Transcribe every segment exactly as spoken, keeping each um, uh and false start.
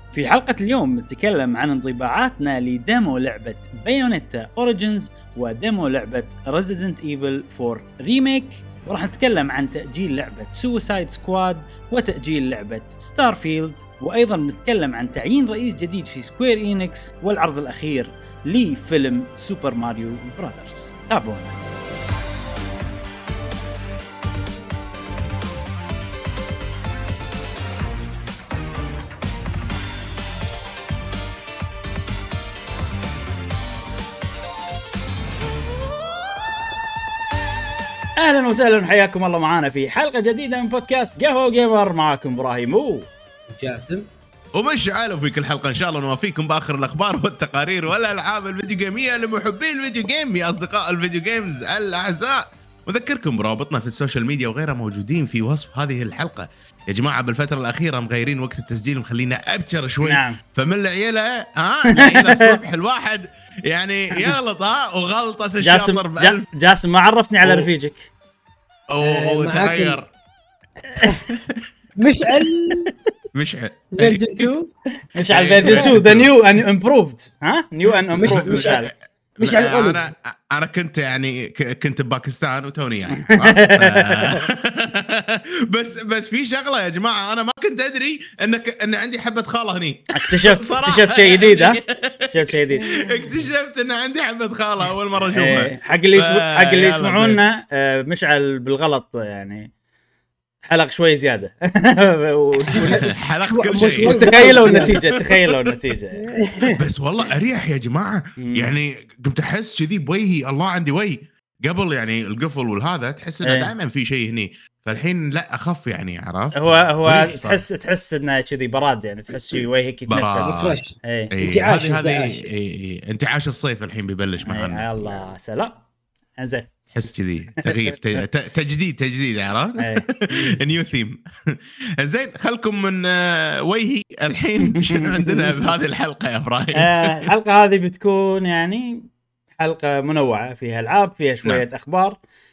في حلقة اليوم نتكلم عن انطباعاتنا لديمو لعبة بايونيتا أوريجينز وديمو لعبة Resident Evil فور ريميك، وراح نتكلم عن تأجيل لعبة سوسايد سكواد وتأجيل لعبة ستارفيلد، وأيضا نتكلم عن تعيين رئيس جديد في سكوير إينكس والعرض الأخير لفيلم سوبر ماريو براذرز. تابعونا. اهلا وسهلا وحياكم الله معانا في حلقه جديده من بودكاست قهوه جيمر. معاكم ابراهيم وجاسم ومشعل، وفي كل حلقه ان شاء الله نوافيكم باخر الاخبار والتقارير والالعاب الفيديو جيميه لمحبين الفيديو جيم يا اصدقاء الفيديو جيمز الاعزاء. وذكركم برابطنا في السوشيال ميديا وغيرها موجودين في وصف هذه الحلقه. يا جماعه بالفتره الاخيره مغيرين وقت التسجيل مخلينا ابكر شوي. نعم. فمن العيله ها العيله الصبح الواحد يعني يغلط ها وغلطه الشاطر بألف. جاسم ما عرفتني على رفيجك. اوه تغير. مشعل مشعل فيرجن تو مشعل فيرجن تو ذا نيو ان امبروفد. ها نيو ان امبروفد مشعل. مشعل انا انا كنت يعني كنت بباكستان وتوني يعني بس بس في شغله يا جماعه، انا ما كنت ادري انك ان عندي حبه خاله هني. اكتشفت اكتشفت شيء جديد. ها اكتشفت شيء جديد اكتشفت ان عندي حبه خاله اول مره اشوفها. حق اللي يسمع حق اللي يسمعونا مشعل بالغلط يعني حلق شوي زياده. حلق كل شيء. تخيلوا النتيجه تخيلوا النتيجه بس والله اريح يا جماعه. يعني قمت احس كذي بوجهي، الله عندي وجه قبل يعني القفل والهذا تحس انه دائما في شيء هني، فالحين لا اخف يعني. عرفت هو هو تحس تحس انه كذي براد يعني، تحس شيء وجهك يتنفس. اي هذه هذه انتعاش الصيف الحين بيبلش معنا. الله سلام. انزين تحس كذي تغيير تجديد تجديد عرفت. نيو ثيم. زين خلكم من وجهي الحين. شنو عندنا بهذه الحلقه يا ابراهيم؟ الحلقه هذه بتكون يعني حلقه منوعه، فيها العاب، فيها شويه نعم. اخبار،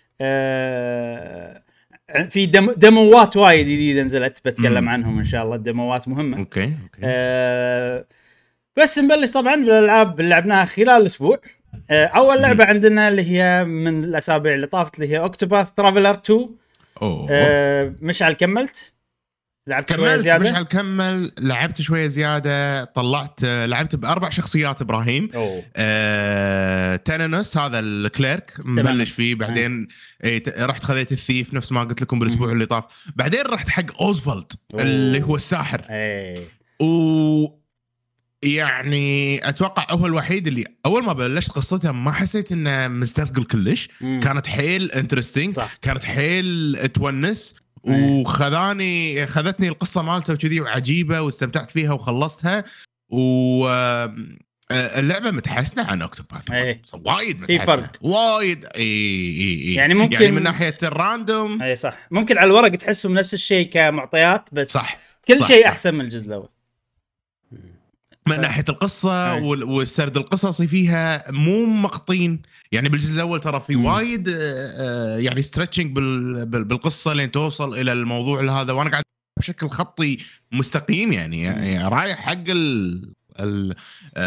في دم دموات وايد جديده نزلت بتكلم مم. عنهم ان شاء الله. دموات مهمه. اوكي اوكي أه بس نبلش طبعا بالالعاب اللي لعبناها خلال الاسبوع. اول لعبه عندنا اللي هي من الاسابيع اللي طافت اللي هي اوكتوباث ترافلر تو. اوه أه مشعل كملت لعبت شويه زياده. مشعل كمل لعبت شويه زياده. طلعت لعبت باربع شخصيات ابراهيم. آه، تانونوس هذا الكليرك مبلش فيه، بعدين ايه رحت خذيت الثيف نفس ما قلت لكم بالاسبوع اللي طاف، بعدين رحت حق اوزفالد اللي هو الساحر. ايه و يعني اتوقع هو الوحيد اللي اول ما بلشت قصتها ما حسيت انه مستثقل كلش. مم. كانت حيل انترستينج، كانت حيل تونس. مم. وخذاني خذتني القصه مالته وكذي وعجيبه واستمتعت فيها وخلصتها. واللعبه متحسنه عن اوكتوباث. وايد متحسنه وايد. اي اي يعني ممكن يعني من ناحيه الراندوم اي صح، ممكن على الورق تحسهم نفس الشيء كمعطيات، بس صح. كل صح شيء صح. احسن من الجزء الاول من ناحيه القصه والسرد القصصي فيها مو مقطين. يعني بالجزء الاول ترى في وايد يعني ستريتشنج بالقصه لين توصل الى الموضوع هذا، وانا قاعد بشكل خطي مستقيم يعني, يعني رايح حق ال ال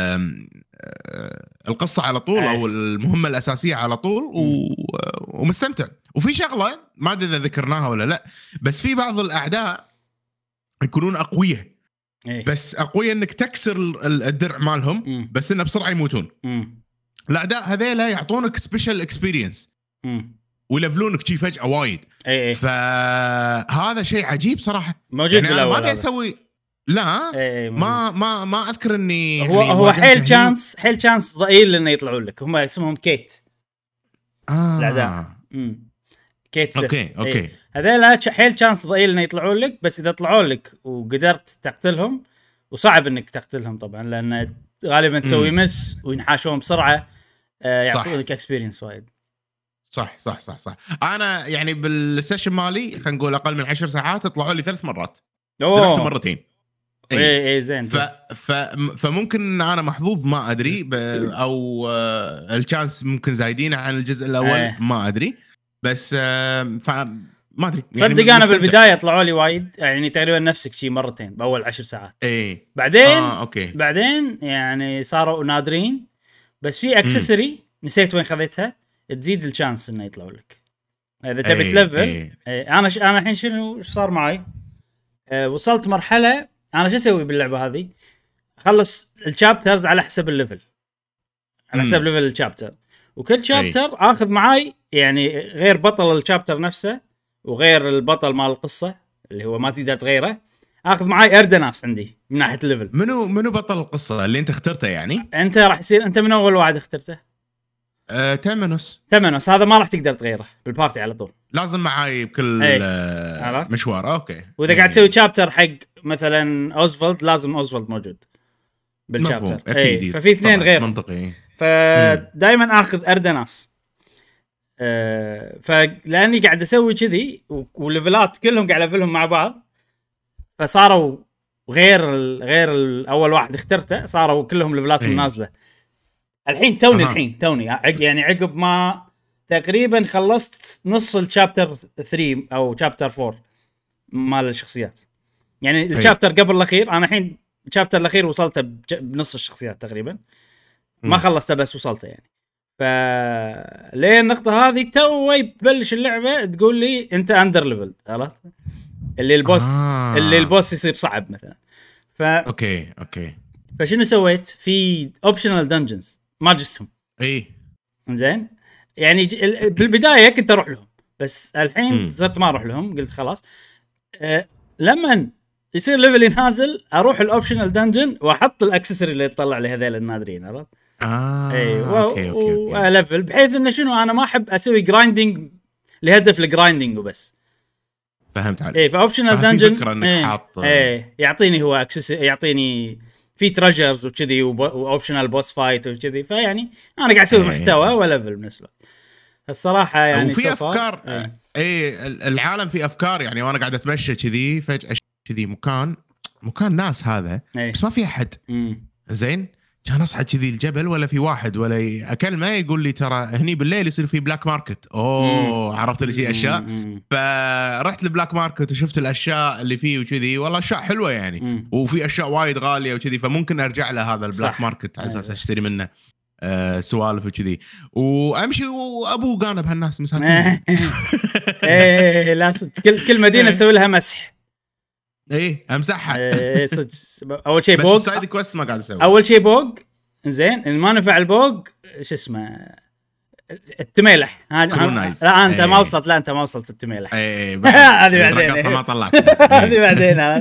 القصه على طول او المهمه الاساسيه على طول ومستمتع. وفي شغله ما ادري اذا ذكرناها ولا لا، بس في بعض الاعداء يكونون اقوياء. إيه؟ بس اقوياء انك تكسر الدرع مالهم. مم. بس انه بسرعه يموتون. مم. الاعداء هذيلا يعطونك سبيشال اكسبيرينس ويلفلونك شي فجاه وايد. أي أي. فهذا شيء عجيب صراحه. موجود يعني انا ما ابي اسوي لا أي ما ما ما اذكر اني هو يعني هو حيل تشانس حيل تشانس ضئيل انه يطلعون لك. هم اسمهم كيت. آه. الاعداء امم كيت سيف. اوكي اوكي أي. هذول حيل تشانس ضئيل انه يطلعون لك، بس اذا طلعوا لك وقدرت تقتلهم، وصعب انك تقتلهم طبعا لان غالبا تسوي مس وينحاشون بسرعه. آه يعطونك اكسبيرينس وايد. صح صح صح صح. انا يعني بالسيشن مالي خلينا نقول اقل من عشر ساعات طلعوا لي ثلاث مرات. ذبحت مرتين. اي اي زين. ف... ف... فممكن انا محظوظ ما ادري ب... او الشانس ممكن زايدين عن الجزء الاول. أيه. ما ادري بس ف... ما ادري صدق يعني انا بالبدايه طلعوا لي وايد يعني تقريبا نفسك شيء مرتين باول عشر ساعات. اي بعدين آه، أوكي. بعدين يعني صاروا نادرين بس في اكسسوري نسيت وين خذيتها تزيد الشانس انه يطلعوا لك اذا تبي أي تلفل. أي. انا ش... انا الحين شنو صار معي؟ أه وصلت مرحله انا شو اسوي باللعبه هذه؟ اخلص الشابترز على حسب الليفل على حسب ليفل الشابتر وكل شابتر اخذ معاي يعني غير بطل الشابتر نفسه وغير البطل مال القصه اللي هو ما تقدر تغيره اخذ معاي اردناس عندي من ناحيه الليفل. منو منو بطل القصه اللي انت اخترته يعني؟ انت راح يصير انت من اول واحد اخترته آه، تامنوس. تامنوس هذا ما راح تقدر تغيره بالبارتي على طول لازم معاي بكل أي. آه مشوار. اوكي. واذا قاعد تسوي شابتر حق مثلا اوزفولد لازم اوزفولد موجود بالشابتر. اكيد. ففي اثنين غير منطقي. فدائما اخذ اردناس. أه فلاني قاعد اسوي كذي وليفلات كلهم قاعد الفلهم مع بعض فصاروا غير ال غير الاول واحد اخترته صاروا كلهم ليفلاتهم نازله. الحين توني أه. الحين توني يعني عقب ما تقريبا خلصت نص الشابتر ثلاثة او شابتر أربعة مال الشخصيات يعني الشابتر قبل الاخير. انا الحين الشابتر الاخير وصلته بنص الشخصيات تقريبا ما خلصته بس وصلته يعني. فلين النقطه هذه تو يبلش اللعبه تقول لي انت اندر ليفل عرفت اللي البوس آه. اللي البوس يصير صعب مثلا. ف اوكي اوكي فشنو سويت في اوبشنال دنجنز ما جستهم. اي زين يعني بالبدايه كنت اروح لهم بس الحين صرت ما اروح لهم قلت خلاص. أه لما يصير ليفلي نازل اروح الاوبشنال دنجن واحط الاكسسوري اللي يطلع لي هذول النادرين عرفت. اه اي و... اوكي اوكي وليفل بحيث انه شنو انا ما احب اسوي جرايندنج لهدف الجرايندنج وبس. فهمت عليك. اي فاوبشنال دنجن فكره انك ايه حاط اي يعطيني هو اكسسوري يعطيني في تريجرز وكذي واوبشنال بوس فايت وكذي فيعني انا قاعد اسوي ايه محتوى وليفل بنفس الوقت الصراحه يعني وفي افكار اي ايه العالم في افكار يعني وانا قاعد اتمشى كذي فجاه كذي مكان مكان ناس هذا ايه. بس ما في احد زين كان اصحى كذي الجبل ولا في واحد ولا اكلمه يقول لي ترى هني بالليل يصير في بلاك ماركت. اوه مم. عرفت لي شيء اشياء مم. فرحت البلاك ماركت وشفت الاشياء اللي فيه وكذي والله اشياء حلوه يعني مم. وفي اشياء وايد غاليه وكذي فممكن ارجع له هذا البلاك صح. ماركت على اساس اشتري منه آه سوالف وكذي وامشي وابو قانا بهالناس مساكين. ايه لا كل كل مدينه اسوي لها مسح. ايه امسحها. ايه صدق اول شيء بوق سايد كويست ما قاعد اسوي. اول شيء بوق زين ان ما نفع البوق شو اسمه التميلح. لا انت ما وصلت لا انت ما وصلت التميلح. ايه هذه بعدين ما طلعت. هذه بعدين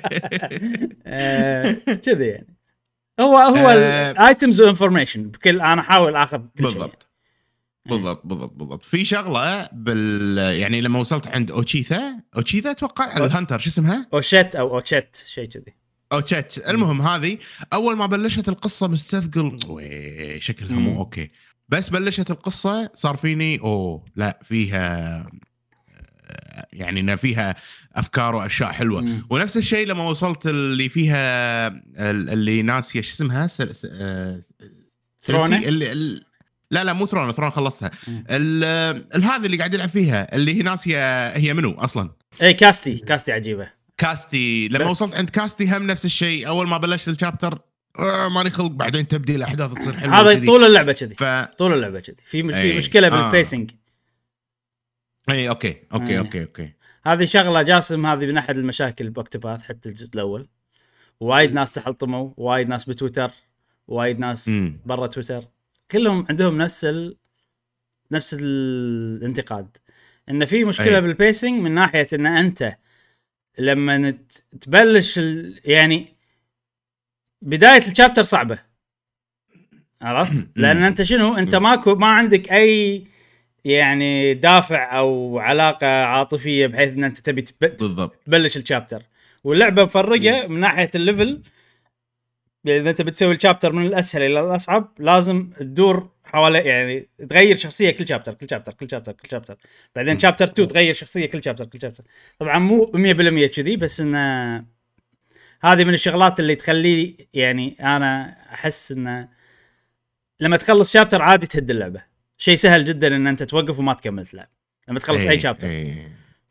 كذي يعني هو هو الايتمز والانفورميشن بكل انا احاول اخذ كل شيء. بالضبط بالضبط بالضبط بالضبط. في شغله بال يعني لما وصلت عند اوتشيثا اوتشيثا اتوقع على الهانتر شو اسمها اوشيت او اوتشيت شيء كذي اوتشيت. المهم هذه اول ما بلشت القصه مستثقل وي شكلها مو اوكي بس بلشت القصه صار فيني اوه لا فيها يعني إن فيها افكار واشياء حلوه مم. ونفس الشيء لما وصلت اللي فيها اللي ناسيه ايش اسمها ثرونه اللي لا لا مو ثرون ثرون خلصتها. ال هذه اللي قاعد يلعب فيها اللي هي ناسيه هي منو اصلا. اي كاستي كاستي عجيبه كاستي. لما وصلت عند كاستي هم نفس الشيء اول ما بلشت الشابتر آه ماني خلق بعدين تبدي الاحداث تصير حلوه. هذا طول اللعبه كذي ف... طول اللعبه كذي في مش... في مشكله آه. بالبيسنج. اي اوكي اوكي اوكي اوكي هذه شغله جاسم هذه من احد المشاكل باكتوباث حتى الجزء الاول وايد ناس تحلطموا وايد ناس بتويتر وايد ناس برا تويتر كلهم عندهم نفس ال... نفس الانتقاد ان في مشكله أي. بالبيسنج من ناحيه ان انت لما تبلش ال... يعني بدايه الشابتر صعبه عرفت لان انت شنو انت ماكو ما عندك اي يعني دافع او علاقه عاطفيه بحيث ان انت تبي تبلش الشابتر واللعبه مفرقه من ناحيه الليفل. يعني اذا انت بتسوي الشابتر من الاسهل الى الاصعب لازم تدور حوالي يعني تغير شخصيه كل شابتر كل شابتر كل شابتر كل شابتر بعدين شابتر اثنين تغير شخصيه كل شابتر كل شابتر. طبعا مو مية بالمية كذي بس ان هذه من الشغلات اللي تخلي يعني انا احس ان لما تخلص شابتر عادي تهد اللعبه. شيء سهل جدا ان انت توقف وما تكمل تلعب لما تخلص اي, أي شابتر أي.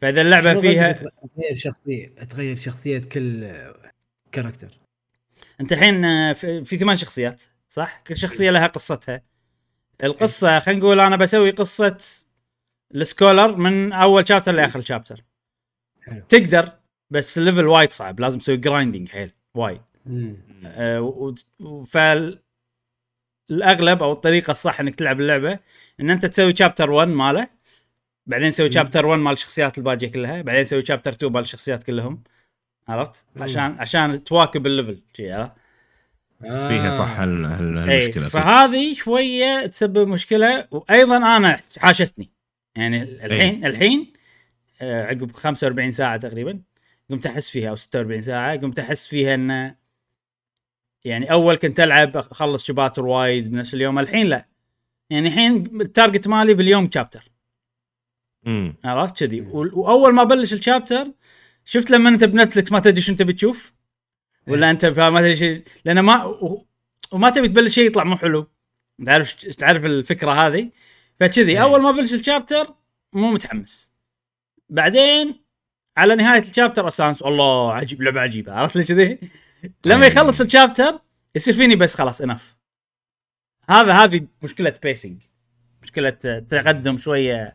فاذا اللعبه فيها تغير شخصيه تغير شخصيه كل كاركتر. انت الحين في, في ثمان شخصيات صح؟ كل شخصيه لها قصتها. القصه خلينا نقول انا بسوي قصه السكولر من اول شابتر لاخر شابتر. تقدر بس الليفل وايد صعب، لازم تسوي جرايندينج حيل وايد. آه فالاغلب او الطريقه الصح انك تلعب اللعبه ان انت تسوي شابتر واحد ماله، بعدين تسوي شابتر واحد مال الشخصيات الباقيه كلها، بعدين تسوي شابتر اثنين مال الشخصيات كلهم. عرفت؟ عشان عشان تواكب الليفل شيء. ها آه. فيها صح المشكله. فهذه شويه تسبب مشكله. وايضا انا حاشتني يعني الحين الحين آه عقب خمسة وأربعين ساعه تقريبا قمت احس فيها، او ستة وأربعين ساعه قمت احس فيها ان يعني اول كنت العب اخلص شباتر وايد بنفس اليوم، الحين لا. يعني الحين التارجت مالي باليوم شابتر. امم عرفت كذي. واول ما بلش الشابتر شفت لما انت بنتفلكس ما تدري شو انت بتشوف ولا انت ما تدري شيء، لان ما و... وما تبي تبلش شيء يطلع مو حلو. تعرف تعرف الفكره هذه. فكذي اول ما بلش الشابتر مو متحمس، بعدين على نهايه الشابتر اسانس الله عجيب، لعبه عجيبه. عرفت لي كذي. لما يخلص الشابتر يصير فيني بس خلاص انف. هذا هذه مشكله بيسنج، مشكله تقدم شويه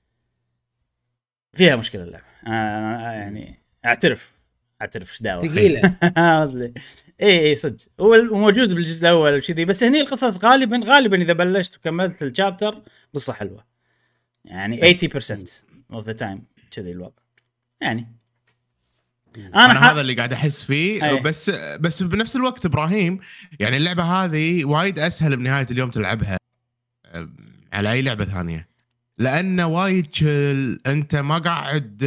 فيها مشكله اللعبه. انا يعني اعترف اعترف ايش دعوه ثقيله. اي اي صدق وموجود بالجزء الاول وكذي. بس هني القصص غالبا غالبا اذا بلشت وكملت الشابتر قصه حلوه يعني ثمانين بالمية of the time كذي الوضع يعني. انا, أنا ح... هذا اللي قاعد احس فيه. أيه. بس بس بنفس الوقت ابراهيم يعني اللعبه هذه وايد اسهل بنهايه اليوم تلعبها على اي لعبه ثانيه، لانه وايد شل. انت ما قاعد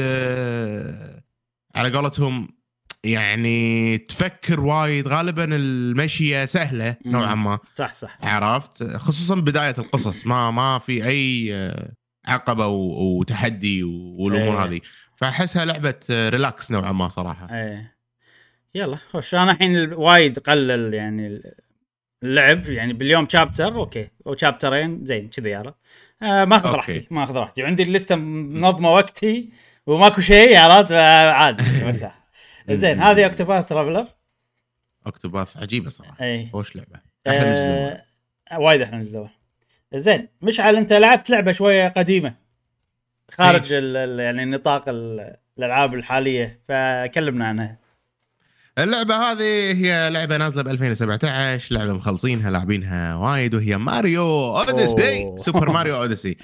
على قولتهم يعني تفكر وايد، غالبا المشيه سهله نوعا ما. صح صح عرفت، خصوصا بدايه القصص ما ما في اي عقبه وتحدي والامور أيه. هذه. فاحسها لعبه ريلاكس نوعا ما صراحه. ايه يلا خش. انا الحين وايد قلل يعني اللعب يعني باليوم شابتر اوكي او شابترين زين كذا عرفت. آه ما اخذ راحتي ما اخذ راحتي عندي الليسته منظمه وقتي وماكو شيء عرفت عادي مرتاح. زين هذه اوكتوباث ترافلر. اوكتوباث عجيبه صراحه. ايه. خوش لعبه احلى من الجزء الاول وايد احلى من الجزء الاول. زين مشعل انت لعبت لعبه شويه قديمه خارج ال يعني نطاق الالعاب الحاليه، فكلمنا عنها. اللعبه هذه هي لعبه نازله ب ألفين وسبعة عشر، لعبه مخلصين لاعبينها وايد، وهي ماريو اوديسي. سوبر ماريو اوديسي.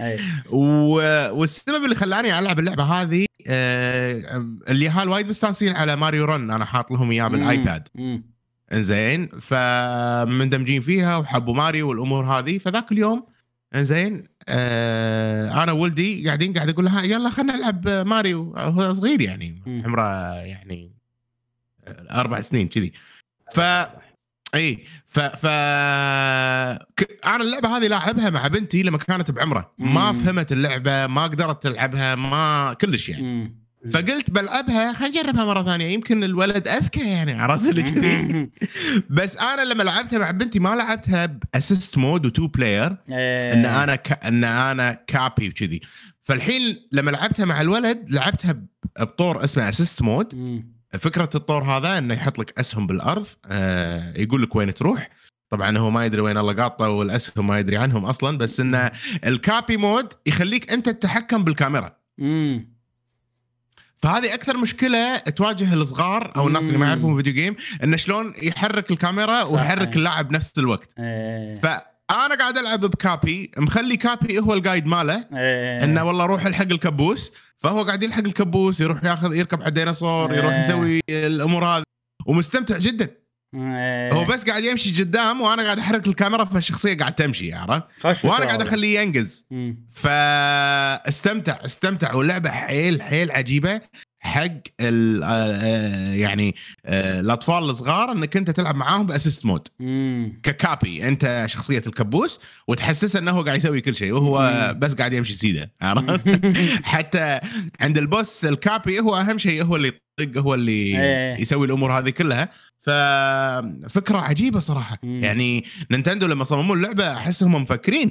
والسبب اللي خلاني العب اللعبه هذه اليهال وايد مستانسين على ماريو رن، انا حاط لهم اياه بالايباد. انزين فمندمجين فيها وحبوا ماريو والامور هذه. فذاك اليوم انزين آه انا ولدي قاعدين قاعد اقول لها يلا خلينا نلعب ماريو. هو صغير يعني عمره يعني اربع سنين كذي. ف اي ف ف ك... انا اللعبه هذه لاعبها مع بنتي لما كانت بعمره، ما فهمت اللعبه، ما قدرت تلعبها، ما كلش يعني. فقلت بلعبها خلينا نجربها مره ثانيه يمكن الولد اذكى يعني، عرفت اللي كذي. بس انا لما لعبتها مع بنتي ما لعبتها باسيست مود وتو بلاير ان انا ك... ان انا كابي وكذي. فالحين لما لعبتها مع الولد لعبتها بطور اسمه اسيست مود. فكره الطور هذا انه يحط لك اسهم بالارض، آه يقول لك وين تروح. طبعا هو ما يدري وين الله قاطه والاسهم ما يدري عنهم اصلا، بس انه الكابي مود يخليك انت تتحكم بالكاميرا. امم فهذه اكثر مشكله تواجه الصغار او الناس اللي ما يعرفون فيديو جيم، انه شلون يحرك الكاميرا ويحرك اللاعب بنفس الوقت. فانا قاعد العب بكابي، مخلي كابي هو الجايد ماله، انه والله روح الحق الكبوس، فهو قاعد يلحق الكبوس، يروح ياخذ يركب على الديناصور، يروح يسوي الامور هذه ومستمتع جدا. هو بس قاعد يمشي قدام وانا قاعد احرك الكاميرا، فالشخصيه قاعد تمشي عرفت، وانا قاعد اخليه ينقز. فاستمتع استمتع واللعبه حيل حيل عجيبه حق يعني الاطفال الصغار، انك انت تلعب معاهم باسيست مود ككابي، انت شخصيه الكبوس وتحسسه انه هو قاعد يسوي كل شيء وهو مم. بس قاعد يمشي سيده عرفت. حتى عند البوس الكابي هو اهم شيء، هو اللي يطق، هو اللي يسوي الامور هذه كلها. ففكره عجيبه صراحه. مم. يعني نينتندو لما صمموا اللعبه احسهم مفكرين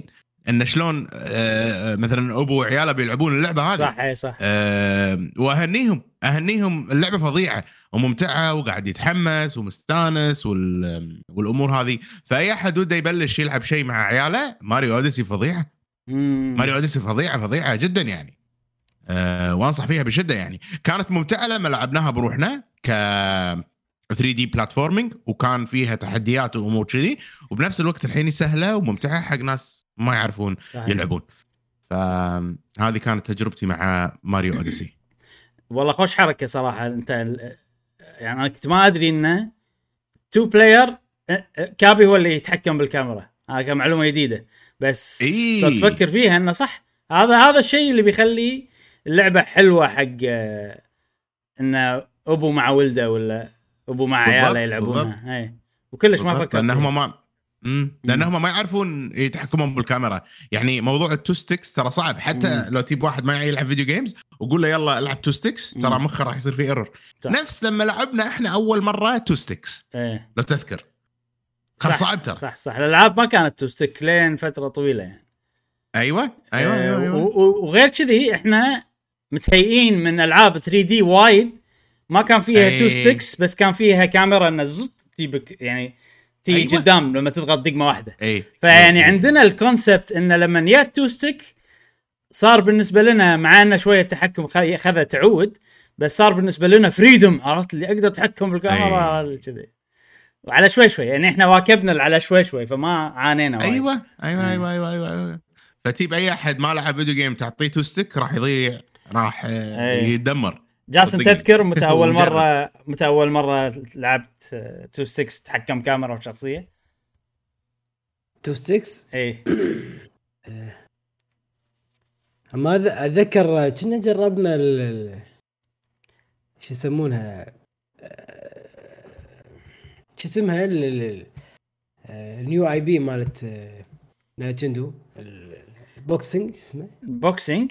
ان شلون آه مثلا ابو وعياله بيلعبون اللعبه هذه. صح اي صح. آه واهنيهم اهنيهم اللعبه فظيعه وممتعه وقاعد يتحمس ومستانس وال والامور هذه. فاي احد وده يبلش يلعب شيء مع عياله ماريو اوديسي فظيعه. مم. ماريو اوديسي فظيعه فظيعه جدا يعني. أه وانصح فيها بشده يعني. كانت ممتعه لما لعبناها بروحنا ك ثري دي بلاتفورمينج وكان فيها تحديات وامور كذي وبنفس الوقت الحين سهله وممتعه حق ناس ما يعرفون صحيح. يلعبون. فهذه كانت تجربتي مع ماريو اوديسي. والله خوش حركه صراحه. انت يعني انا كنت ما ادري انه تو بلاير كابي هو اللي يتحكم بالكاميرا. هذا كان معلومه جديده بس إيه. لو تفكر فيها انه صح. هذا هذا الشيء اللي بيخلي اللعبه حلوه حق انه ابو مع ولده ولا ابو مع عياله يلعبونها. اي وكلش ما فكرت لانهم ما امم لانهم ما يعرفون يتحكمون بالكاميرا. يعني موضوع التو ستيكس ترى صعب حتى مم. لو تجيب واحد ما يلعب فيديو جيمز وقول له يلا العب تو ستيكس ترى مخه راح يصير فيه ايرور. نفس لما لعبنا احنا اول مره تو ستيكس ايه. لو تذكر كان صعب ترى. صح صح الالعاب ما كانت تو ستيك لين فتره طويله يعني. ايوه ايوه, آه أيوة, أيوة. وغير كذي احنا متهيئين من العاب ثري دي وايد ما كان فيها تو ستيكس بس كان فيها كاميرا نزت تجيبك يعني تيجي أيوة. قدام لما تضغط دقمه واحده. أي. فيعني أي. عندنا الكونسبت انه لما يات تو ستيك صار بالنسبه لنا مع انه شويه تحكم خذ تعود بس صار بالنسبه لنا فريدم. عرفت اللي اقدر اتحكم بالكاميرا كذي وعلى شوي شوي يعني احنا واكبنا على شوي شوي فما عانينا وايد. ايوه ايوه ايوه ايوه ايوه, أيوة. فتيب اي احد ما لعب فيديو جيم تعطيه تو ستيك راح يضيع راح أي. يدمر. جاسم تذكر متى اول مره متى اول مره لعبت تو ستيكس تحكم كاميرا وشخصيه؟ تو ستيكس اي ما اتذكر كنا جربنا ال شو يسمونها شو اسمها النيو اي بي مالت نينتندو البوكسينج اسمه بوكسينج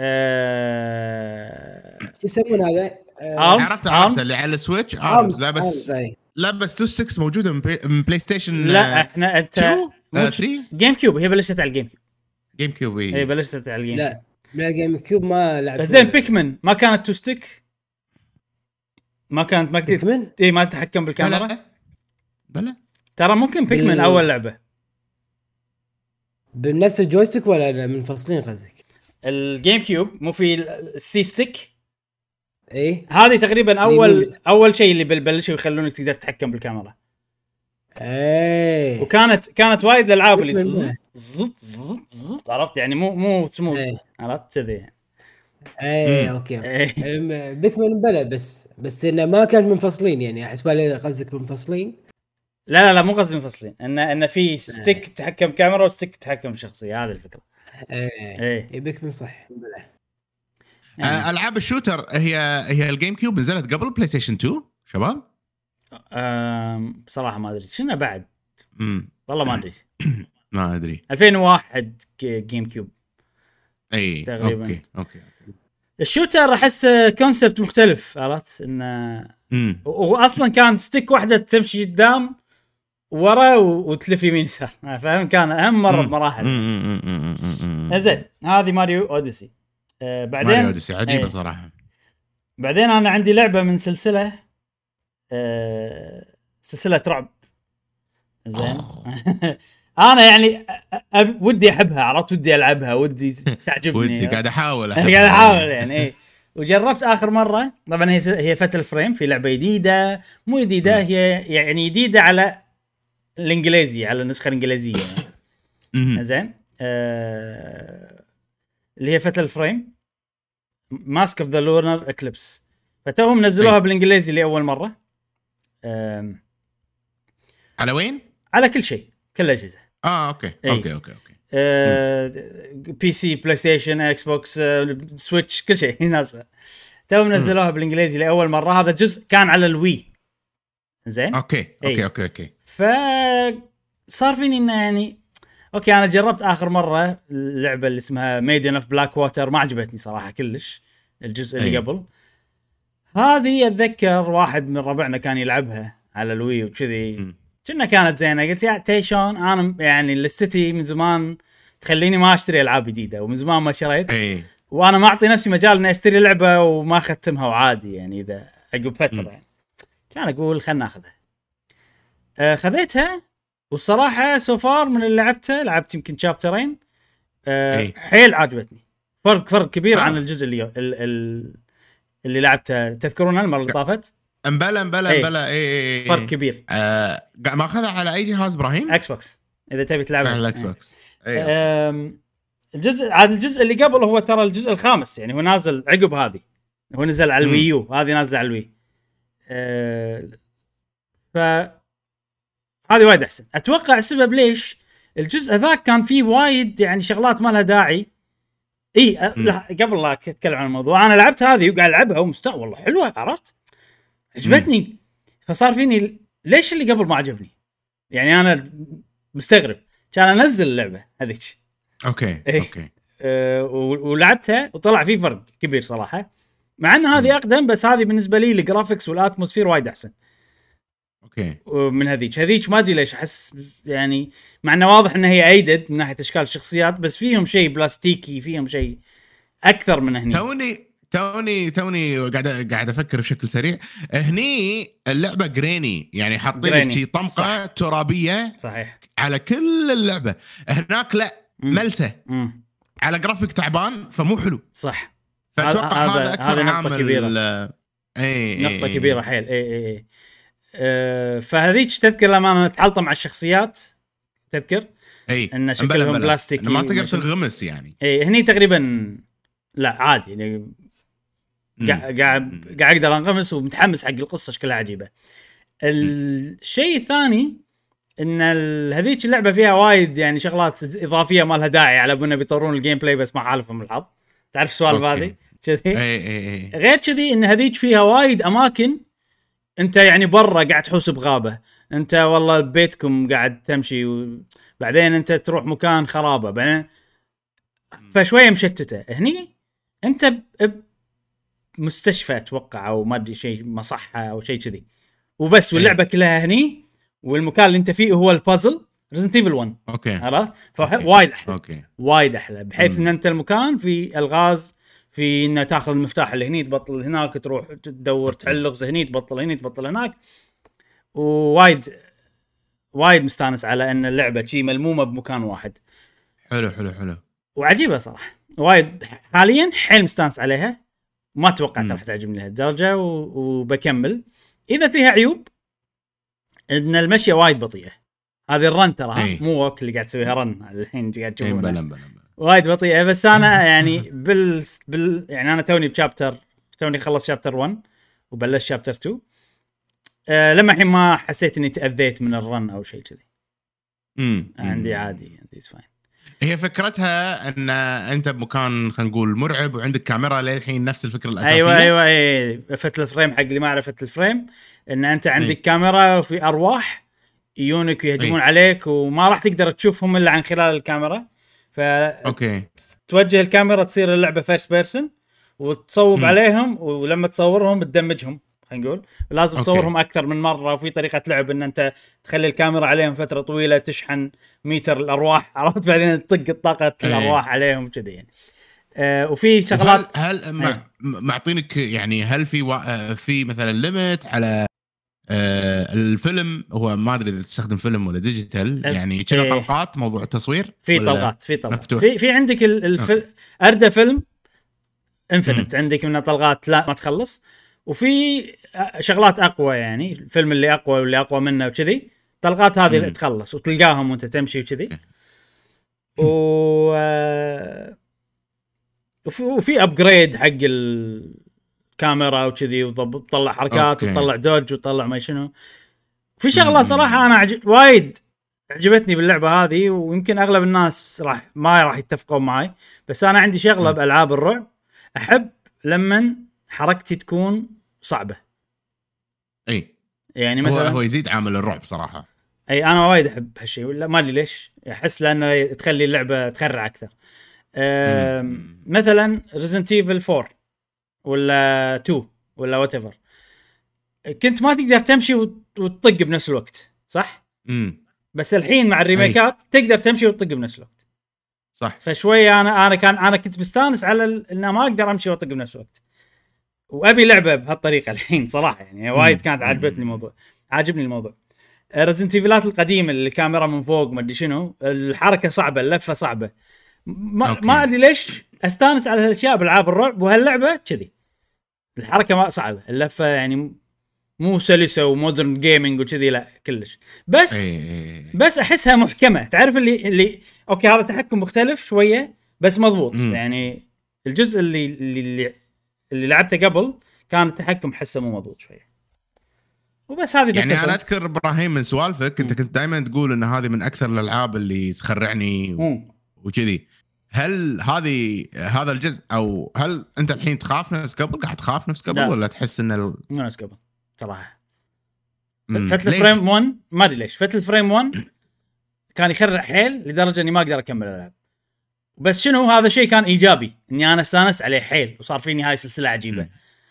ااا شو يسمون هذا عرفت عرفت اللي على السويتش ارمز. لا بس لا بس تو ستيكس موجوده من بلاي ستيشن. لا احنا انت ثري جيم كيوب هي بلشت على الجيم كيوب. جيم كيوب هي بلشت على الجيم. لا لا جيم كيوب ما لعبت. زين بيكمن ما كانت تو ستيك ما كانت ما كنت اي ما تتحكم بالكاميرا. بلا بلا ترى ممكن بيكمن بال... اول لعبه بنفس الجويستيك ولا منفصلين قصدك؟ الجيم كيوب مو في السي ستيك. ايه هذه تقريبا اول اول شيء اللي بلشوا يخلونك تقدر تتحكم بالكاميرا. ايه وكانت كانت وايد الالعاب اللي زط زط زط زط عرفت يعني مو مو سموث. ايه. عرفت كذي. ايه اوكي ايه. بيكمن بلا بس بس انه ما كانت منفصلين يعني احس بالي قصدك منفصلين. لا لا لا مو قصدي منفصلين ان ان في ستيك ايه. تحكم كاميرا وستيك تحكم شخصيه. هذه الفكره. ايه ايه بيكمن صح بلا. يعني. العاب الشوتر هي هي الجيم كيوب نزلت قبل بلاي ستيشن تو شباب؟ امم بصراحه ما ادري شنو بعد. امم والله ما ادري. ما ادري ألفين وواحد جيم كيوب اي تقريبا. اوكي اوكي الشوتر احس كونسبت مختلف. عرفت انه واصلا كان ستيك واحده تمشي قدام ورا وتلف يمين يسار. فاهم كان اهم مره بمراحل. زين هذه ماريو اوديسي. آه بعدين ماريو اوديسي عجيبه ايه. صراحه بعدين انا عندي لعبه من سلسله آه سلسله رعب. زين انا يعني أب ودي احبها. عرفت ودي العبها ودي تعجبني. ودي قاعد احاول قاعد احاول يعني ايه. وجربت اخر مره طبعا هي هي فتل فريم في لعبه جديده مو جديده م. هي يعني جديده على الانجليزي على النسخه الانجليزيه يعني. زين آه اللي هي فتل فريم ماسك اوف ذا لونر اكليبس. فتوهم نزلوها بالانجليزي لاول مره. على وين؟ على كل شيء كل اجهزه. اه اوكي أي. اوكي اوكي اوكي آه بي سي بلاي ستيشن اكس بوكس آه، سويتش كل شيء نازله. توهم نزلوها بالانجليزي لاول مره. هذا جزء كان على الوي. زين اوكي اوكي اوكي اوكي ف صار فيني انه يعني اوكي انا جربت اخر مره اللعبه اللي اسمها ميدن اوف بلاك ووتر ما عجبتني صراحه كلش الجزء اللي قبل. هذه اتذكر واحد من ربعنا كان يلعبها على الوي وكذي كنا كانت زينه. قلت يا تيشون انا يعني للسيتي من زمان تخليني ما اشتري العاب جديده، ومن زمان ما شريت. اي وانا ما اعطي نفسي مجال اني اشتري لعبه وما اختمها وعادي يعني اذا عقب فتره. يعني كان اقول خلنا ناخذها. آه خذيتها، والصراحه سوفار من اللي لعبته لعبت يمكن شابترين. آه حيل عجبتني. فرق فرق كبير آه. عن الجزء اللي ال ال اللي لعبته. تذكرون المره اللي طافت؟ امبلا امبلا امبلا اي اي فرق كبير. آه ما اخذها على اي جهاز ابراهيم؟ اكس بوكس اذا تبي تلعبها على الاكس بوكس. اي الجزء عاد الجزء اللي قبل هو ترى الجزء الخامس، يعني هو نازل عقب هذه. هو نزل على الويو، هذه نازله على الوي. أه ف هذه وايد احسن. اتوقع السبب ليش الجزء ذاك كان فيه وايد يعني شغلات ما لها داعي. اي أه لا قبل لا اتكلم عن الموضوع، انا لعبت هذه وقاعد العبها ومستوى والله حلوه، عرفت عجبتني. فصار فيني ليش اللي قبل ما عجبني، يعني انا مستغرب. كان انزل اللعبه هذيك اوكي إيه. اوكي أه ولعبتها وطلع فيه فرق كبير صراحه، مع ان هذه اقدم، بس هذه بالنسبه لي الجرافيكس والاتموسفير وايد احسن. اوكي من هذيك هذيك ما ادري ليش احس يعني، مع انه واضح ان هي ايدد من ناحيه اشكال الشخصيات، بس فيهم شيء بلاستيكي، فيهم شيء اكثر من هني. توني توني توني قاعد قاعد افكر بشكل سريع. هني اللعبه جريني، يعني حاطين لك شيء طمقه صح. ترابيه صحيح على كل اللعبه. هناك لا مم. ملسه مم. على جرافيك تعبان فمو حلو. صح. فاتوقع هذا اكثر نقطة عامل كبيرة. اي نقطه ايه كبيره حيل. اي اي اي أه فهذيك تذكر لما انا نتحلط مع الشخصيات، تذكر اي ان شكلهم بلاستيكي ما تقدر تنغمس يعني. اي هني تقريبا لا عادي يعني، قاعد قاعد اقدر انغمس ومتحمس حق القصه شكلها عجيبه. الشيء الثاني ان هذيك اللعبه فيها وايد يعني شغلات اضافيه ما لها داعي، على بنا بيطورون الجيم بلاي بس ما حالفهم الحظ. تعرف السوالف هذه كذي. غير كذي ان هذيك فيها وايد اماكن انت يعني برا قاعد تحوس بغابه، انت والله ببيتكم قاعد تمشي وبعدين انت تروح مكان خرابه بعدين، فشويه مشتته. هني انت بمستشفى اتوقع او ما ادري شيء مصحه او شيء كذي وبس، واللعبه كلها هني، والمكان اللي انت فيه هو البازل ريزنت ايفل واحد. اوكي عرفت؟ فوايد احلى. أوكي. وايد احلى بحيث ان انت المكان في الغاز، في انه تاخذ المفتاح اللي هني تبطل هناك، تروح تدور تحل لغز هني تبطل هني تبطل هناك. ووايد وايد مستانس على ان اللعبه شيء ملمومه بمكان واحد. حلو حلو حلو وعجيبه صراحه، وايد حاليا حيل مستانس عليها. ما توقعت راح تعجبني لهالدرجه وبكمل. اذا فيها عيوب ان المشيه وايد بطيئه. هذه الرن ترى مو ووك اللي قاعد تسويها رن الحين قاعد تشوفونها وايد بطيئه. بس انا يعني بال, بال... يعني انا توني بشابتر، توني خلص شابتر واحد وبلش شابتر اثنين. أه لما الحين ما حسيت اني تاذيت من الرن او شيء كذي. امم عندي عادي عندي فاين. هي فكرتها ان انت بمكان خلينا نقول مرعب وعندك كاميرا للحين، نفس الفكره الاساسيه. ايوه ايوه اي فتل الفريم حق اللي ما عرفت الفريم، ان انت عندك أي. كاميرا وفي ارواح يجونك ويهجمون أي. عليك، وما راح تقدر تشوفهم الا عن خلال الكاميرا. ف اوكي توجه الكاميرا تصير اللعبه فيرست بيرسون وتصوب م. عليهم، ولما تصورهم بتدمجهم. خلينا نقول لازم تصورهم اكثر من مره، وفي طريقه لعب ان انت تخلي الكاميرا عليهم فتره طويله تشحن ميتر الارواح، عرفت؟ بعدين تطق الطاقه الارواح عليهم كذا يعني. آه وفي شغلات. هل, هل معطينك يعني هل في و... في مثلا ليميت على آه الفيلم؟ هو ما ادري اذا تستخدم فيلم ولا ديجيتال، يعني كذا طلقات موضوع التصوير في طلقات في طلقات في في عندك الفيلم اردا فيلم انفينيت، عندك منه طلقات لا ما تخلص، وفي شغلات اقوى يعني الفيلم اللي اقوى واللي اقوى منه وكذي، طلقات هذه اللي تخلص وتلقاهم وانت تمشي وكذي. و وفي ابجريد حق الكاميرا وكذي، وتطلع حركات وتطلع دوج وتطلع ما شنو. في شغله صراحه انا عجب وايد عجبتني باللعبه هذه، ويمكن اغلب الناس راح ما راح يتفقون معي، بس انا عندي شغله بالعاب الرعب احب لما حركتي تكون صعبه. اي يعني مثلا هو, هو يزيد عامل الرعب صراحه. اي انا وايد احب هالشيء، ولا ما ادري ليش احس لانه تخلي اللعبه تخرع اكثر. مثلا ريزنت ايفل فور ولا تو ولا وات ايفر، كنت ما تقدر تمشي وتطق بنفس الوقت صح؟ امم بس الحين مع الريميكات أي. تقدر تمشي وتطق بنفس الوقت. صح. فشويه انا انا كان انا كنت مستانس على ان ما اقدر امشي واطق بنفس الوقت، وابي لعبه بهالطريقه الحين صراحه يعني وايد كانت عجبتني الموضوع، عاجبني الموضوع. ريزنت ايفلات القديمه اللي الكاميرا من فوق ما ادري شنو، الحركه صعبه، اللفه صعبه، ما, ما ادري ليش استانس على هالاشياء بالعاب الرعب، وهاللعبه كذي الحركه ما صعبه، اللفه يعني مو سلسه ومودرن جيمنج وكذي، لا كلش، بس أي. بس احسها محكمه، تعرف اللي اللي اوكي هذا تحكم مختلف شويه بس مضبوط. مم. يعني الجزء اللي اللي اللي لعبته قبل كان التحكم حسه مو مضبوط شويه، وبس. هذه يعني فترة. انا اذكر ابراهيم من سوالفك انت مم. كنت دائما تقول ان هذه من اكثر الالعاب اللي تخرعني و... وكذي. هل هذه هذا الجزء او هل انت الحين تخاف نفس قبل، قاعد تخاف نفس قبل لا. ولا تحس ان ال... نفس قبل صراحه؟ مم. فتل ليش؟ فريم واحد ما ادري ليش فتل فريم واحد كان يخرع حيل لدرجه اني ما اقدر اكمل الالعاب، بس شنو هذا الشيء كان ايجابي اني انا استانس عليه حيل، وصار فيني هاي سلسله عجيبه.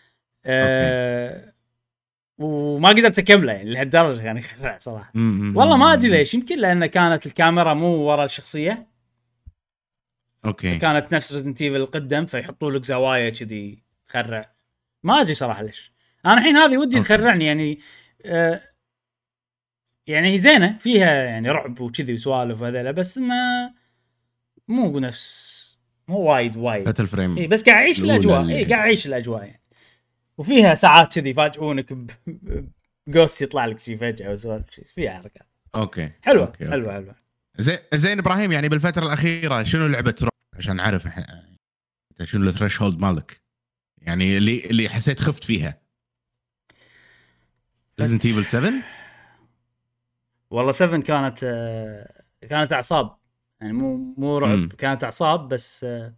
أه وما قدرت اكمله يعني لهالدرجه كان يخرع صراحه. مم. والله ما ادري ليش، يمكن لان كانت الكاميرا مو ورا الشخصيه، اوكي كانت نفس ريزنت ايفل القدم، فيحطوا لك زوايا كذي تخرع، ما ادري صراحه ليش. انا الحين هذه ودي أوكي. تخرعني يعني. أه يعني هي زينه فيها يعني رعب وكذي وسوالف وهذا، بس انه مو نفس مو وايد وايد فتل فريم اي، بس قاعد اعيش الاجواء، اي قاعد اعيش الاجواء يعني. وفيها ساعات كذي يفاجئونك بجوست يطلع لك شيء فجاه وسوالف شيء، فيها حركات اوكي حلوه أوكي. حلوه حلوه. زين زين ابراهيم، يعني بالفتره الاخيره شنو لعبه رعب عشان نعرف احنا شنو الثريش هولد مالك، يعني اللي اللي حسيت خفت فيها؟ ريزنت ايفل سبعة؟ والله سبعة كانت آه كانت اعصاب يعني، مو مو رعب مم. كانت اعصاب، بس آه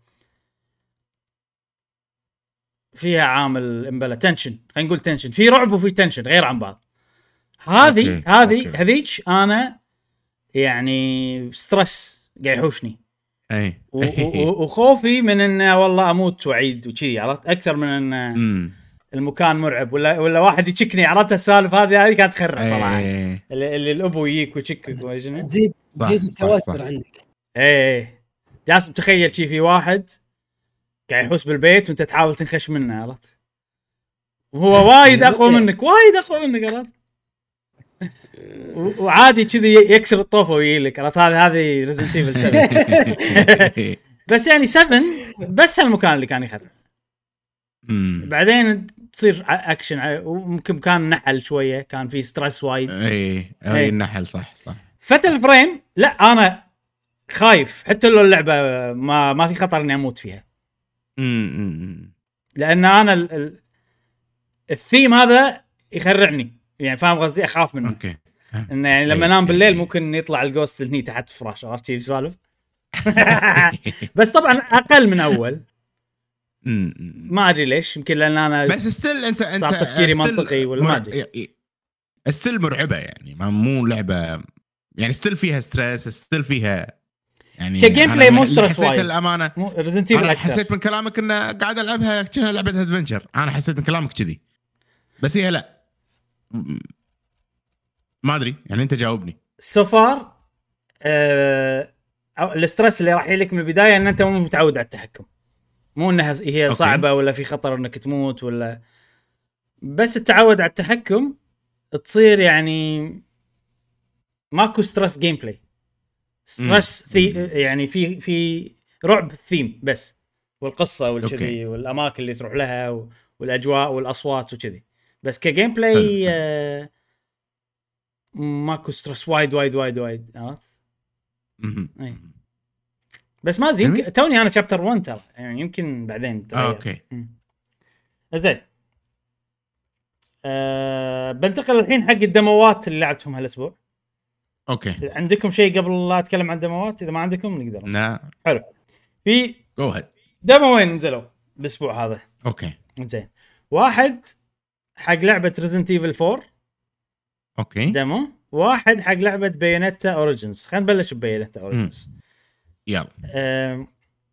فيها عامل امبلا تنشن، خلينا نقول تنشن، في رعب وفي تنشن غير عن بعض. هذه أوكي. هذه أوكي. هذيك انا يعني ستريس قاعد يحوشني، اي وخوفي من انه والله اموت واعيد وكذي، عرفت، اكثر من ان امم المكان مرعب ولا ولا واحد يشكني، عرفت السالفه هذه هذه كانت تخرع صراحه. أي. اللي, اللي الابو يجيك ويشكك وما شنو، تزيد صح، تزيد صح، التوتر صح. عندك. ايه جالس متخيل شي في واحد قاعد يحوس بالبيت وانت تحاول تنخش منه، عرفت، وهو وايد اقوى منك، وايد اقوى منك، عرفت، و- وعادي كذي يكسر الطوفه ويجيلك، عرفت. هذه هذه ريزنت ايفل سبعة. بس يعني سبعة بس هالمكان اللي كان يخرب، امم بعدين تصير اكشن، وممكن كان نحل شويه، كان في ستريس وايد. اي إي. اي النحل صح صح. فتل فريم لا انا خايف حتى لو اللعبه ما ما في خطر اني اموت فيها، امم لان انا ال... ال... الثيم هذا يخرعني يعني، فاهم قصدي، اخاف منه. اوكي. انه يعني لما إي. انام بالليل إي. ممكن يطلع الجوست هني تحت الفراش، عرفت كيف سوالف. بس طبعا اقل من اول، امم ما ادري ليش، يمكن لان انا بس ستيل انت انت صار تفكيري still منطقي ولا ما مر... ادري. ستيل مرعبه يعني، ما مو لعبه يعني، ستيل فيها ستريس، ستيل فيها يعني كجيم بلاي مو ستريس حسيت وايد. الامانه مو ريزنت ايفل انا اكثر. حسيت من كلامك ان قاعد العبها كأنها لعبه ادفنشر، انا حسيت من كلامك كذي، بس هي لا م- ما ادري يعني، انت جاوبني. سو فار آه... الاسترس اللي راح يجيك من البدايه ان انت مو متعود على التحكم، مو انها هي أوكي. صعبه ولا في خطر انك تموت ولا، بس التعود على التحكم تصير يعني ماكو ستريس جيم بلاي، ستريس ثي يعني في في رعب ثيم بس، والقصه والكذي والاماكن اللي تروح لها و... والاجواء والاصوات وكذي، بس كجيم بلاي آه... ماكو ستريس وايد وايد وايد وايد، عرفت. أي. بس ما ادري يمكن توني انا شابتر واحد ترى يعني، يمكن بعدين تغير. آه، اوكي زين. أه بنتقل الحين حق الدموات اللي لعبتهم هالاسبوع. اوكي عندكم شيء قبل لا اتكلم عن الدموات؟ اذا ما عندكم نقدر. لا حلو. في جو هيد. دموين نزلوا الاسبوع هذا. اوكي زين. واحد حق لعبه ريزنت ايفل فور اوكي ديمو، واحد حق لعبه بايونيتا اوريجينز. خلينا نبلش ببايونيتا اوريجينز. يلا. أه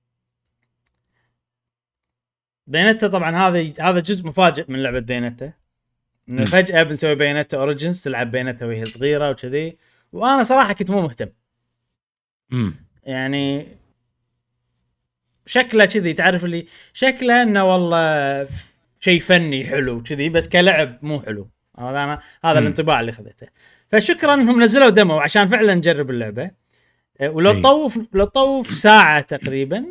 بايونيتا طبعا هذا هذا جزء مفاجئ من لعبه بايونيتا، انه فجاه بنسوي بايونيتا اوريجينز، تلعب بايونيتا وهي صغيره وكذي، وانا صراحه كنت مو مهتم. امم يعني شكله كذي تعرف اللي شكله انه والله شيء فني حلو كذي بس كلعب مو حلو. هذا انا هذا م. الانطباع اللي خذيته. فشكرا انهم نزلوا ديمو عشان فعلا نجرب اللعبه. ولو أي. طوف لو طوف ساعه تقريبا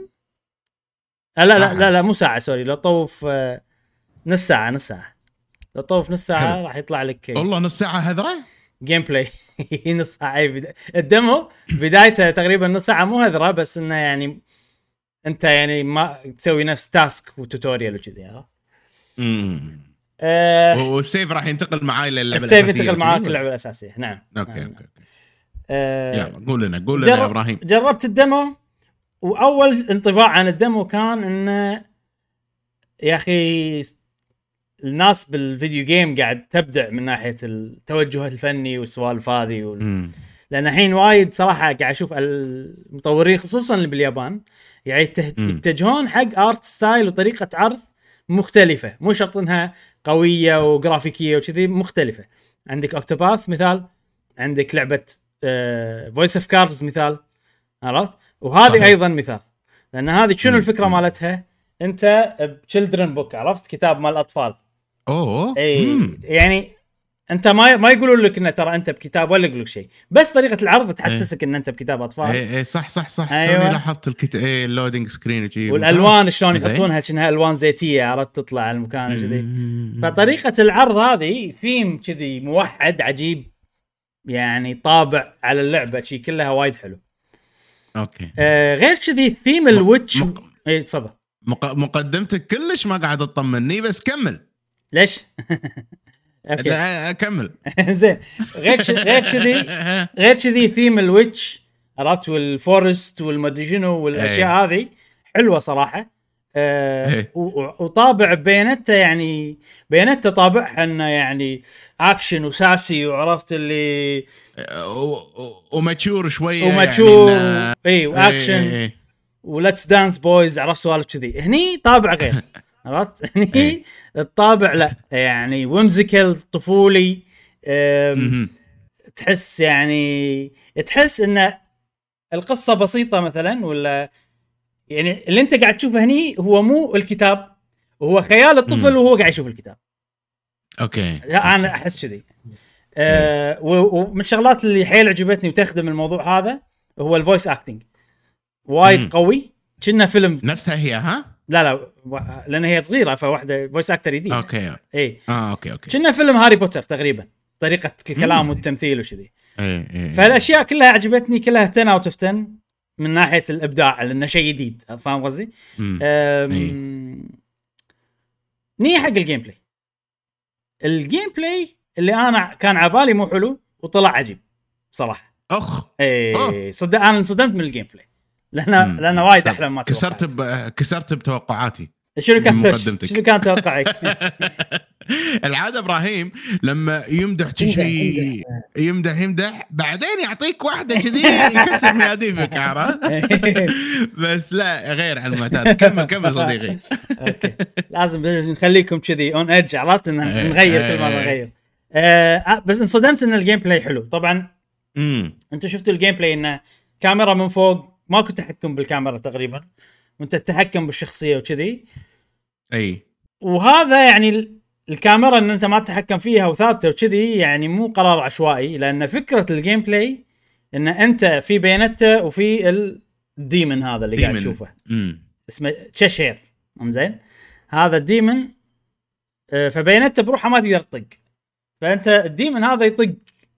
لا لا لا, لا, لا مو ساعه سوري لو طوف نص ساعه نص ساعه لو طوف نص ساعه راح يطلع لك والله نص ساعه هذره جيم بلاي. نص ساعه بدا... الديمو بدايته تقريبا نص ساعه مو هذره بس انه يعني انت يعني ما تسوي نفس تاسك وتوتوريال وكذي عرفت. امم أه... والسيف راح ينتقل معاي للعبه الاساسيه. السيف ينتقل معاك اللعبه الاساسيه. نعم اوكي نعم. اوكي أه... يلا قول لنا قول لنا جرب... يا ابراهيم. جربت الديمو واول انطباع عن الديمو كان انه يا اخي الناس بالفيديو جيم قاعد تبدع من ناحيه التوجه الفني والسوالف هذه وال... لان الحين وايد صراحه قاعد اشوف المطورين خصوصا اللي باليابان يعني يتجهون حق ارت ستايل وطريقه عرض مختلفه مو شرط انها قويه وجرافيكيه وكذي مختلفه. عندك اوكتوباث مثال عندك لعبه فويس اوف كاردز مثال عرفت وهذه صحيح. ايضا مثال لان هذه شنو الفكره مالتها انت بتشيلدرن بوك عرفت كتاب مال الاطفال. اوه اي يعني انت ما ما يقولون لك ان ترى انت بكتاب ولا يقول لك شيء بس طريقه العرض تحسسك ان انت بكتاب اطفال. اي اي صح صح صح أيوة. توني لاحظت الكتاب اي اللودينج سكرين وجي والالوان شلون يحطونها كأنها الوان زيتيه عرفت تطلع على المكان كذي. فطريقه العرض هذه ثيم كذي موحد عجيب يعني طابع على اللعبه شيء كلها وايد حلو. اوكي آه غير كذي ثيم الويتش مق... اي تفضل. مق... مقدمتك كلش ما قاعد تطمني بس كمل. ليش؟ اوكي اكمل. زين غير ش... غير كذي غير كذي ثيم الويتش عرفت والفورست والمدري شنو والاشياء هذه حلوه صراحه. آه وطابع بينته يعني بينته طابعها انه يعني اكشن وساسي وعرفت اللي وماتشور شويه وماتشور يعني اي واكشن ولتس دانس بويز عرفت سوالف كذي. هني طابع غير عرفت هني الطابع لا يعني ويمزيكال طفولي. تحس يعني تحس ان القصه بسيطه مثلا ولا يعني اللي انت قاعد تشوفه هني هو مو الكتاب وهو خيال الطفل وهو قاعد يشوف الكتاب. اوكي انا احس كذي. أه ومن الشغلات اللي حيل عجبتني وتخدم الموضوع هذا هو الفويس اكتنج وايد مم. قوي كنا فيلم نفسها هي ها لا لا لان هي صغيره فواحده فويس اكتر جديد. اوكي اي اه اوكي اوكي كنا فيلم هاري بوتر تقريبا طريقه الكلام مم. والتمثيل وشذي. اي اي فالاشياء كلها عجبتني كلها عشرة اوت اوف عشرة من ناحيه الابداع لانه شيء جديد فاهم قصدي. ني حق الجيم بلاي الجيم بلاي اللي انا كان عبالي مو حلو وطلع عجيب صراحه. اخ اي صدق انا انصدمت من الجيم بلاي لان لان وايد احلى ما كسرت ب... كسرت بتوقعاتي. شنو كان شنو كان توقعك؟ العاده ابراهيم لما يمدح شيء يمدح يمدح بعدين يعطيك واحده كذي يكسر مياديفك عرفت. بس لا غير عن المعتاد. كمل كمل صديقي. اوكي لازم نخليكم كذي اون ايدج عرفت ان نغير كل ما نغير. آه بس انصدمت ان الجيم بلاي حلو طبعا. امم انتوا شفتوا الجيم بلاي انه كاميرا من فوق ماكو تحكم بالكاميرا تقريبا وانت تتحكم بالشخصيه وكذي. اي وهذا يعني الكاميرا ان انت ما تتحكم فيها وثابته وكذي يعني مو قرار عشوائي لان فكره الجيم بلاي ان انت في بينته وفي الديمن هذا اللي قاعد تشوفه امم اسمه تشيشير انزين. هذا الديمن فبينته بروحه ما تقدر تطق فانت الديمن هذا يطق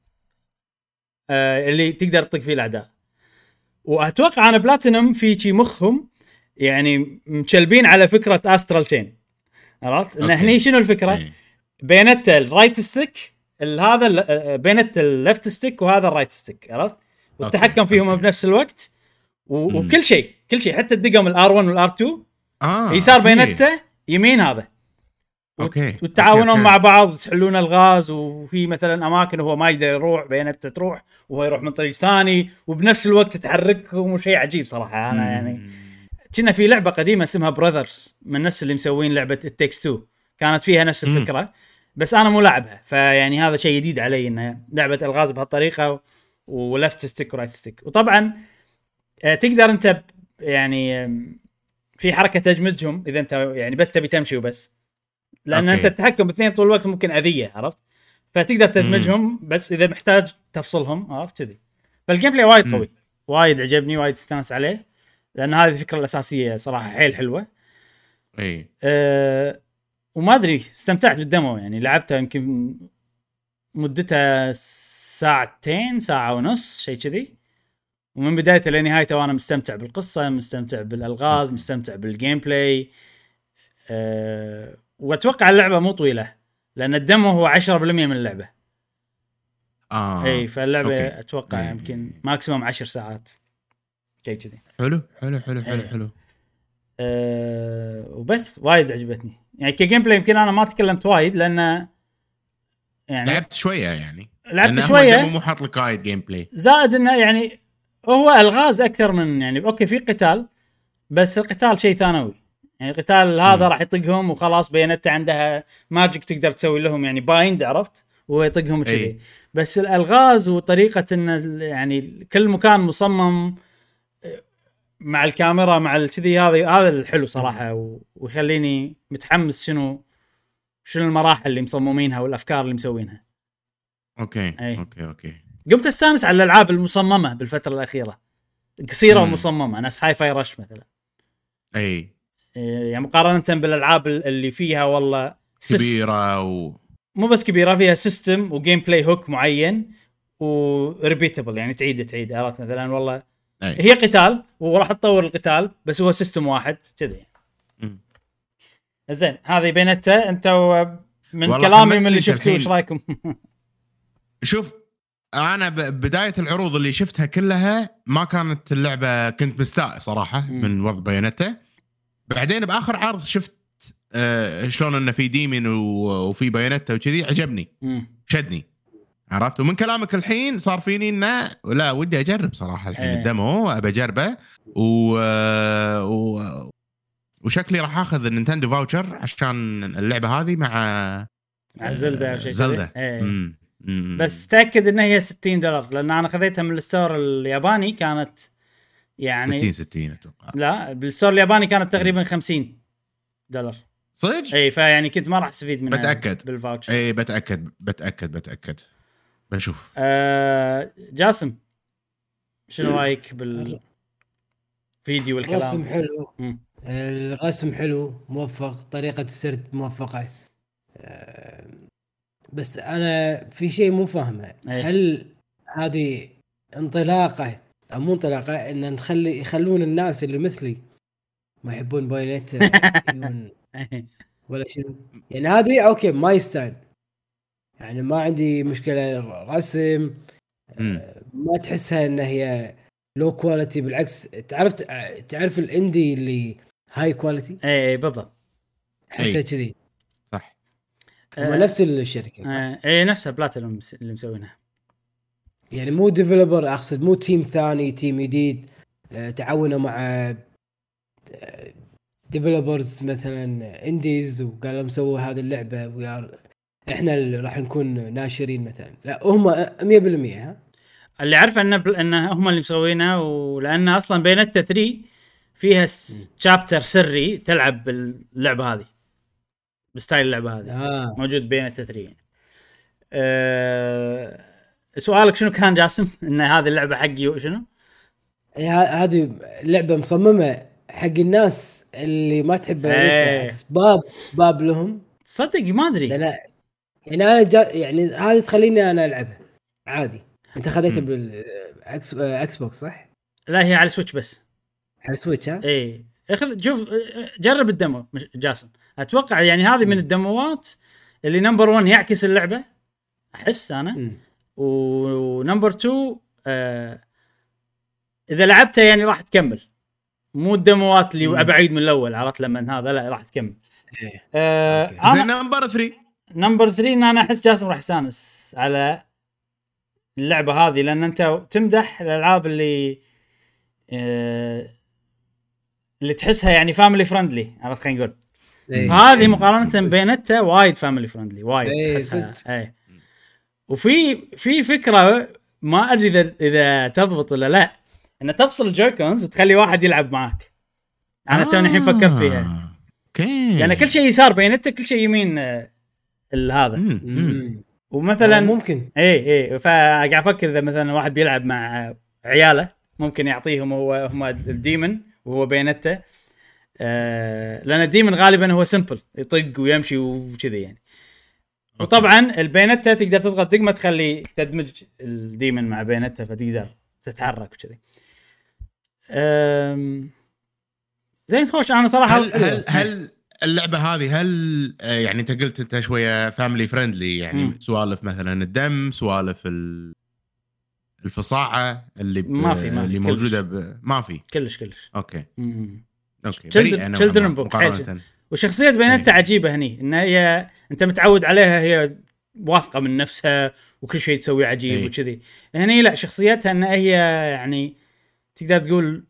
آه اللي تقدر تطق فيه الاعداء. واتوقع انا بلاتينوم في شي مخهم يعني مشلبين على فكره استرال تشين عرفت ان هني شنو الفكره أي. بينته الرايت ستيك هذا بينته الليفت ستيك وهذا الرايت ستيك عرفت والتحكم فيهم أوكي. بنفس الوقت و... وكل شيء كل شيء حتى الدقم الار واحد والار اثنين آه. يسار بينته يمين هذا اوكي وتعاونون مع بعض وتحلون الغاز وفي مثلا اماكن هو ما يقدر يروح بينته تروح وهو يروح من طريق ثاني وبنفس الوقت تحركهم وشيء عجيب صراحه. انا يعني كنا في لعبه قديمه اسمها براذرز من نفس اللي مسوين لعبه التكس تو كانت فيها نفس الفكره بس انا مو لاعبها فيعني هذا شيء جديد علي انه لعبه الغاز بهالطريقه ولفت ستيك ورايت ستيك. وطبعا تقدر انت يعني في حركه تجمدهم اذا انت يعني بس تبي تمشي وبس، لان أوكي. انت التحكم باثنين طول الوقت ممكن اذيه، عرفت؟ فتقدر تدمجهم بس اذا محتاج تفصلهم، عرفت كذي. فالجيم بلاي وايد قوي، وايد عجبني، وايد استانس عليه، لان هذه الفكره الاساسيه صراحه حيل حلوه. اي أه وما ادري استمتعت بالدمو، يعني لعبتها يمكن مدتها ساعتين ساعه ونص شيء كذي، ومن بدايته لنهايته وانا مستمتع بالقصه، مستمتع بالالغاز، أوكي. مستمتع بالجيم بلاي. أه واتوقع اللعبه مو طويله، لان الدمو هو عشرة بالمية من اللعبه. اه اي فاللعبه أوكي. اتوقع إيه. يمكن ماكسيموم عشر ساعات شيء كذي. حلو حلو حلو حلو إيه. حلو. أه وبس وايد عجبتني يعني كجيم بلاي. يمكن انا ما تكلمت وايد لان يعني لعبت شويه يعني، لعبت لأن هو شوية. الدمو مو حاط لك وايد جيم بلاي، زائد انه يعني هو الغاز اكثر من يعني اوكي في قتال، بس القتال شيء ثانوي. يعني القتال هذا راح يطقهم وخلاص، بيانته عندها ماجيك تقدر تسوي لهم يعني بايند، عرفت؟ وهو يطقهم وكذي. أي. بس الالغاز وطريقه ان يعني كل مكان مصمم مع الكاميرا مع الكذي، هذا هذا الحلو صراحه، و- ويخليني متحمس شنو شنو المراحل اللي مصممينها والافكار اللي مسوينها. اوكي أي. اوكي اوكي. قمت استانس على الالعاب المصممه بالفتره الاخيره، قصيره مم. ومصممه، ناس هاي فاي رش مثلا، اي يعني مقارنه بالالعاب اللي فيها والله سيس- كبيره و مو بس كبيره، فيها سيستم وجيم بلاي هوك معين وريبيتبل، يعني تعيد تعيد عرفت؟ مثلا والله أي. هي قتال وراح تطور القتال بس هو سيستم واحد كذا يعني. مم. زين هذه بينتا. انت من والله كلامي من حمستني اللي أنت شفتوه الحين. ايش رايكم؟ شوف انا ب- بدايه العروض اللي شفتها كلها ما كانت اللعبه، كنت مستاء صراحه من وضع بايونيتا. بعدين باخر عرض شفت آه شلون انه في ديمين و- وفي بايونيتا وكذي، عجبني شدني، عرفت؟ ومن كلامك الحين صار فيني انه لا ودي اجرب صراحه الحين إيه. الدمو ابى اجربه و... و... وشكلي راح اخذ النينتندو فاوتشر عشان اللعبه هذه مع مع زلدة او شيء زلدة. كذا. إيه. مم. مم. بس تاكد ان هي ستين دولار، لان انا خذيتها من الستور الياباني كانت يعني ستين ستين اتوقع. لا بالستور الياباني كانت تقريبا خمسين دولار صدق؟ اي، فيعني كنت ما راح استفيد منها بتاكد بالفاوتشر. اي بتاكد بتاكد بتاكد بشوف. آه جاسم شنو رايك بالفيديو والكلام؟ الرسم حلو. مم. الرسم حلو موفق، طريقة السرد موفقة. آه، بس أنا في شيء مو فاهمه. أي. هل هذه انطلاقة أو مو انطلاقة إن نخلي يخلون الناس اللي مثلي ما يحبون بايونيتا يقولون ولا شنو؟ يعني هذه أوكي ما يستاهل، يعني ما عندي مشكلة. الرسم آه، ما تحسها إن هي لو كواليتي، بالعكس. تعرف تعرف الاندي اللي هاي كواليتي، اي بالضبط حسها أي. كذي. صح. هم آه. نفس الشركه صح؟ آه. اي نفسها بلاتينوم اللي مسوينها، يعني مو ديفلوبر، اقصد مو تيم ثاني، تيم جديد آه، تعاونوا مع ديفلوبرز مثلا انديز وقالوا مسووا هذه اللعبه ويار احنا اللي راح نكون ناشرين مثلا. لا هم مية بالمية. ها اللي عارفه انه بل... انه هم اللي مسوينها، ولان اصلا بينتا ثلاثة فيها شابتر سري تلعب باللعبه هذه بستايل اللعبه هذه. آه. موجود بينتا ثلاثة يعني. أه... سؤالك شنو كان جاسم؟ ان هذه اللعبه حقي وشنو؟ هي ه- هذه لعبه مصممه حق الناس اللي ما تحب بايونيتا، إيه. اساس باب باب لهم. صدق ما ادري. لا يعني انا جا يعني هذه تخليني انا العبها عادي. انت خذيتها بالاكس اكس بوكس صح؟ لا هي على سويتش بس. على سويتش ها؟ ايه اخذ شوف جرب الدمو مش جاسم. اتوقع يعني هذه من الدموات اللي نمبر واحد يعكس اللعبه احس انا. مم. ونمبر اثنين آه اذا لعبتها يعني راح تكمل، مو الدموات اللي ابعيد من الاول، عرفت؟ لما هذا لا راح تكمل. إيه. آه أوكي. زين انا نمبر ثلاثة نمبر ثلاثة ان انا احس جاسم راح يستانس على اللعبه هذه، لان انت تمدح الالعاب اللي آه اللي تحسها يعني فاميلي فرندلي، عرفت؟ خلينا نقول إيه. هذه مقارنه بينتا وايد فاميلي فرندلي وايد إيه، تحسها. صدق. اي وفي في فكره ما ادري اذا اذا تضبط ولا لا، ان تفصل الجويكونز وتخلي واحد يلعب معاك. انا توني الحين فكرت فيها. اوكي يعني كل شيء يسار بينته كل شيء يمين هذا. ومثلا ممكن اي اي فقاعد افكر اذا مثلا واحد بيلعب مع عياله ممكن يعطيهم هو هم الديمن وهو بينته. آه لان الديمن غالبا هو سمبل يطق ويمشي وكذي يعني. وطبعا البينتا تقدر تضغط دقمه تخلي تدمج الديمن مع بينتا فتقدر تتحرك وكذي. زين خوش. انا صراحه هل هل, هل اللعبه هذه هل يعني انت قلت انت شويه فاميلي فريندلي يعني م. سوالف مثلا الدم سوالف الفصاعه اللي ما في ما اللي موجوده ب... ما في كلش كلش اوكي م. اوكي تشيلدرن بوك وشخصيه بينتا عجيبه هني ان هي انت متعود عليها هي واثقه من نفسها وكل شيء تسوي عجيب وكذي. هني لا شخصيتها ان هي يعني تقدر تقول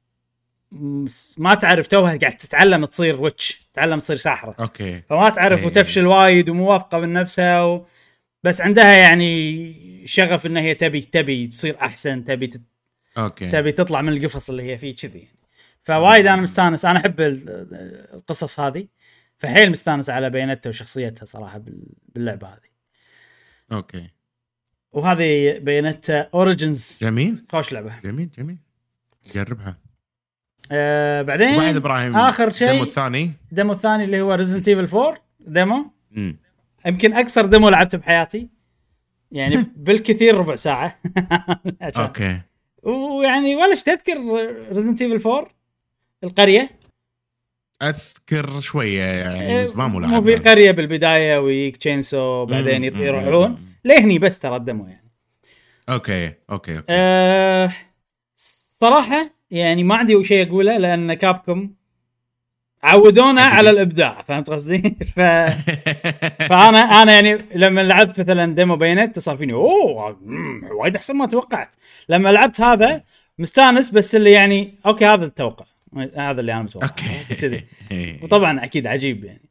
ما تعرف توها قاعد تتعلم تصير ويتش تتعلم تصير ساحره اوكي فما تعرف أي. وتفشل وايد ومو واثقه من نفسها و... بس عندها يعني شغف ان هي تبي تبي تصير احسن تبي تت... اوكي تبي تطلع من القفص اللي هي فيه كذي يعني. فوايد انا مستانس انا احب القصص هذه فحيل مستانس على بينتها وشخصيتها صراحه باللعبه هذه. اوكي وهذه بينتها اوريجينز جميل خوش لعبه جميل جميل جربها. آه بعدين بعد ابراهيم اخر شيء الديمو الثاني الديمو الثاني اللي هو ريزنت ايفل فور ديمو امم يمكن اكثر ديمو لعبته بحياتي يعني بالكثير ربع ساعه. اوكي ويعني ولا تذكر ريزنت ايفل فور القريه اذكر شويه يعني زمان مو لعبها مو في قريه بالبدايه ويك تشينسو بعدين يطيروا عيون لهني بس ترى الدمو يعني. اوكي اوكي, أوكي. أه صراحه يعني ما عندي شيء اقوله لان كابكم عودونا على الابداع فهمت قصدي. ف... فانا انا يعني لما لعبت مثلا ديمو بينت صار فيني اوه وايد احسن ما توقعت. لما لعبت هذا مستانس بس اللي يعني اوكي هذا التوقع هذا اللي انا متوقع كذي. وطبعا اكيد عجيب يعني.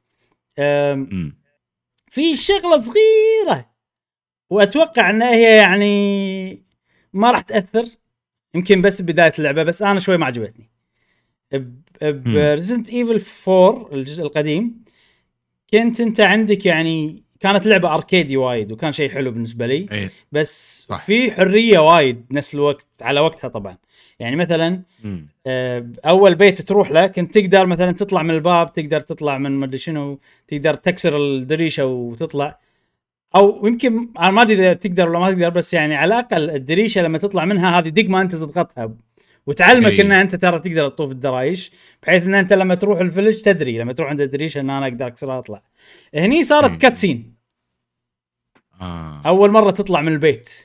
في شغله صغيره واتوقع انها هي يعني ما راح تاثر يمكن بس بدايه اللعبه بس انا شوي ما عجبتني. بريزنت ايفل فور الجزء القديم كنت انت عندك يعني كانت لعبه اركيدي وايد وكان شيء حلو بالنسبه لي أيه. بس صح. في حريه وايد نفس الوقت على وقتها طبعا يعني مثلا مم. اول بيت تروح له كنت تقدر مثلا تطلع من الباب تقدر تطلع من ما ادري شنو تقدر تكسر الدريشه وتطلع او يمكن انا ما ادري اذا تقدر ولا ما تقدر بس يعني على الاقل الدريشه لما تطلع منها هذه دقمه انت تضغطها وتعلمك ان انت ترى تقدر تطوف الدرايش بحيث ان انت لما تروح الفيلج تدري لما تروح عند الدريشه ان انا اقدر اكسرها اطلع. هني صارت كاتسين آه. اول مره تطلع من البيت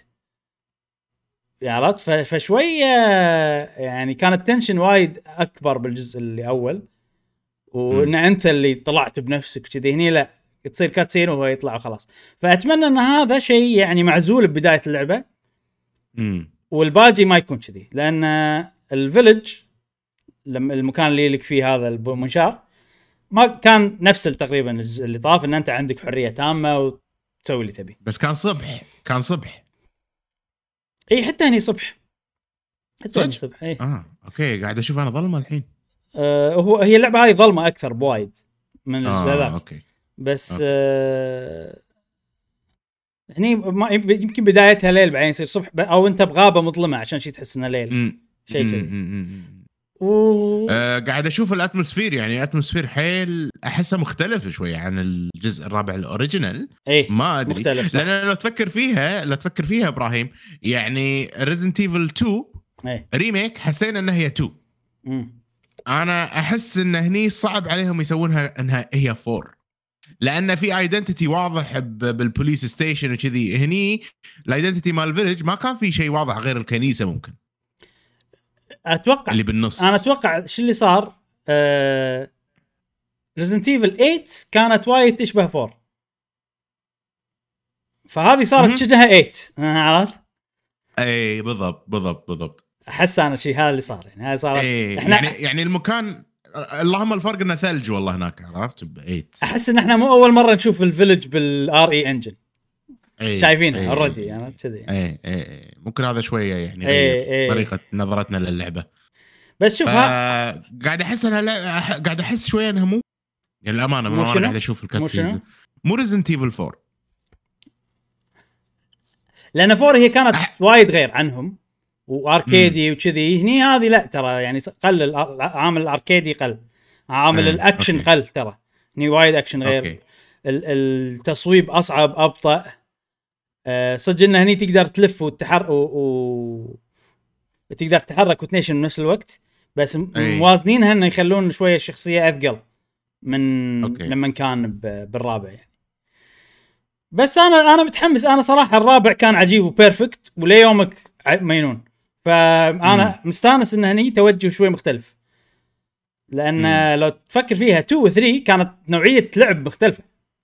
عرفت فشويه يعني كانت تنشن وايد اكبر بالجزء اللي اول وان انت اللي طلعت بنفسك كذي. هني لا تصير كاتسين وهو يطلع وخلاص. فاتمنى ان هذا شيء يعني معزول ببدايه اللعبه امم والباقي ما يكون كذي لان الفيلج لما المكان اللي لك فيه هذا المنشار ما كان نفس تقريبا اللي طاف ان انت عندك حريه تامه وتسوي اللي تبي. بس كان صبح كان صبح اي حتى هني صبح حتى هني صبح اي اه اوكي قاعد اشوف انا ظلمه الحين. آه هو هي اللعبه هاي ظلمه اكثر بوايد من الجزء ذاك آه اوكي بس أوكي. آه هني يمكن بدايتها ليل بعدين يصير صبح او انت بغابه مظلمه عشان شي تحس انه ليل شيء كذي. و... آه قاعد اشوف الاتموسفير يعني اتموسفير حيل احسه مختلف شويه عن الجزء الرابع الاوريجينال. ايه ما ادري مختلف لان لو تفكر فيها لو تفكر فيها ابراهيم يعني ريزنت ايفل تو ايه ريميك حسينا انها هي تو. مم. انا احس ان هني صعب عليهم يسوونها انها هي فور لان في ايدنتيتي واضح بالبوليس ستيشن وكذي. هني الايدنتيتي مال الفيلج ما كان في شيء واضح غير الكنيسه ممكن اتوقع اللي بالنص. انا اتوقع شو اللي صار آه... ريزنت ايفل ثمانية كانت وايد تشبه فور فهذه صارت شبهها ثمانية عرفت. اي بالضبط بالضبط بالضبط احس انا شيء هذا اللي صار يعني هاي صارت احنا يعني يعني المكان اللهم الفرق انه ثلج والله هناك عرفت ب8. احس ان احنا مو اول مره نشوف الفيلج بالار اي انجن شايفينها اوريدي يعني كذي. اي اي ممكن هذا شويه يعني أي أي طريقه نظرتنا للعبه بس شوف ها قاعد احس انا لا قاعد احس شويه انها مو يعني الامانه من وانا قاعد اشوف الكاتسينز مو ريزنت ايفل فور، لان فور هي كانت أح... وايد غير عنهم واركيدي وكذي. هني هذه لا ترى يعني قل عامل الاركيدي قل، عامل الاكشن أوكي. قل ترى هني وايد اكشن غير أوكي. التصويب اصعب ابطا. أه صدق انه هني تقدر تلف وتحرك و... و... تقدر تتحرك وتنيشن بنفس الوقت، بس أي. موازنينها انه يخلون شويه الشخصيه اثقل من أوكي. لما كان ب... بالرابع يعني. بس انا انا متحمس. انا صراحه الرابع كان عجيب وبيرفكت وليومك مينون، فانا مم. مستانس ان هني توجه شوي مختلف، لان مم. لو تفكر فيها اثنين و ثلاثة كانت نوعيه لعب مختلفه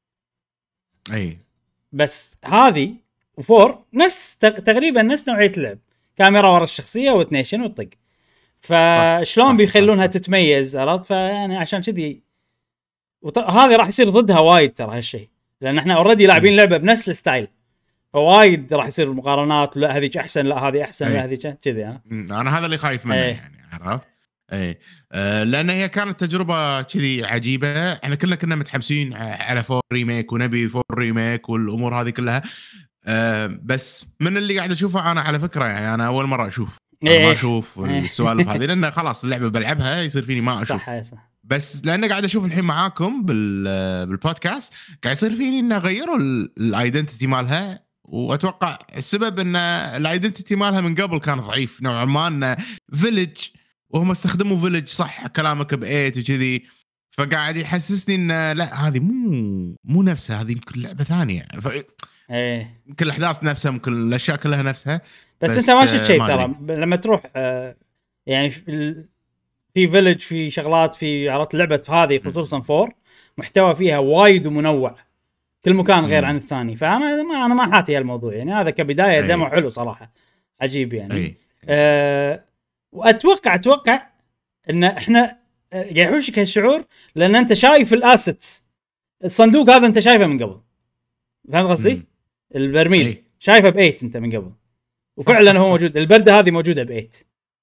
اي، بس هذه وفور نفس تقريبا نفس نوعيه اللعب، كاميرا ورا الشخصيه وتنيشن وطق. فشلون بيخلونها تتميز؟ عرفت؟ فيعني عشان كذي وط... هذه راح يصير ضدها وايد ترى هالشيء، لان احنا اوريدي لاعبين لعبه بنفس الستايل، فوايد راح يصير مقارنات. لا هذيك احسن، لا هذه احسن، لا هذيك كذي. انا انا هذا اللي خايف منه أيه. يعني عرفت اي أه لان هي كانت تجربه كذي عجيبه. احنا كلنا كنا متحمسين على فور ريميك ونبي فور ريميك والامور هذه كلها. أه بس من اللي قاعد اشوفه انا على فكره يعني انا اول مره اشوف أنا ما اشوف السوالف هذه، لان خلاص اللعبه بلعبها يصير فيني ما اشوف صح صح. بس لانه قاعد اشوف الحين معاكم بالبودكاست قاعد يصير فيني انه غيروا الايدنتيتي مالها، واتوقع السبب ان الايدنتيتي مالها من قبل كان ضعيف نوعا ما، ان فيلج وهم استخدموا فيلج صح كلامك بإيت وكذي، فقاعد يحسسني ان لا هذه مو مو نفسها، هذه يمكن لعبه ثانيه. ف ايه يمكن الاحداث نفسها، ممكن الاشياء كلها نفسها، بس, بس انت ما شفت شيء ترى لما تروح آه يعني في في فيلج في شغلات في عرض لعبه هذه خصوصا فور محتوى فيها وايد ومنوع، كل مكان غير عن الثاني. فانا ما انا ما حاتي هالموضوع يعني. هذا كبدايه أي. دمو حلو صراحه عجيب يعني. أي. أه واتوقع اتوقع ان احنا قاعد يحوشك هالشعور لان انت شايف الاسيتس، الصندوق هذا انت شايفه من قبل، فهمت قصدي؟ البرميل أي. شايفه بإيت انت من قبل، وفعلا هو موجود. البرده هذه موجوده بإيت.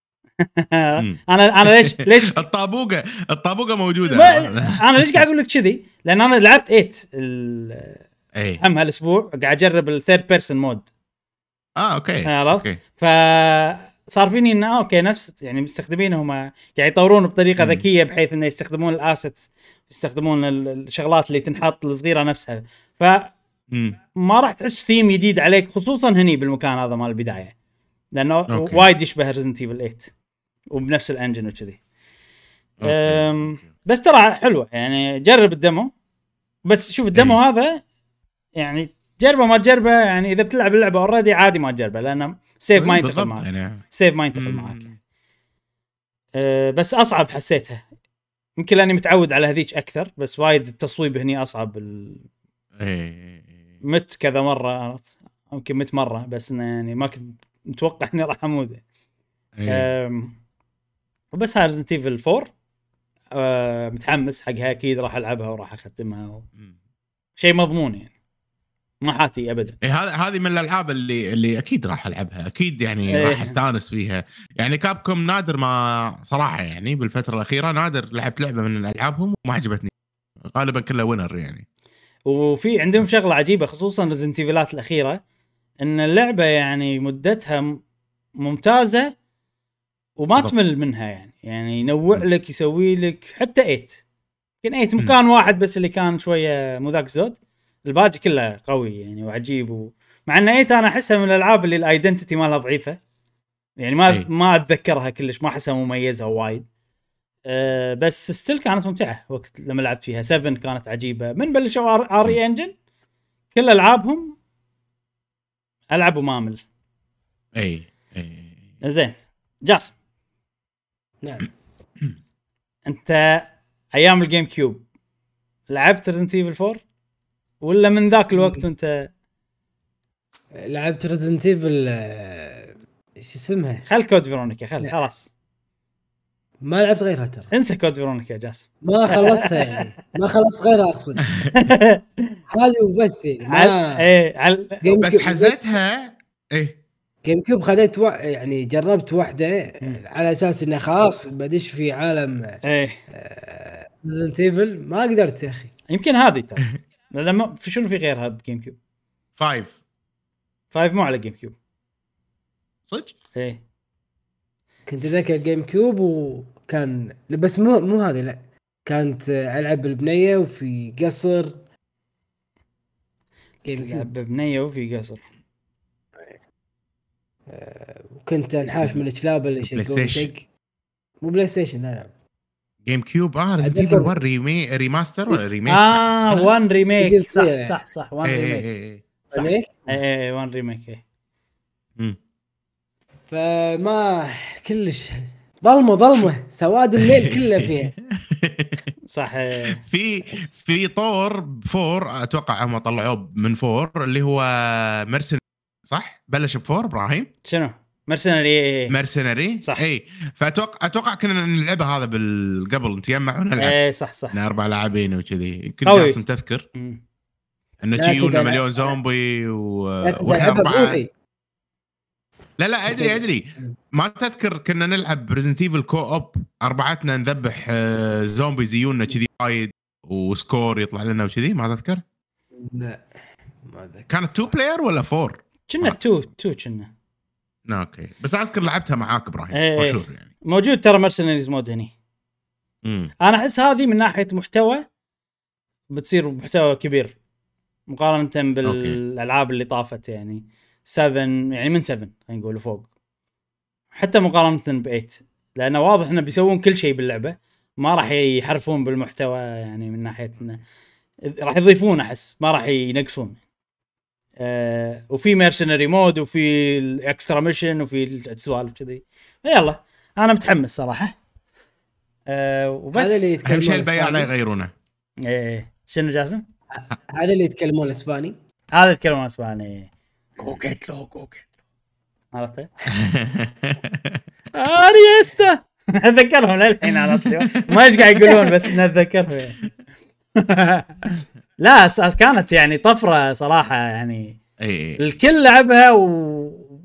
انا انا ليش ليش الطابوقه الطابوقه موجوده. انا ليش قاعد اقول لك كذي؟ لان انا لعبت إيت اي هم هالاسبوع، قاعد اجرب الثيرد بيرسون مود. اه اوكي اوكي فصار فيني انه اوكي نفس يعني مستخدمينهم قاعد يطورون بطريقه مم. ذكيه بحيث انه يستخدمون الاسيتس، يستخدمون الشغلات اللي تنحط الصغيره نفسها. ف ما راح تحس ثيم جديد عليك خصوصا هني بالمكان هذا مال البدايه، لانه أوكي. وايد يشبه ريزنت ايفل ثمانية وبنفس الانجن وكذي. بس ترى حلوه يعني، جرب الدمو. بس شوف الدمو أي. هذا يعني جربه ما تجربه يعني، اذا بتلعب اللعبه اوريدي عادي ما تجربه، لانه سيف ما ينتقل معك يعني. سيف ما ينتقل معك يعني. أه بس اصعب حسيتها، يمكن لاني متعود على هذيك اكثر، بس وايد التصويب هني اصعب. ال... اي مت كذا مره، يمكن مت مره، بس يعني ما كنت متوقع اني راح اموت. وبس هاي ريزنت ايفل فور أه متحمس حقها، اكيد راح العبها وراح اختمها و... شيء مضمون يعني، ما حاتي ابدا. إيه هذا هذه من الالعاب اللي اللي اكيد راح العبها اكيد يعني. إيه راح استانس فيها يعني. كابكوم نادر ما صراحه يعني بالفتره الاخيره نادر لعبت لعبه من العابهم وما عجبتني، غالبا كلها وينر يعني. وفي عندهم شغله عجيبه خصوصا ريزنت ايفلات الاخيره، ان اللعبه يعني مدتها ممتازه وما تمل منها يعني. يعني ينوع لك، يسوي لك حتى ايت كان ايت مكان م. واحد بس اللي كان شويه مو ذاك زود، الباقي كله قوي يعني وعجيب. و... مع ان ايت انا احسها من الالعاب اللي الايدنتيتي مالها ضعيفه يعني، ما أي. ما اتذكرها كلش، ما احسها مميزه وايد. أه بس ستيل كانت ممتعه وقت لما لعبت فيها. سفن كانت عجيبه من بلشوا ار اي انجن، كل العابهم العب ومامل. اي اي زين جاسم، نعم انت ايام الجيم كيوب لعبت ريزنت ايفل فور ولا من ذاك الوقت وانت لعبت ريزنت ايفل ايش اسمها؟ خل كود فيرونيكا خل خلاص ما لعبت غيرها ترى. انسى كود فيرونيكا جاسم، ما خلصتها يعني، ما خلصت غيرها اقصد. هذه وبس يعني. ما ايه عل... بس حزتها ايه جيم كيوب خذيت و... يعني جربت واحده على اساس انه خلاص بدش في عالم ايه ريزنت ايفل، ما قدرت يا اخي. يمكن هذه ترى لما في شنو في غيرها بجيم كيوب. فايف فايف مو على جيم كيوب صدق. ايه كنت ذاك جيم كيوب وكان بس مو مو هذه، لا كانت العب بالبنيه وفي قصر جيم كيوب ببنيه وفي قصر. وكنت انحاش من الكلاب اللي يشقون شق. مو بلاي ستيشن، لا لا جيم كيوب. اه ريزنت ايفل واحد ريمي ريماستر ولا ريميك؟ اه وان ريميك صح يعني. صح صح وان ايه ريميك ايه صح ايه ايه وان ريميك ايه. امم فما كلش ظلمه ظلمه سواد الليل كله فيها. صح. في في طور فور اتوقع هم طلعوه من فور اللي هو مرسن صح. بلش بفور ابراهيم شنو مرسنري؟ مرسنري صح. اي فاتوقع اتوقع كنا نلعبها هذا بالقبل نتجمع ونلعب. ايه صح صح اربع لاعبين وكذي. كنت قوي. جاسم تذكر مم. انه لا تجيونا كذا مليون لا. زومبي و... لا واحنا تلعبها اربعه. بروحي. لا لا ادري ادري ما تذكر كنا نلعب ريزنت ايفل كو اوب اربعتنا نذبح آه، زومبي زيونا كذي وايد وسكور يطلع لنا وكذي. ما تذكر؟ لا ما ذكر. كانت تو بلاير ولا فور؟ كنا تو تو كنا. اوكي بس اذكر لعبتها معاك ابراهيم. ايه مشهور يعني موجود ترى مرسنريز مود هني. امم انا احس هذه من ناحيه محتوى بتصير محتوى كبير مقارنه بالالعاب اللي طافت يعني سبعة يعني من سبعة خلينا نقول فوق حتى مقارنه ب ثمانية لانه واضح انه بيسوون كل شيء باللعبه ما راح يحرفون بالمحتوى يعني من ناحيه انه راح يضيفون احس ما راح ينقصون. أه وفي ميرسنري مود وفي الاكسترا ميشن وفي السوالف كذي. يلا انا متحمس صراحه. أه وبس هذا اللي اهم شيء يتكلمون البياع لا إسباني. يغيرونه. ايه شنو جاسم؟ هذا اللي يتكلمون اسباني. هذا يتكلمون اسباني. كوكيتلو كوكيتلو عرفت؟ اريستا اتذكرهم للحين على اصلي ما ايش قاعد يقولون بس نتذكرهم. لا كانت يعني طفره صراحه يعني اي الكل لعبها و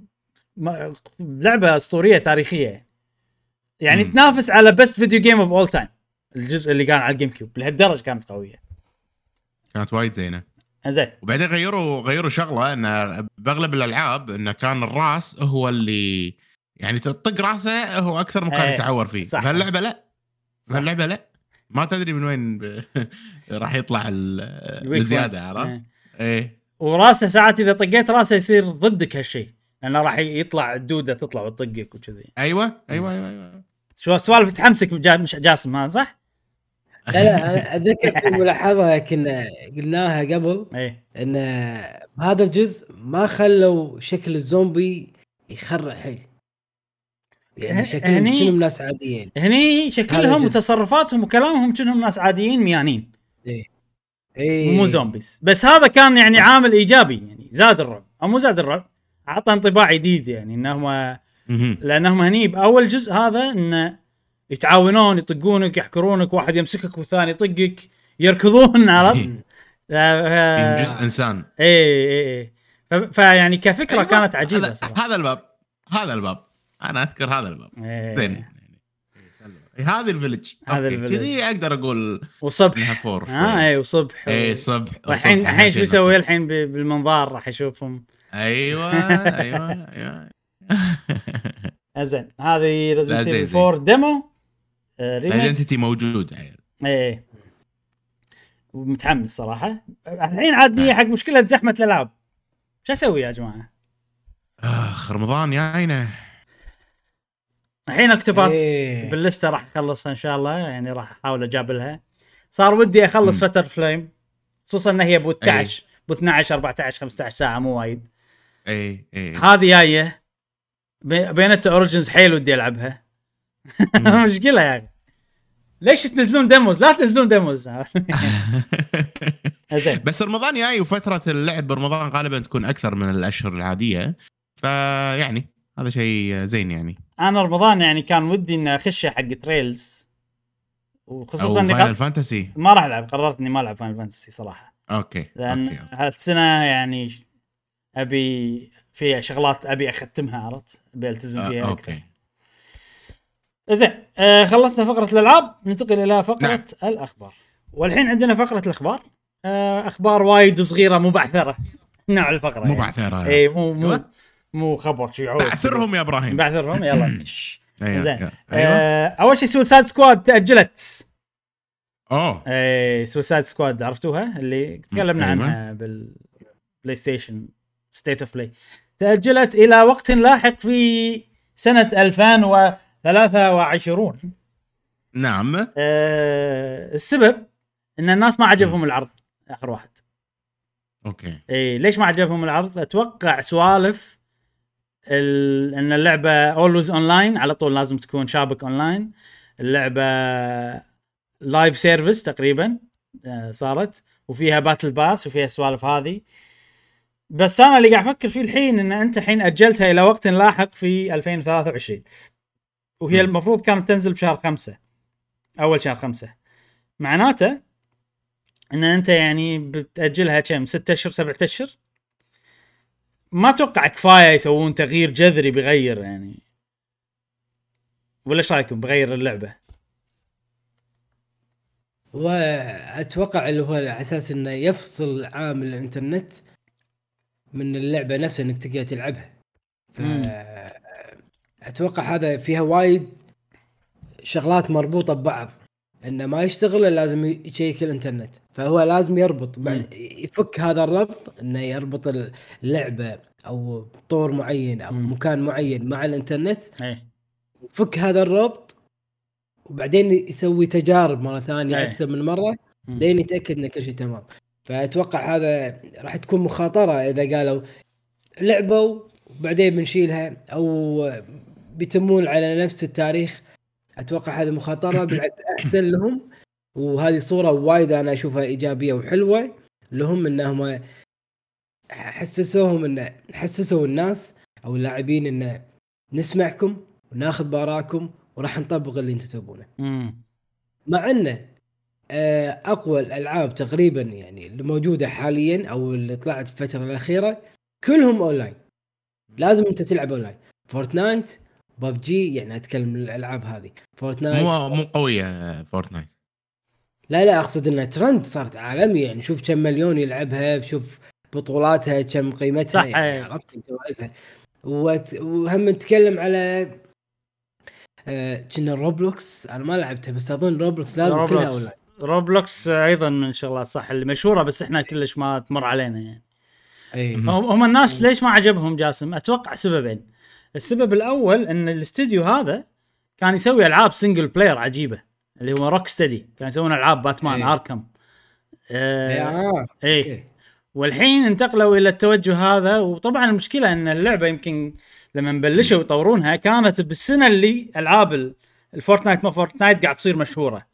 لعبه اسطوريه تاريخيه يعني مم. تنافس على بيست فيديو جيم اوف اول تايم. الجزء اللي كان على الجيم كيوب لهالدرجه كانت قويه كانت وايد زينه. زين وبعدين غيروا غيروا شغله انه باغلب الالعاب انه كان الراس هو اللي يعني تطق راسه هو اكثر مكان ايه يتعور فيه. صح. فاللعبه لا فاللعبه لا ما تدري من وين ب... راح يطلع الزياده. عرفت؟ ايه. ايه وراسه ساعات اذا طقيت راسه يصير ضدك هالشيء لانه راح يطلع الدوده تطلع وتطقك وكذي. ايوه ايوه ايوه, أيوة. شو سوالف تحمسك مش جاسم ها صح؟ لا لا أنا اتذكر في ملاحظه كنا قلناها قبل ايه ان بهذا الجزء ما خلوا شكل الزومبي يخرع حيل يعني شكلهم هني- كأنهم ناس عاديين. هني شكلهم هذا جزء. وتصرفاتهم وكلامهم كأنهم ناس عاديين ميانين ايه مو زومبيز. بس هذا كان يعني عامل ايجابي يعني زاد الرعب او مو زاد الرعب اعطى انطباع جديد يعني انهم مهم. لانهم هني باول جزء هذا انه يتعاونون يطقونك يحكرونك واحد يمسكك والثاني يطقك يركضون عرفت؟ في جزء انسان. اي اي اي فيعني كفكره أيوة. كانت عجيبه هذا, صراحه. هذا الباب هذا الباب انا اذكر هذا الباب إيه. زين. هذه الفيلج هذا الفيلج. كذي اقدر اقول وصبح انها فور. اه اي وصبح اي صبح. الحين وصبح الحين شو شيء يسوي نصيب. الحين ب- بالمنظار راح يشوفهم. ايوه ايوه ايوه زين هذه لا، ريزنت زين، ايفل زين. فور ديمو آه، ريميك. الايدنتيتي موجود عيل. ايه ومتحمس صراحه. الحين عادي حق مشكله زحمه الالعاب شو اسوي يا جماعه؟ اخ رمضان جاينا الحين اكتوباث إيه. باللسته راح اخلصها ان شاء الله يعني راح احاول اجابلها. صار ودي اخلص م. فتر فليم خصوصا ان هي بو أي. اثنا عشر بو اثنا عشر أربعة عشر خمسة عشر ساعه مو وايد. اي اي هذه جايه بينت اوريجنز حيل ودي العبها. مشكله يا اخي ليش تنزلون ديموز؟ لا تنزلون ديموز. زين بس رمضان جاي وفتره اللعب برمضان غالبا تكون اكثر من الاشهر العاديه فيعني هذا شيء زين يعني. انا رمضان يعني كان ودي ان اخش حق تريلز وخصوصا اني فاينل قر... فانتسي. ما راح العب قررت اني ما العب فاينل فانتسي صراحه اوكي لان اوكي هالسنه يعني ابي فيها شغلات ابي اختمها، عرفت ابي التزم فيها آه، اكثر. اوكي. زين آه خلصنا فقره الالعاب، ننتقل الى فقره نعم. الاخبار. والحين عندنا فقره الاخبار. آه اخبار وايد صغيره مبعثره نوع الفقره، مبعثرة. يعني. اي مو مو أيوة. مو خبر شو يعود بعثرهم يا ابراهيم. بعثرهم يلا. أيوة. زين أيوة. آه اول شيء سوسايد سكواد تاجلت. اوه اي سوسايد سكواد عرفتوها اللي تكلمنا أيوة. عنها بالبلاي ستيشن ستيت اوف بلاي، تاجلت الى وقت لاحق في سنه ألفين وثلاثة وعشرين. نعم. أه السبب ان الناس ما عجبهم العرض اخر واحد. اوكي. اي ليش ما عجبهم العرض؟ اتوقع سوالف ال... ان اللعبه اولويز اونلاين، على طول لازم تكون شابك اونلاين. اللعبه لايف سيرفيس تقريبا أه صارت، وفيها باتل باس وفيها سوالف هذه. بس انا اللي قاعد افكر فيه الحين ان انت الحين اجلتها الى وقت لاحق في ألفين وثلاثة وعشرين، وهي م. المفروض كانت تنزل بشهر خمسة، اول شهر خمسة. معناته ان انت يعني بتاجلها كم ستة اشهر سبعة اشهر. ما اتوقع كفايه يسوون تغيير جذري بغير يعني، ولا ايش رايكم بغير اللعبه؟ واتوقع اللي هو على اساس انه يفصل عامل الانترنت من اللعبه نفسها انك تقدر تلعبها. فاتوقع هذا فيها وايد شغلات مربوطه ببعض، انه ما يشتغل لازم يشيك الانترنت، فهو لازم يربط بعد يفك هذا الربط، انه يربط اللعبه او طور معين او مم. مكان معين مع الانترنت. أي. يفك هذا الربط وبعدين يسوي تجارب مره ثانيه أي. اكثر من مره لين يتاكد ان كل شيء تمام. فاتوقع هذا راح تكون مخاطره اذا قالوا لعبه وبعدين بنشيلها او بيتمون على نفس التاريخ. اتوقع هذه مخاطره، بالعكس احسن لهم. وهذه صوره وايد انا اشوفها ايجابيه وحلوه لهم، انهم حسسوهم ان حسسوا الناس او اللاعبين ان نسمعكم وناخذ باراكم وراح نطبق اللي انتم تبونه. مع انه اقوى الالعاب تقريبا يعني اللي موجوده حاليا او اللي طلعت في الفتره الاخيره كلهم اونلاين، لازم انت تلعب اونلاين. فورتنايت، ببجي، يعني اتكلم الالعاب هذه. فورتنايت مو مو قويه فورتنايت. لا لا اقصد انها ترند صارت عالمي، يعني شوف كم مليون يلعبها، شوف بطولاتها كم قيمتها، يعني عرفت جوائزها. وهم نتكلم على كنا آه روبلوكس، انا ما لعبتها بس اظن روبلوكس لازم روبلوكس. كلها اونلاين. روبلوكس ايضا من شغلات صح اللي مشهوره بس احنا كلش ما تمر علينا يعني. اي هم الناس ليش ما عجبهم جاسم؟ اتوقع سببين. السبب الاول ان الاستوديو هذا كان يسوي العاب سنجل بلاير عجيبه اللي هو روك ستدي، كان يسوون العاب باتمان أيه. اركم آه ايه أوكي. والحين انتقلوا الى التوجه هذا. وطبعا المشكله ان اللعبه يمكن لما بلشوا يطورونها كانت بالسنه اللي العاب الفورتنايت ما فورتنايت قاعد تصير مشهوره،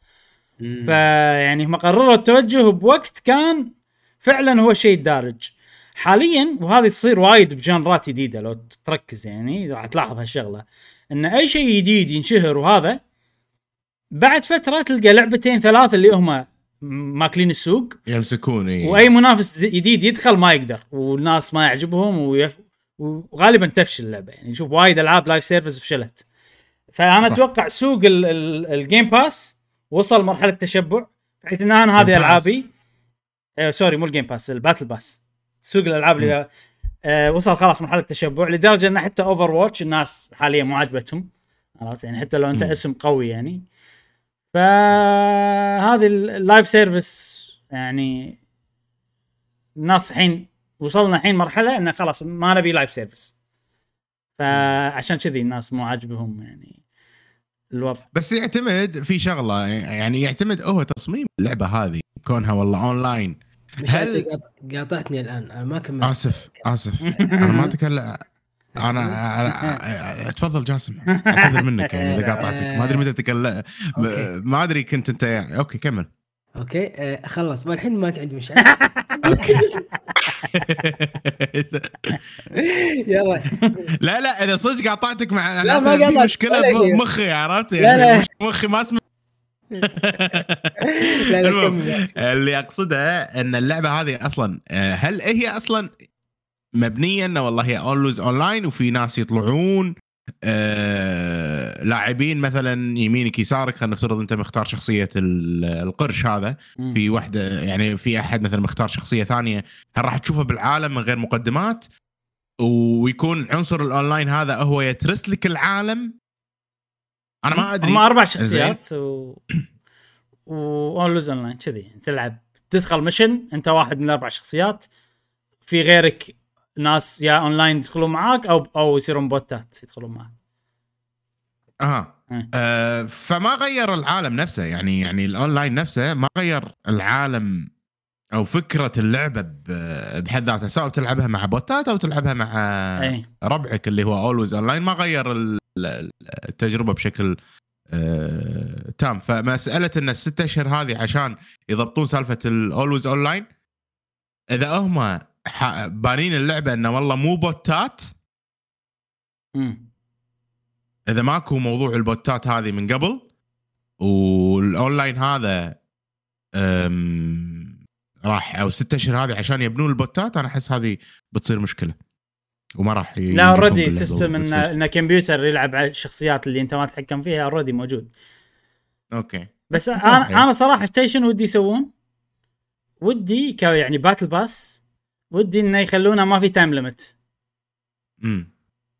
فيعني هم قرروا التوجه بوقت كان فعلا هو شيء دارج. حاليا وهذه تصير وايد بجانرات جديده لو تركز يعني راح تلاحظ هالشغله، ان اي شيء جديد ينشهر وهذا بعد فتره تلقى لعبتين ثلاث اللي هم ماكلين السوق يمسكون إيه. واي منافس جديد يدخل ما يقدر والناس ما يعجبهم ويف... وغالبا تفشل اللعبه. يعني نشوف وايد العاب لايف سيرفيس فشلت. فانا صح. اتوقع سوق الجيم باس وصل مرحله تشبع، بحيث ان انا هذه العابي آه سوري مو الجيم باس الباتل باس، سوق الالعاب اللي آه وصل خلاص مرحله تشبع لدرجه ان حتى اوفر واتش الناس حاليا مو عجبتهم خلاص، يعني حتى لو انت م. اسم قوي يعني. فهذه اللايف سيرفيس يعني الناس الحين وصلنا الحين مرحله انه خلاص ما نبي لايف سيرفيس، فعشان كذي الناس مو عاجبهم يعني الوضع. بس يعتمد في شغله، يعني يعتمد هو تصميم اللعبه هذه كونها والله اونلاين. هل قاطعتني الان انا ما كملت؟ اسف اسف انا ما اتكلم. انا اتفضل جاسم اعتذر منك يعني اذا قاطعتك، ما ادري متى تكلم ما ادري كنت انت يعني. اوكي كمل. اوكي خلص ما الحين ما عندي مشكله. يلا لا لا اذا صدق قاطعتك مع انا في مشكله بمخي عرفت يعني مش مخي ما اسمع. اللي اقصده ان اللعبه هذه اصلا هل هي اصلا مبنيه انه والله هي اولويز اونلاين، وفي ناس يطلعون آه لاعبين مثلا يمينك يسارك. خلينا نفترض انت مختار شخصيه القرش هذا، مم. في واحده يعني في احد مثلا مختار شخصيه ثانيه، هل راح تشوفها بالعالم من غير مقدمات؟ ويكون عنصر الاونلاين هذا هو يترس لك العالم. انا ما ادري. هم اربع شخصيات و واولوز اونلاين كذي تلعب، تدخل ميشن انت واحد من الاربع شخصيات، في غيرك ناس يا اونلاين يدخلون معاك او او يصيرون بوتات يدخلون معاك. اها أه. أه فما غير العالم نفسه، يعني يعني الاونلاين نفسه ما غير العالم او فكره اللعبه بحد ذاتها، سواء تلعبها مع بوتات او تلعبها مع أي. ربعك اللي هو اولويز اونلاين، ما غير التجربه بشكل أه تام. فمساله ان الست اشهر هذه عشان يضبطون سالفه الاولويز اونلاين، اذا هم بانين اللعبه انه والله مو بوتات، امم اذا ماكو موضوع البوتات هذه من قبل والاونلاين هذا راح او ستة اشهر هذه عشان يبنون البوتات، انا احس هذه بتصير مشكله وما راح. لا اوريدي سيستم ان ان كمبيوتر يلعب على الشخصيات اللي انت ما تتحكم فيها اوريدي موجود. اوكي بس انا انا صراحه ستيشن ودي يسوون، ودي ك يعني باتل باس ودي انه يخلونه ما في تايم ليميت. امم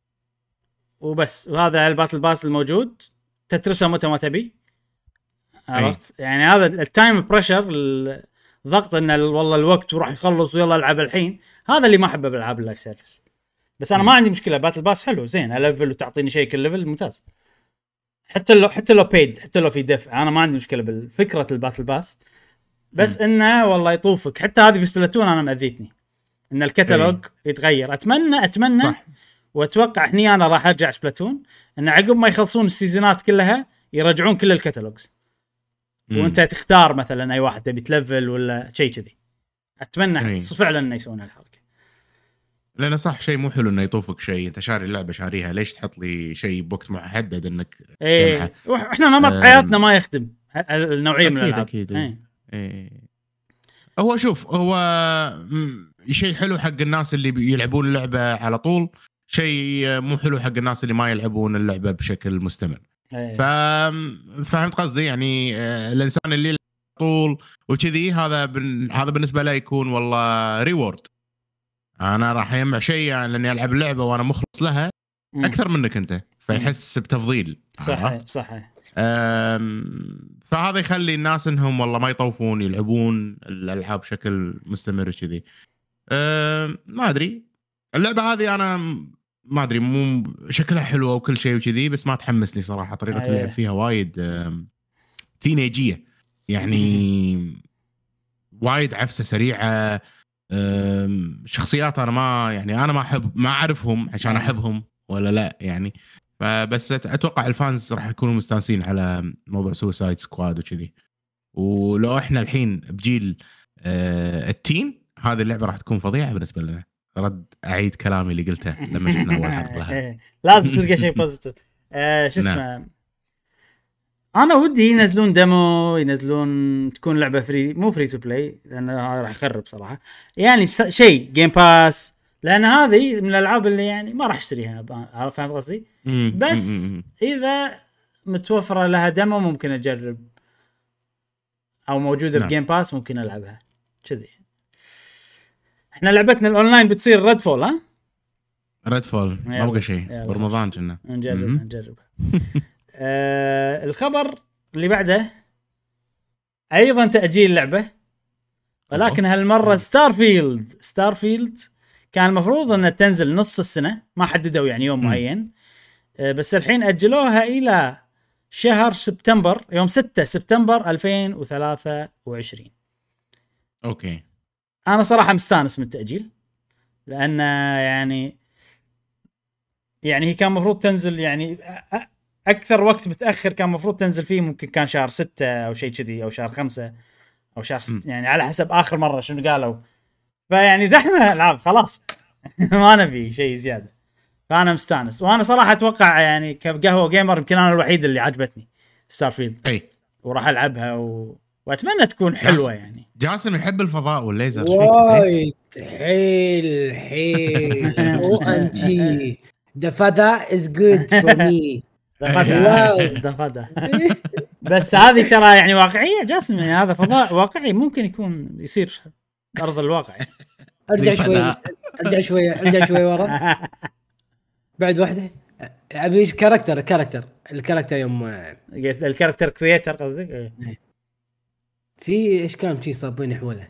وبس، وهذا الباتل باس الموجود تترسه متى ما تبي، عرفت؟ يعني هذا التايم بريشر، الضغط ان والله الوقت وراح يخلص ويلا العب الحين، هذا اللي ما احبه بالالعاب اللايف سيرفيس. بس انا مم. ما عندي مشكله، باتل باس حلو زين، الفل وتعطيني شيء كل ليفل ممتاز، حتى لو حتى لو بيد، حتى لو في دفع، انا ما عندي مشكله بالفكره الباتل باس. بس مم. انه والله يطوفك، حتى هذه بسبلاتون انا مأذيتني ان الكتالوج يتغير. اتمنى اتمنى صح. واتوقع هني انا راح ارجع سبلاتون ان عقب ما يخلصون السيزونات كلها يرجعون كل الكتالوجز، وانت تختار مثلا اي واحد تبي تلفل ولا شيء كذي. اتمنى أي. فعلا انه يسوون هالحركه، لأنه صح شيء مو حلو انه يطوفك شيء، انت شاري اللعبه شاريها، ليش تحط لي شيء بوقت محدد انك ايه واحنا نمط أم... حياتنا ما يخدم النوعيه من الالعاب. اكيد اكيد ايه. ايه. هو شوف، هو شيء حلو حق الناس اللي يلعبون اللعبه على طول، شيء مو حلو حق الناس اللي ما يلعبون اللعبه بشكل مستمر. ايه. ف فهمت قصدي؟ يعني الانسان اللي يلعب طول وكذي، هذا بن... هذا بالنسبه له يكون والله ريورد. انا راح يجمع شيء يعني لاني العب اللعبه وانا مخلص لها اكثر منك انت، فيحس بتفضيل. صحيح صحيح. فهذا يخلي الناس انهم والله ما يطوفون، يلعبون الالعاب بشكل مستمر كذي. ما ادري، اللعبه هذه انا ما ادري، مو شكلها حلوه وكل شيء وكذي، بس ما تحمسني صراحه. طريقه اللعب فيها وايد تينيجيه، يعني وايد عفسه سريعه. شخصيات انا ما يعني انا ما احب ما اعرفهم عشان احبهم ولا لا يعني. فبس اتوقع الفانز راح يكونوا مستانسين على موضوع سوسايد سكواد وكذي. ولو احنا الحين بجيل التين، هذه اللعبه راح تكون فظيعه بالنسبه لنا. رد اعيد كلامي اللي قلته لما شفنا اول عرض لها. لازم تلقى شيء بوزيتيف. آه شو اسمه، انا ودي ينزلون ديمو، ينزلون تكون لعبه فري، مو فري تو بلاي لان هذا راح يخرب صراحه. يعني شيء جيم باس، لان هذه من الالعاب اللي يعني ما راح اشتريها، عارف فاهم قصدي؟ بس اذا متوفره لها ديمو ممكن اجرب، او موجوده نعم. بجيم باس ممكن العبها كذي. احنا لعبتنا الاونلاين بتصير ريد فول. ها ريد فول ما بقى شيء برمضان كنا نجرب نجرب. آه الخبر اللي بعده ايضا تاجيل لعبه، ولكن هالمره ستارفيلد. ستارفيلد كان المفروض انها تنزل نص السنه، ما حددوا يعني يوم معين، آه بس الحين اجلوها الى شهر سبتمبر، يوم ستة سبتمبر ألفين وثلاثة وعشرين. اوكي. انا صراحه مستانس من التاجيل، لان يعني يعني هي كان مفروض تنزل يعني اكثر وقت متاخر كان مفروض تنزل فيه، ممكن كان شهر ستة او شيء كذي، او شهر خمسة او شهر ست، يعني على حسب اخر مره شنو قالوا. فيعني زحمه العاب خلاص ما نبي شيء زياده. فانا مستانس، وانا صراحه اتوقع يعني كقهوه جيمر يمكن انا الوحيد اللي عجبتني ستارفيلد، اي وراح العبها و... واتمنى تكون حلوه يعني. جاسم يحب الفضاء والليزر وايد حيل حيل او ام جي ذا فضاء از جود فور مي دفدا دفدا. بس هذه ترى يعني واقعيه جاسم، يعني هذا فضاء واقعي ممكن يكون يصير ارض الواقع. ارجع شوي ارجع شوي ارجع شوي ورا بعد واحده. ابي كاركتر كاركتر الكاركتر يوم الكاركتر كرييتر قصدك في ايش كان شيء صابين حوله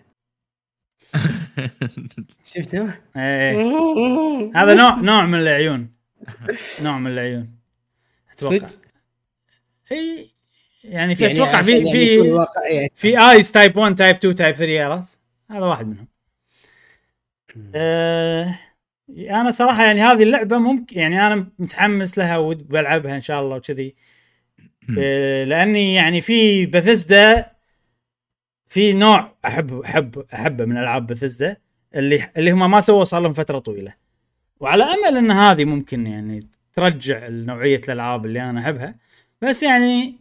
شفته هذا نوع نوع من العيون نوع من العيون اتوقع. اي يعني في اتوقع يعني في في يعني في ايز تايب واحد تايب اثنين تايب ثلاثة عرفت، هذا واحد منهم. أه انا صراحه يعني هذه اللعبه ممكن يعني انا متحمس لها وبلعبها ان شاء الله وكذي. أه لاني يعني في بثزدا في نوع احب احب احبه من العاب بثزدا اللي اللي هم ما سووا صار لهم فتره طويله، وعلى امل ان هذه ممكن يعني ترجع نوعيه الالعاب اللي انا احبها. بس يعني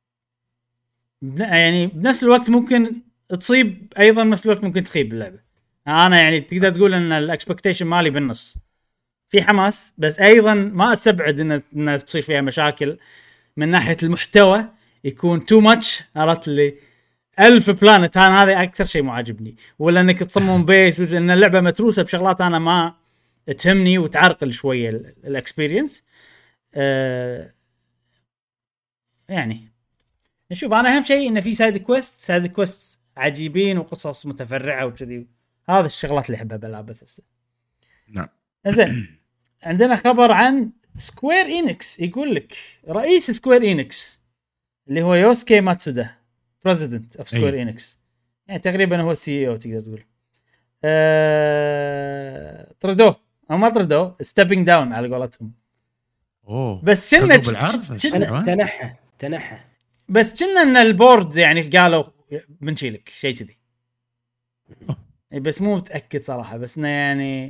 يعني بنفس الوقت ممكن تصيب ايضا، بنفس الوقت ممكن تخيب اللعبه. انا يعني تقدر تقول ان الاكسبكتيشن مالي بالنص، في حماس بس ايضا ما استبعد ان ان تصير فيها مشاكل من ناحيه المحتوى يكون تو ماتش. عرفت لي ألف بلانت انا هذا اكثر شيء مو عاجبني، ولا انك تصمم بيس ان اللعبه متروسه بشغلات انا ما تهمني وتعرقل شويه الاكسبيرينس. أه يعني نشوف. انا اهم شيء انه في سايد كويست سايد كويست عجيبين وقصص متفرعه وكذي، هذا الشغلات اللي احبها بالعاب بثيسدا. نعم زين. عندنا خبر عن سكوير إينكس، يقول لك رئيس سكوير إينكس اللي هو يوسكي ماتسودا بريزيدنت اوف سكوير إينكس، يعني تقريبا هو السي اي او تقدر تقول. أه... طردوه او ما طردوه، ستيبينج داون على قولتهم. اوه بس كنا تنحى تنحى بس كنا ان البورد يعني قالوا بنشيلك شيء كذي، بس مو متاكد صراحه. بس انه يعني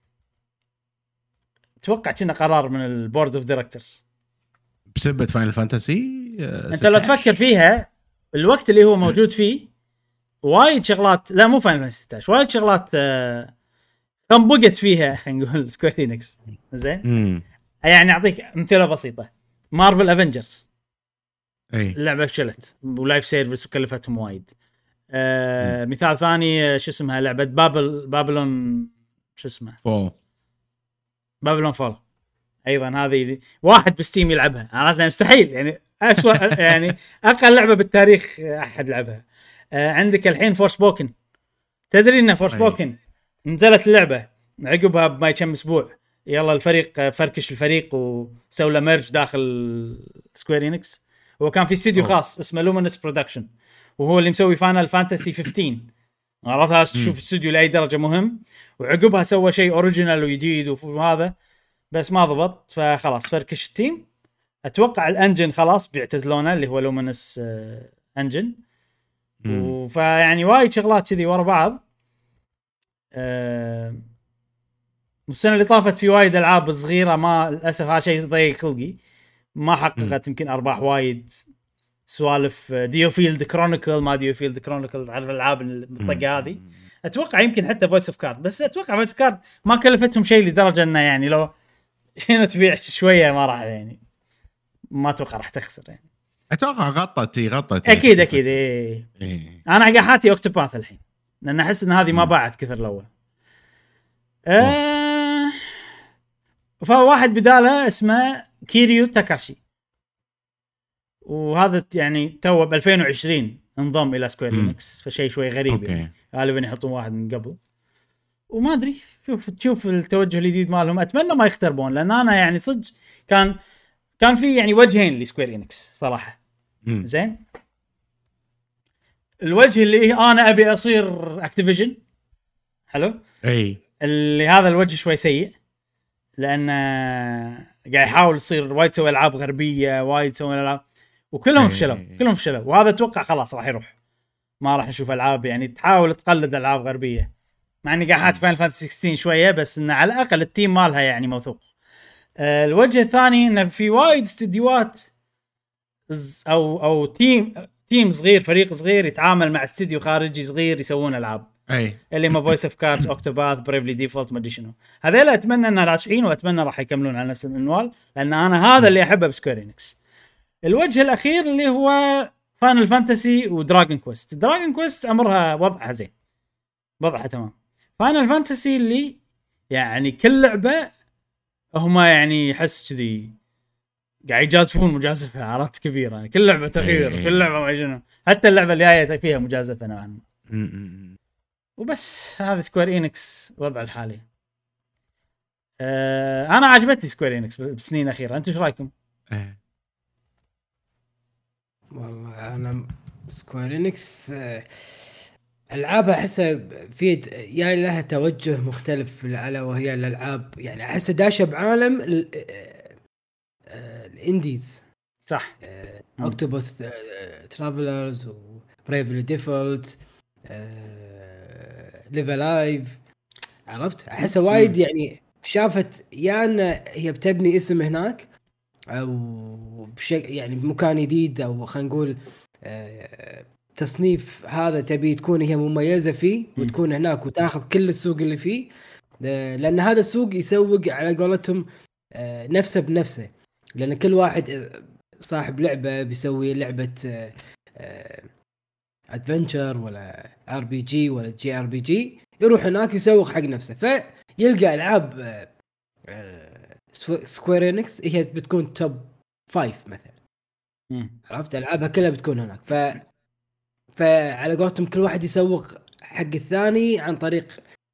اتوقع كنا قرار من البورد اوف دايركتورز بسبب فاينل فانتسي. انت لو تفكر فيها الوقت اللي هو موجود فيه وايد شغلات، لا مو فاينل فانتسي ستة عشر، وايد شغلات طنبقت فيها خلينا نقول سكوير إينكس. زين يعني اعطيك امثله بسيطه. مارفل افنجرز اي اللعبه فشلت ولايف سيرفيس وكلفتهم وايد. آه مثال ثاني شو اسمها لعبه بابل بابلون شو اسمها فول بابلون فول ايضا هذه واحد بستيم يلعبها. عرفت مستحيل يعني اسوأ يعني اقل لعبه بالتاريخ احد لعبها. آه عندك الحين فور سبوكن، تدري ان فور سبوكن نزلت اللعبه عقبها بما كم اسبوع يلا الفريق فركش الفريق وسوى له ميرج داخل سكوير إينكس. هو كان في استوديو خاص اسمه لومينس برودكشن وهو اللي مسوي فاينل فانتسي خمسة عشر. عرفتها تشوف استوديو لاي درجه مهم، وعقبها سوى شيء اوريجينال وجديد وهذا بس ما ضبط فخلاص فركش التيم. اتوقع الانجن خلاص بيعتزلونه اللي هو لومينس انجن. وفيعني وايد شغلات كذي ورا بعض. أه السنه اللي طافت في وايد العاب صغيره ما للاسف هذا شيء ضيق خلقي ما حققت يمكن ارباح وايد. سوالف ديوفيلد كرونيكل ما ديوفيلد كرونيكل تعرف الالعاب المطقه هذه. اتوقع يمكن حتى فويس اوف كارد، بس اتوقع فويس كارد ما كلفتهم شيء لدرجه انه يعني لو هنا تبيع شويه ما راح يعني ما اتوقع راح تخسر يعني. اتوقع غطت غطت اكيد اكيد إيه. إيه. انا قاحاتي اوكتوباث الحين لان احس ان هذه ما باعت كثر الاول. أه... فواحد بداله اسمه كيريو تاكاشي، وهذا يعني تو ب ألفين وعشرين انضم الى سكوير إينكس فشيء شوي غريب يعني. غالبا يحطون واحد من قبل وما ادري. شوف تشوف التوجه الجديد مالهم اتمنى ما يختربون لان انا يعني صدق كان كان في يعني وجهين لسكوير إينكس صراحه. مم. زين الوجه اللي انا ابي اصير اكتيفيجن حلو اي اللي هذا الوجه شوي سيء لان قاعد يحاول يصير وايد يسوي العاب غربيه وايد يسوي العاب وكلهم فشلوا كلهم فشلوا. وهذا اتوقع خلاص راح يروح ما راح نشوف العاب يعني تحاول تقلد العاب غربيه مع اني قاعد فاينل فانتسي ستة عشر شويه بس انه على الاقل التيم مالها يعني موثوق. أه الوجه الثاني انه في وايد استديوهات او او تيم تيم صغير فريق صغير يتعامل مع استديو خارجي صغير يسوون العاب اي اللي ما فويس اوف كارز اوكتوباث بريفلي ديفولت ما ادري شنو هذول اتمنى انها ناجحين واتمنى راح يكملون على نفس المنوال لان انا هذا اللي احبه بسكوير انكس. الوجه الاخير اللي هو فاينل فانتسي ودراجون كويست. دراجون كويست امرها وضعها زين وضعها تمام. فاينل فانتسي اللي يعني كل لعبه هما يعني يحس كذي قاعد يجازفون مجازفه عرفت كبيره كل لعبه تغيير كل لعبه ما شنو حتى اللعبه اللي جايه فيها مجازفه نوعا ما. وبس هذا سكوير إنكس وضع الحالي. أه انا عجبتني سكوير إنكس بسنين اخيره انتم ايش رايكم؟ أه. والله انا سكوير إنكس العابها احسها في يعني لها توجه مختلف الا وهي الالعاب يعني احس داشه بعالم الانديز صح. اوكتوبوس ترافلرز وبريفلي ديفولت ليف لايف عرفت احسها وايد يعني شافت يا ان هي بتبني اسم هناك او بشيء يعني بمكان جديد او خلينا نقول تصنيف هذا تبي تكون هي مميزه فيه وتكون هناك وتاخذ كل السوق اللي فيه لان هذا السوق يسوق على قولتهم نفسه بنفسه لان كل واحد صاحب لعبه بيسوي لعبه ادفنتشر ولا ار بي جي ولا جي ار بي جي يروح هناك يسوق حق نفسه فيلقى العاب سكوير إنكس هي بتكون توب فايف مثلا عرفت العابها كلها بتكون هناك ف فعلى قولتهم كل واحد يسوق حق الثاني عن طريق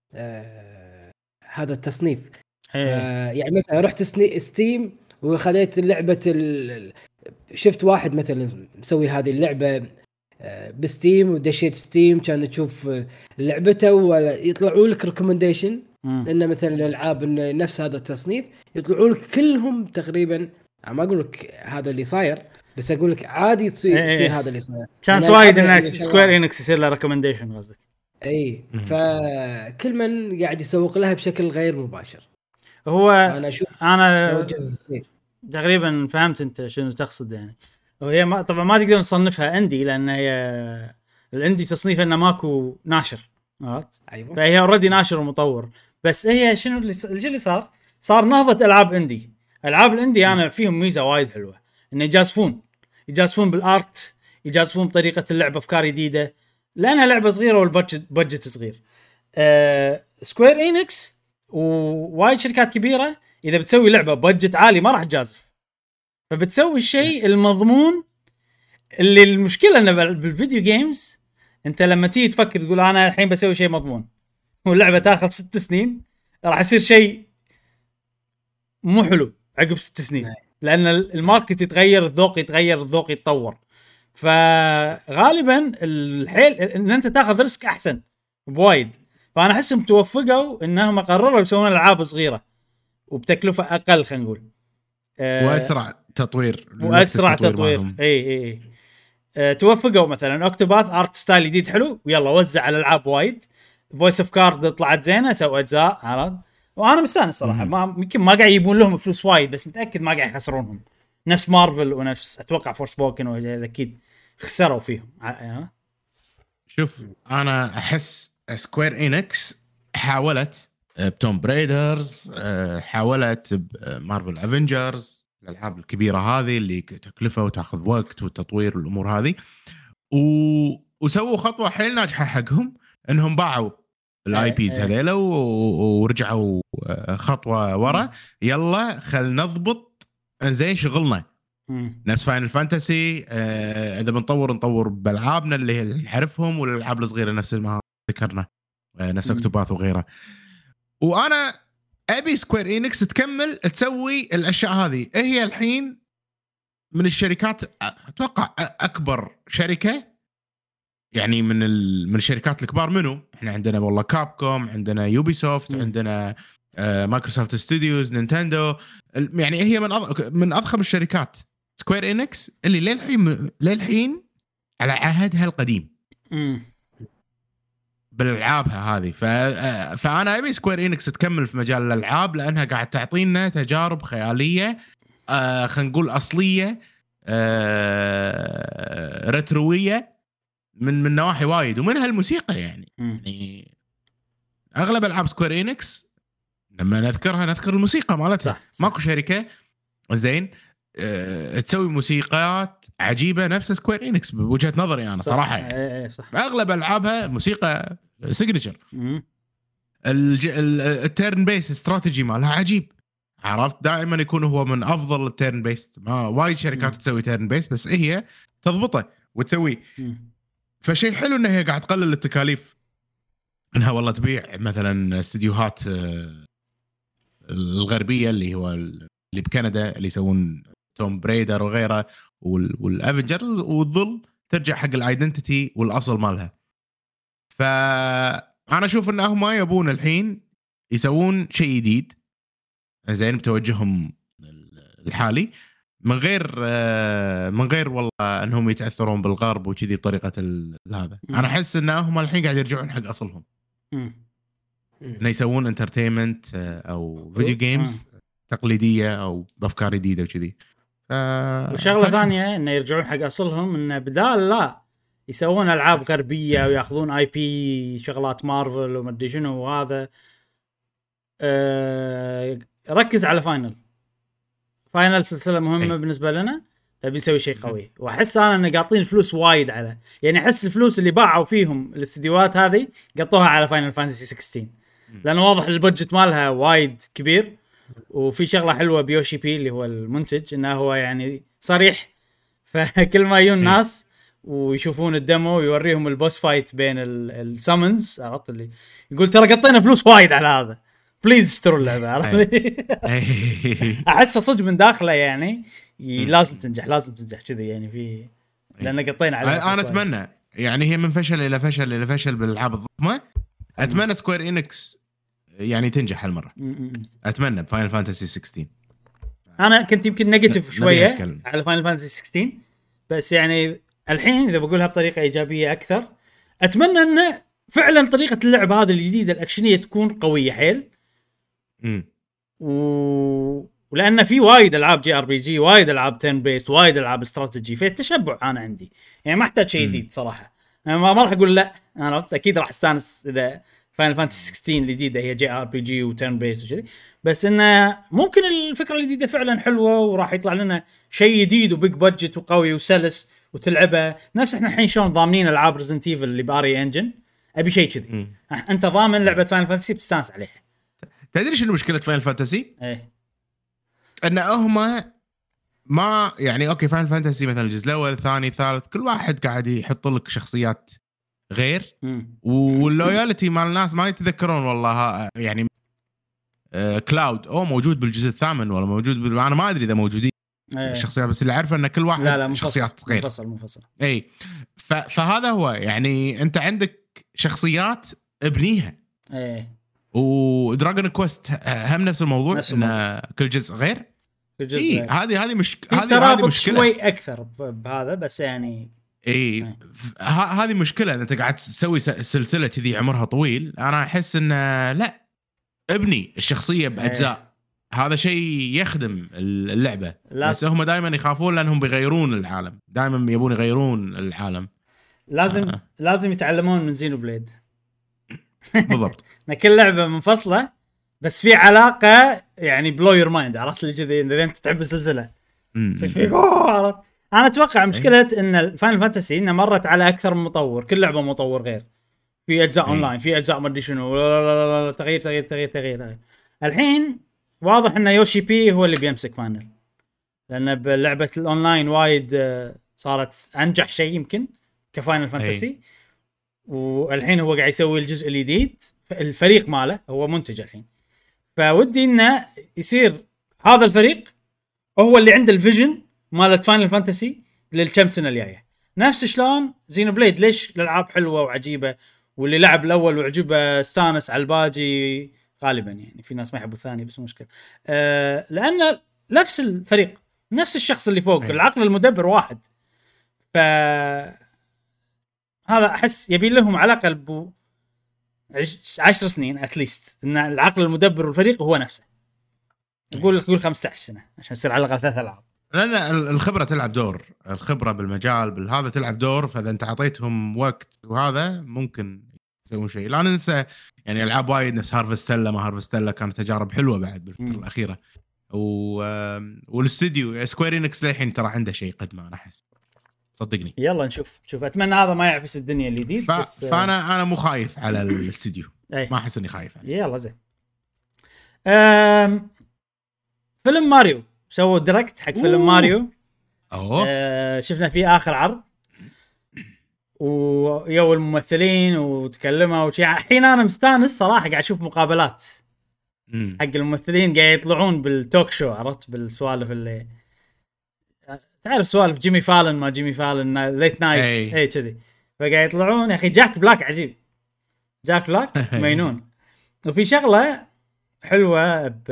آه هذا التصنيف. يعني مثلا رحت ستيم وخذيت لعبة ال... شفت واحد مثلا مسوي هذه اللعبة آه بستيم ودشيت ستيم كان تشوف لعبته ولا يطلعوا لك ريكومنديشن لأن مثلا الألعاب نفس هذا التصنيف يطلعوا لك كلهم تقريبا. ما أقول لك هذا اللي صاير بس اقول لك عادي يصير إيه هذا اللي صاير شانس وايد ان سكوير إنكس يصير له ريكومنديشن قصدك. اي فكل من قاعد يسوق لها بشكل غير مباشر. هو انا اشوف انا تقريبا فهمت انت شنو تقصد يعني. وهي ما طبعا ما تقدر نصنفها اندي لان هي الاندي تصنيف انه ماكو ناشر عرفت. أيوة. فهي اوريدي ناشر ومطور بس هي شنو اللي اللي صار صار نهضه العاب اندي. العاب الاندي انا فيهم ميزه وايد حلوه انه يجازفون يجازفون بالارت يجازفون بطريقه اللعبه افكار جديده لانها لعبه صغيره والبادجت بادجت صغير. أه سكوير إنكس ووايد شركات كبيره اذا بتسوي لعبه بادجت عالي ما راح تجازف فبتسوي الشيء المضمون اللي المشكله انه بالفيديو جيمز انت لما تيجي تفكر تقول انا الحين بسوي شيء مضمون واللعبه تاخذ ست سنين راح يصير شيء مو حلو عقب ست سنين لأن الماركت يتغير الذوق يتغير الذوق يتطور. فغالبا الحيل ان انت تاخذ ريسك احسن بوايد. فانا احسهم توفقوا انهم قرروا يسوون العاب صغيره وبتكلفه اقل خلينا نقول أه واسرع تطوير واسرع تطوير اي اي اي أه توفقوا مثلا اوكتوباث ارت ستايل جديد حلو ويلا وزع على الالعاب وايد. فويس اوف كارد طلعت زينه سووا اجزاء عرض وانا مستانس صراحه. ما يمكن ما قاعد يجيبون لهم فلوس وايد بس متاكد ما قاعد يخسرونهم نفس مارفل ونفس اتوقع فورس بوكن وهذا اكيد خسروا فيهم. شوف انا احس سكوير إنكس حاولت بتوم بريدرز حاولت بمارفل افنجرز الالعاب الكبيره هذه اللي تكلفه وتاخذ وقت والتطوير والامور هذه و... وسووا خطوه حيل ناجحه حقهم انهم باعوا الاي بيز هذيلا ورجعوا خطوه ورا يلا خل نضبط زين شغلنا نفس فاينل فانتسي آه اذا بنطور نطور بالعابنا اللي نعرفهم والالعاب الصغيره نفس ما ذكرنا آه نفس اكتوباث وغيره. وانا ابي سكوير إنكس تكمل تسوي الاشياء هذه. هي الحين من الشركات اتوقع اكبر شركه يعني من من الشركات الكبار. منو احنا عندنا والله كابكوم عندنا يوبي سوفت م. عندنا آه مايكروسوفت ستوديوز نينتندو يعني هي من أض... من اضخم الشركات. سكوير إنكس اللي للحين للحين على عهدها القديم م. بالالعابها هذه. ف... فانا ابي سكوير إنكس تكمل في مجال الالعاب لانها قاعد تعطينا تجارب خياليه آه خلينا نقول اصليه آه ريترويه من من نواحي وايد، ومنها الموسيقى يعني. مم. يعني اغلب العاب سكوير انكس لما نذكرها نذكر الموسيقى مالتها. صح، صح. ماكو شركه زين أه تسوي موسيقات عجيبه نفس سكوير انكس بوجهه نظري انا صراحه يعني. ايه ايه صح. اغلب العابها الموسيقى سيجنتشر. مم. التيرن بيس استراتيجي مالها عجيب، عرفت؟ دائما يكون هو من افضل التيرن بيس. ما وايد شركات مم. تسوي تيرن بيس بس هي تضبطه وتسويه. مم. فشيء حلو انها هي قاعد تقلل التكاليف، انها والله تبيع مثلا استديوهات الغربيه اللي هو اللي بكندا اللي يسوون توم بريدر وغيره والافنجر، وتظل ترجع حق الايدنتيتي والاصل مالها. فانا اشوف ان هم يبون الحين يسوون شيء جديد زين بتوجههم الحالي، من غير من غير والله انهم يتاثرون بالغرب وكذي بطريقه هذا. انا احس ان هم الحين قاعد يرجعون حق اصلهم، انه يسوون انترتينمنت او فيديو جيمز تقليديه او بافكار جديده وكذي. ف... وشغله ثانيه انه يرجعون حق اصلهم، انه بدال لا يسوون العاب غربيه وياخذون اي بي شغلات مارفل وما ادري شنو وهذا. أه... ركز على فاينل. فاينل سلسله مهمه أي. بالنسبه لنا نبي نسوي شيء قوي، واحس انا ان قاطين فلوس وايد على، يعني احس الفلوس اللي باعوا فيهم الاستديوهات هذه قطوها على فاينل فانتسي ستة عشر، لانه واضح البادجت مالها وايد كبير. وفي شغله حلوه بيوشي بي اللي هو المنتج، انه هو يعني صريح، فكل ما يجون ناس ويشوفون الديمو ويوريهم البوس فايت بين السامنز، عرفت اللي يقول ترى قطينا فلوس وايد على هذا، بليز اشتروا اللعبه، عرفت؟ احسه صدق من داخله يعني لازم تنجح، لازم تنجح كذي يعني، في لان قطينا على. انا اتمنى يعني هي من فشل الى فشل الى فشل بالالعاب الضخمه. اتمنى سكوير انكس يعني تنجح هالمره. اتمنى بفاينل فانتسي ستة عشر. انا كنت يمكن نيجاتيف شويه على فاينل فانتسي ستة عشر، بس يعني الحين اذا بقولها بطريقه ايجابيه اكثر، اتمنى ان فعلا طريقه اللعب هذه الجديده الاكشنيه تكون قويه حيل. امم و... ولان في وايد العاب جي ار بي جي، وايد العاب تيرن بيست، وايد العاب استراتيجي، في التشبع انا عندي يعني ما احتاج شيء جديد صراحه. انا ما راح اقول لا، انا اكيد راح استانس اذا فاينل فانتسي ستة عشر الجديده هي جي ار بي جي وتيرن بيست وكذي، بس انه ممكن الفكره الجديده فعلا حلوه وراح يطلع لنا شيء جديد وبيج بادجت وقوي وسلس وتلعبه نفس احنا الحين شلون ضامنين العاب ريزنت ايفل اللي باري انجن. ابي شيء كذي، انت ضامن لعبه فاينل فانتسي بتستانس عليها. تدري شنو مشكله فاينل فانتسي؟ ايه ان هم ما يعني اوكي فاينل فانتسي مثلا الجزء الاول الثاني الثالث كل واحد قاعد يحط لك شخصيات غير، واللويالتي مال الناس ما يتذكرون والله يعني آه كلاود او موجود بالجزء الثامن ولا موجود بال... انا ما ادري اذا موجودين أيه. الشخصيات، بس اللي عارفه ان كل واحد لا لا شخصيات غير منفصل منفصل. اي ف... فهذا هو يعني انت عندك شخصيات ابنيها. ايه ودراجون كويست هم نفس الموضوع، ان كل جزء غير. اي هذه هذه مش هذه هذه مشكله شوي اكثر بهذا، بس يعني اي هذه مشكله انت قاعد تسوي سلسله كذي عمرها طويل. انا احس ان لا، ابني الشخصيه باجزاء ايه. هذا شيء يخدم اللعبه، بس هم دائما يخافون لانهم بيغيرون العالم، دائما يبون يغيرون العالم. لازم آه. لازم يتعلمون من زينو بليد. بالضبط. ان كل لعبه منفصله بس في علاقه يعني بلو يور مايند، عرفت اللي كذي اذا انت تحب السلسله تصير فيك عرفت. انا اتوقع مشكله ان الفاينل فانتسي انها مرت على اكثر من مطور، كل لعبه مطور غير، في اجزاء اونلاين، في اجزاء ما ادري شنو، لا لا لا تغيير تغيير تغيير تغيير. الحين واضح ان يوشي بي هو اللي بيمسك فاينل، لان بلعبه الاونلاين وايد صارت انجح شيء يمكن كفاينل فانتسي، والحين هو قاعد يسوي الجزء الجديد، الفريق ماله هو منتج الحين، فودي انه يصير هذا الفريق هو اللي عنده الفيجن مالت فاينل فانتسي للكم سنه الجايه. نفس شلون زينو بليد ليش الالعاب حلوه وعجيبه، واللي لعب الاول وعجبه استانس على الباقي غالبا، يعني في ناس ما يحبوا الثاني بس مشكله أه لان نفس الفريق نفس الشخص اللي فوق، العقل المدبر واحد. ف هذا احس يبي لهم على الاقل بو عشر سنين اتليست ان العقل المدبر والفريق هو نفسه. نقول نقول خمسة عشر سنه عشان يصير على الاقل ثلاث العاب. لا لا الخبره تلعب دور، الخبره بالمجال بالهذا تلعب دور. فاذا انت اعطيتهم وقت وهذا ممكن يسوون شيء. لا ننسى يعني العاب وايد نفس هارفستيلا، ما هارفستيلا كانت تجارب حلوه بعد بالفتره مم. الاخيره. و... والاستوديو سكوير انكس للحين ترى عنده شيء قدمه انا احس، صدقني. يلا نشوف شوف اتمنى هذا ما يعفس الدنيا الجديد. ف... بس فانا انا مو خايف على الاستوديو، أي. ما احس اني خايف عليه. يلا زين. أم... فيلم ماريو سووا ديركت حق فيلم أوه. ماريو. اوه أه شفنا فيه اخر عرض ويو الممثلين وتكلموا وشي. الحين انا مستانس صراحه قاعد اشوف مقابلات مم. حق الممثلين قاعد يطلعون بالتوك شو، عرفت بالسوالف اللي تعرف سوالف جيمي فالن ما جيمي فالن ليت نايت أي. اي كذي. فقاعد يطلعون يا اخي. جاك بلاك عجيب، جاك بلاك مينون. وفي شغله حلوه ب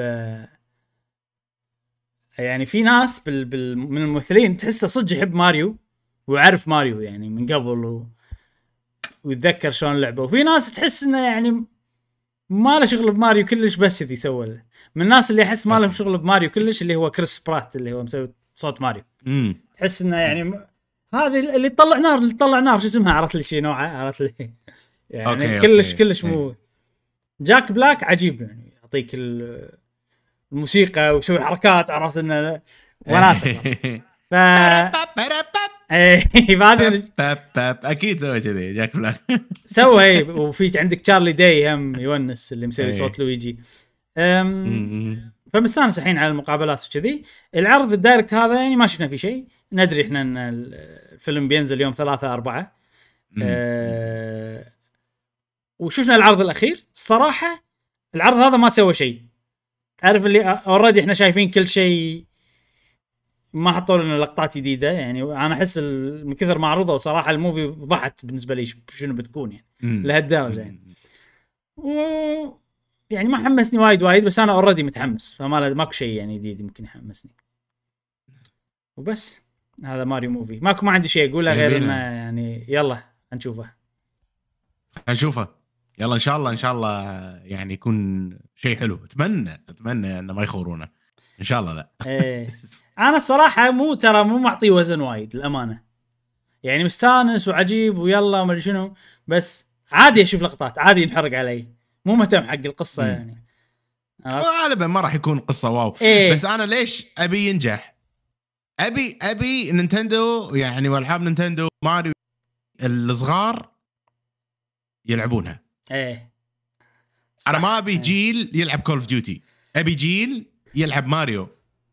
يعني في ناس بال... بال... من الممثلين تحسه صدق يحب ماريو ويعرف ماريو يعني من قبل و... ويتذكر شلون لعبه. وفي ناس تحس انه يعني ما له شغل بماريو كلش بس كذي يسوي له. من الناس اللي احس ما لهم شغل بماريو كلش اللي هو كريس برات اللي هو مسوي صوت ماريو. امم تحس انه يعني م... هذه اللي تطلع نار اللي تطلع نار شو اسمها، عرفت لي شي نوعه، عرفت لي يعني أوكي، كلش أوكي. كلش مو. جاك بلاك عجيب يعني يعطيك الموسيقى ويسوي حركات، عرفت انه وناسه. ف اي بعدين اكيد سوى كذي جاك بلاك. سوى. وفي عندك تشارلي داي هم يونس اللي مسوي صوت لويجي. أم فمستانس الحين على المقابلات وكذي. العرض الدايركت هذا يعني ما شفنا فيه شيء. ندري احنا ان الفيلم بينزل يوم ثلاثة أربعة. أه وشفنا العرض الأخير. الصراحة العرض هذا ما سوى شيء. تعرف اللي اوريدي احنا شايفين كل شيء، ما حطوا لنا لقطات جديدة. يعني انا احس من كثر ما عرضوا صراحة الموفي ضحت بالنسبة لي شنو بتكون يعني لهالدرجة يعني. و يعني ما حمسني وايد وايد، بس انا اوريدي متحمس فما ماكو شيء يعني جديد ممكن يحمسني. وبس هذا ماريو موفي. ماكو ما عندي شيء اقوله غير انه يعني يلا نشوفه نشوفه يلا ان شاء الله ان شاء الله يعني يكون شيء حلو. اتمنى اتمنى انه ما يخورونا ان شاء الله. لا ايه انا الصراحه مو ترى مو معطي وزن وايد الامانه، يعني مستانس وعجيب ويلا ما ادري شنو، بس عادي اشوف لقطات عادي ينحرق علي، مو مهتم حق القصه م. يعني غالبا ما راح يكون قصه واو. إيه. بس انا ليش ابي ينجح؟ ابي ابي نينتندو يعني والعاب نينتندو ماريو الصغار يلعبونها. ايه انا ما ابي جيل يلعب كول اوف ديوتي، ابي جيل يلعب ماريو.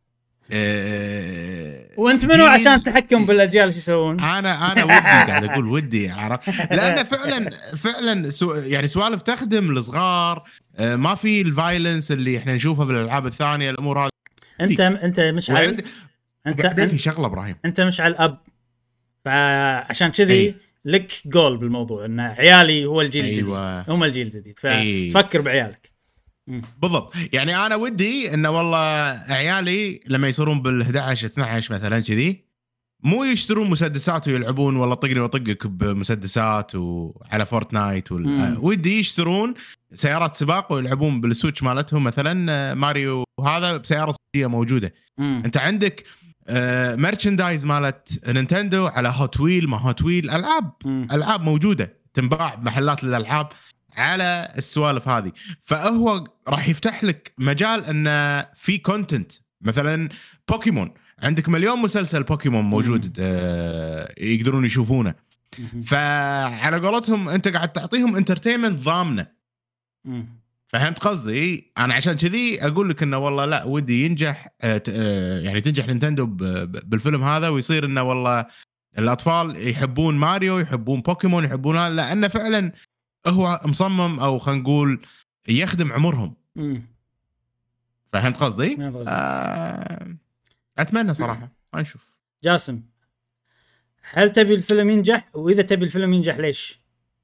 أه وانت منو عشان تحكم بالاجيال شو يسوون؟ انا انا ودي قاعد اقول ودي عرف، لان فعلا فعلا سو يعني سوالف تخدم الصغار. أه ما في الفايلنس اللي احنا نشوفه بالالعاب الثانيه. الامور هذه انت انت مش على انت في شغله ابراهيم، انت مش على الاب، فعشان كذي لك جول بالموضوع ان عيالي هو الجيل الجديد. أيوة. هم الجيل الجديد فتفكر أيوة. بعيالك بالضبط. يعني انا ودي انه والله عيالي لما يصيرون بالأحد عشر اثنا عشر مثلا كذي مو يشترون مسدسات ويلعبون والله طقني وطقك بمسدسات وعلى فورتنايت وال... ودي يشترون سيارات سباق ويلعبون بالسويتش مالتهم مثلا ماريو. وهذا بسيارة صديقة موجودة. مم. انت عندك آه مرشندايز مالت نينتندو على هوت ويل ما هوت ويل العاب مم. العاب موجودة تنباع بمحلات الالعاب على السوالف هذه. فهو راح يفتح لك مجال ان في كونتنت مثلا بوكيمون. عندك مليون مسلسل بوكيمون موجود آه يقدرون يشوفونه. فعلى قولتهم انت قاعد تعطيهم انترتينمنت ضامنه. فهمت قصدي؟ انا عشان كذي اقول لك انه والله لا ودي ينجح آه آه يعني تنجح نينتندو بالفيلم هذا ويصير انه والله الاطفال يحبون ماريو يحبون بوكيمون يحبونها، لانه فعلا هو مصمم او خلينا نقول يخدم عمرهم. فهمت قصدي؟ آه اتمنى صراحه ما نشوف. جاسم هل تبي الفيلم ينجح؟ واذا تبي الفيلم ينجح ليش؟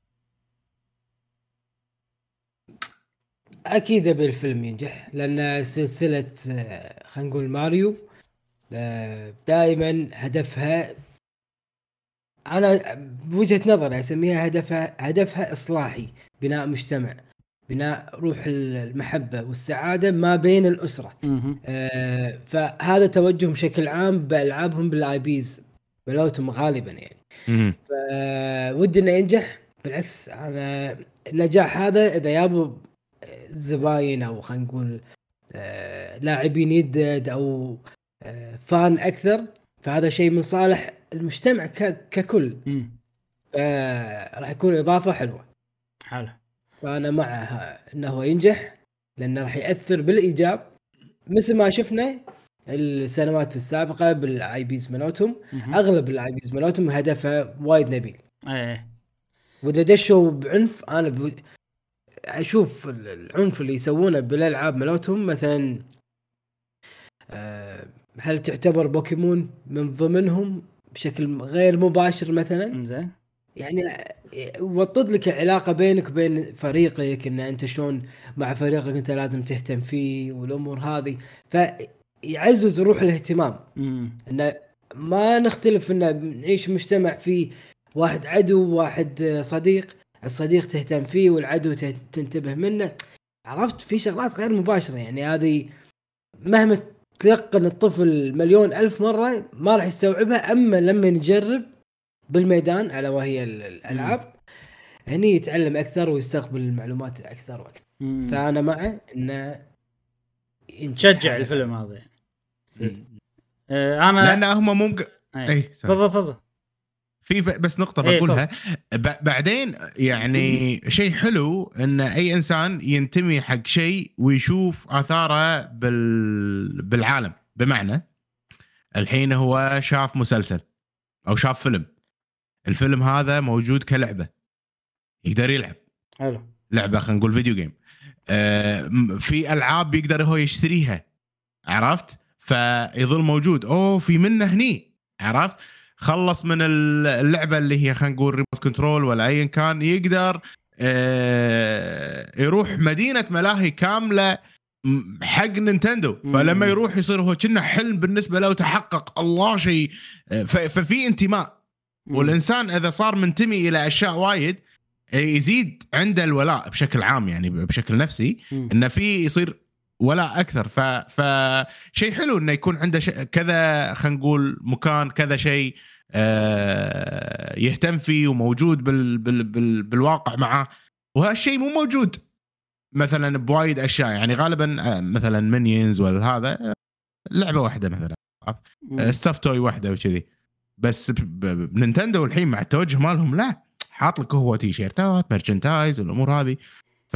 اكيد ابي الفيلم ينجح لان سلسله خلينا نقول ماريو دائما هدفها انا بوجهه نظري اسميها هدفها هدفها اصلاحي، بناء مجتمع. بناء روح المحبة والسعادة ما بين الأسرة. آه فهذا توجههم بشكل عام بألعابهم بالاي بيز ملوتهم غالبا يعني. فودي انه ينجح. بالعكس انا النجاح هذا اذا يابوا زباين او خلينا نقول آه لاعبين يدد او آه فان اكثر، فهذا شيء من صالح المجتمع ككل. آه راح يكون اضافة حلوة. حلو. فانا مع انه ينجح لانه راح ياثر بالايجاب مثل ما شفنا السنوات السابقه بالاي بيز مالتهم. اغلب الاي بيز مالتهم هدفها وايد نبيل. ايه واذا دشوا بعنف انا ب... اشوف العنف اللي يسوونه بالالعاب مالتهم مثلا أه هل تعتبر بوكيمون من ضمنهم بشكل غير مباشر مثلا؟ زين يعني وطد لك العلاقة بينك وبين فريقك ان انت شلون مع فريقك انت لازم تهتم فيه والامور هذه، فيعزز روح الاهتمام. ان ما نختلف ان نعيش مجتمع فيه واحد عدو واحد صديق، الصديق تهتم فيه والعدو تنتبه منه. عرفت في شغلات غير مباشرة يعني هذه مهما تلقن الطفل مليون ألف مرة ما راح يستوعبها، أما لما نجرب بالميدان على وهي الألعاب هني يتعلم أكثر ويستقبل المعلومات أكثر وأكثر. مم. فأنا معه إنه نشجع الفيلم هذا. أه أنا لأن هم مو أي تفضل تفضل في بس نقطة بقولها بعدين يعني شيء حلو إن أي إنسان ينتمي حق شيء ويشوف آثاره بال بالعالم. بمعنى الحين هو شاف مسلسل أو شاف فيلم، الفيلم هذا موجود كلعبة يقدر يلعب. حلو. لعبة خلينا نقول فيديو جيم. آه في ألعاب يقدر هو يشتريها، عرفت؟ فيظل موجود. أوه في منه هني، عرفت؟ خلص من اللعبة اللي هي خلينا نقول ريموت كنترول ولا أيا كان، يقدر آه يروح مدينة ملاهي كاملة حق نينتندو. فلما يروح يصير هو كأنه حلم بالنسبة له تحقق. الله شيء. ففي انتماء. والإنسان إذا صار منتمي إلى أشياء وايد يزيد عنده الولاء بشكل عام يعني بشكل نفسي. إنه في يصير ولا أكثر. ف فشيء حلو إنه يكون عنده ش... كذا خلينا نقول مكان كذا شيء آه يهتم فيه وموجود بال... بال... بال... بالواقع معه. وهالشيء مو موجود مثلا بوايد أشياء يعني غالبا مثلا مينيونز ولا هذا لعبة واحدة مثلا ستاف توي واحدة وكذي. بس بنينتندو الحين مع التوجه مالهم لا حاط لك هو تيشيرتات ميرشنتايز والأمور هذه. ف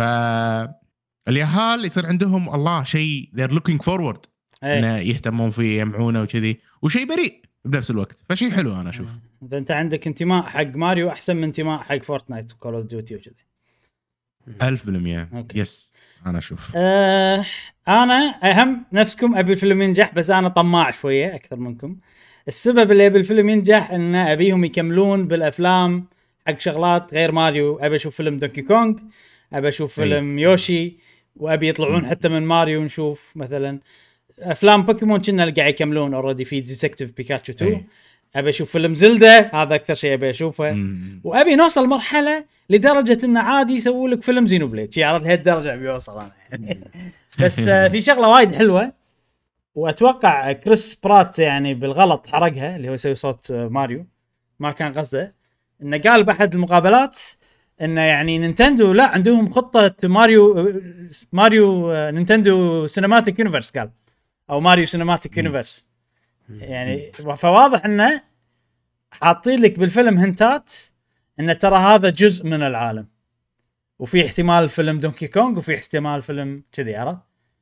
اليهال يصير عندهم الله شيء they're looking forward إنه يهتمون فيه يمعونه وكذي وشيء بريء بنفس الوقت. فشيء حلو أنا أشوف. إذا أنت عندك انتماء حق ماريو أحسن من انتماء حق فورتنايت وكول أوف ديوتي وكذي. ألف بالمية. يس أنا أشوف. أه أنا أهم نفسكم أبي الفيلم ينجح، بس أنا طماع شوية أكثر منكم. السبب اللي أبي الفيلم ينجح إن أبيهم يكملون بالأفلام حق شغلات غير ماريو. أبي أشوف فيلم دونكي كونغ، أبي أشوف فيلم أي. يوشي، وأبي يطلعون حتى من ماريو نشوف مثلا أفلام بوكيمون كنا قاعد يكملون أوريدي في ديتكتيف بيكاتشو تو. أبي أشوف فيلم زلدة، هذا أكثر شيء أبي أشوفه. مم. وأبي نوصل مرحلة لدرجة إنه عادي يسوي لك فيلم زينوبليد شيء عرض هالدرجة أبي أوصل أنا يعني. بس في شغلة وايد حلوة وأتوقع كريس برات يعني بالغلط حرقها، اللي هو يسوي صوت ماريو ما كان قصده، إنه قال بأحد المقابلات إنه يعني نينتندو لا عندهم خطة ماريو ماريو نينتندو سينماتيك يونيفرس، قال أو ماريو سينماتيك يونيفرس يعني. فواضح إنه حاطين لك بالفيلم هنتات إن ترى هذا جزء من العالم، وفي احتمال فيلم دونكي كونغ وفي احتمال فيلم كذي، عرفت؟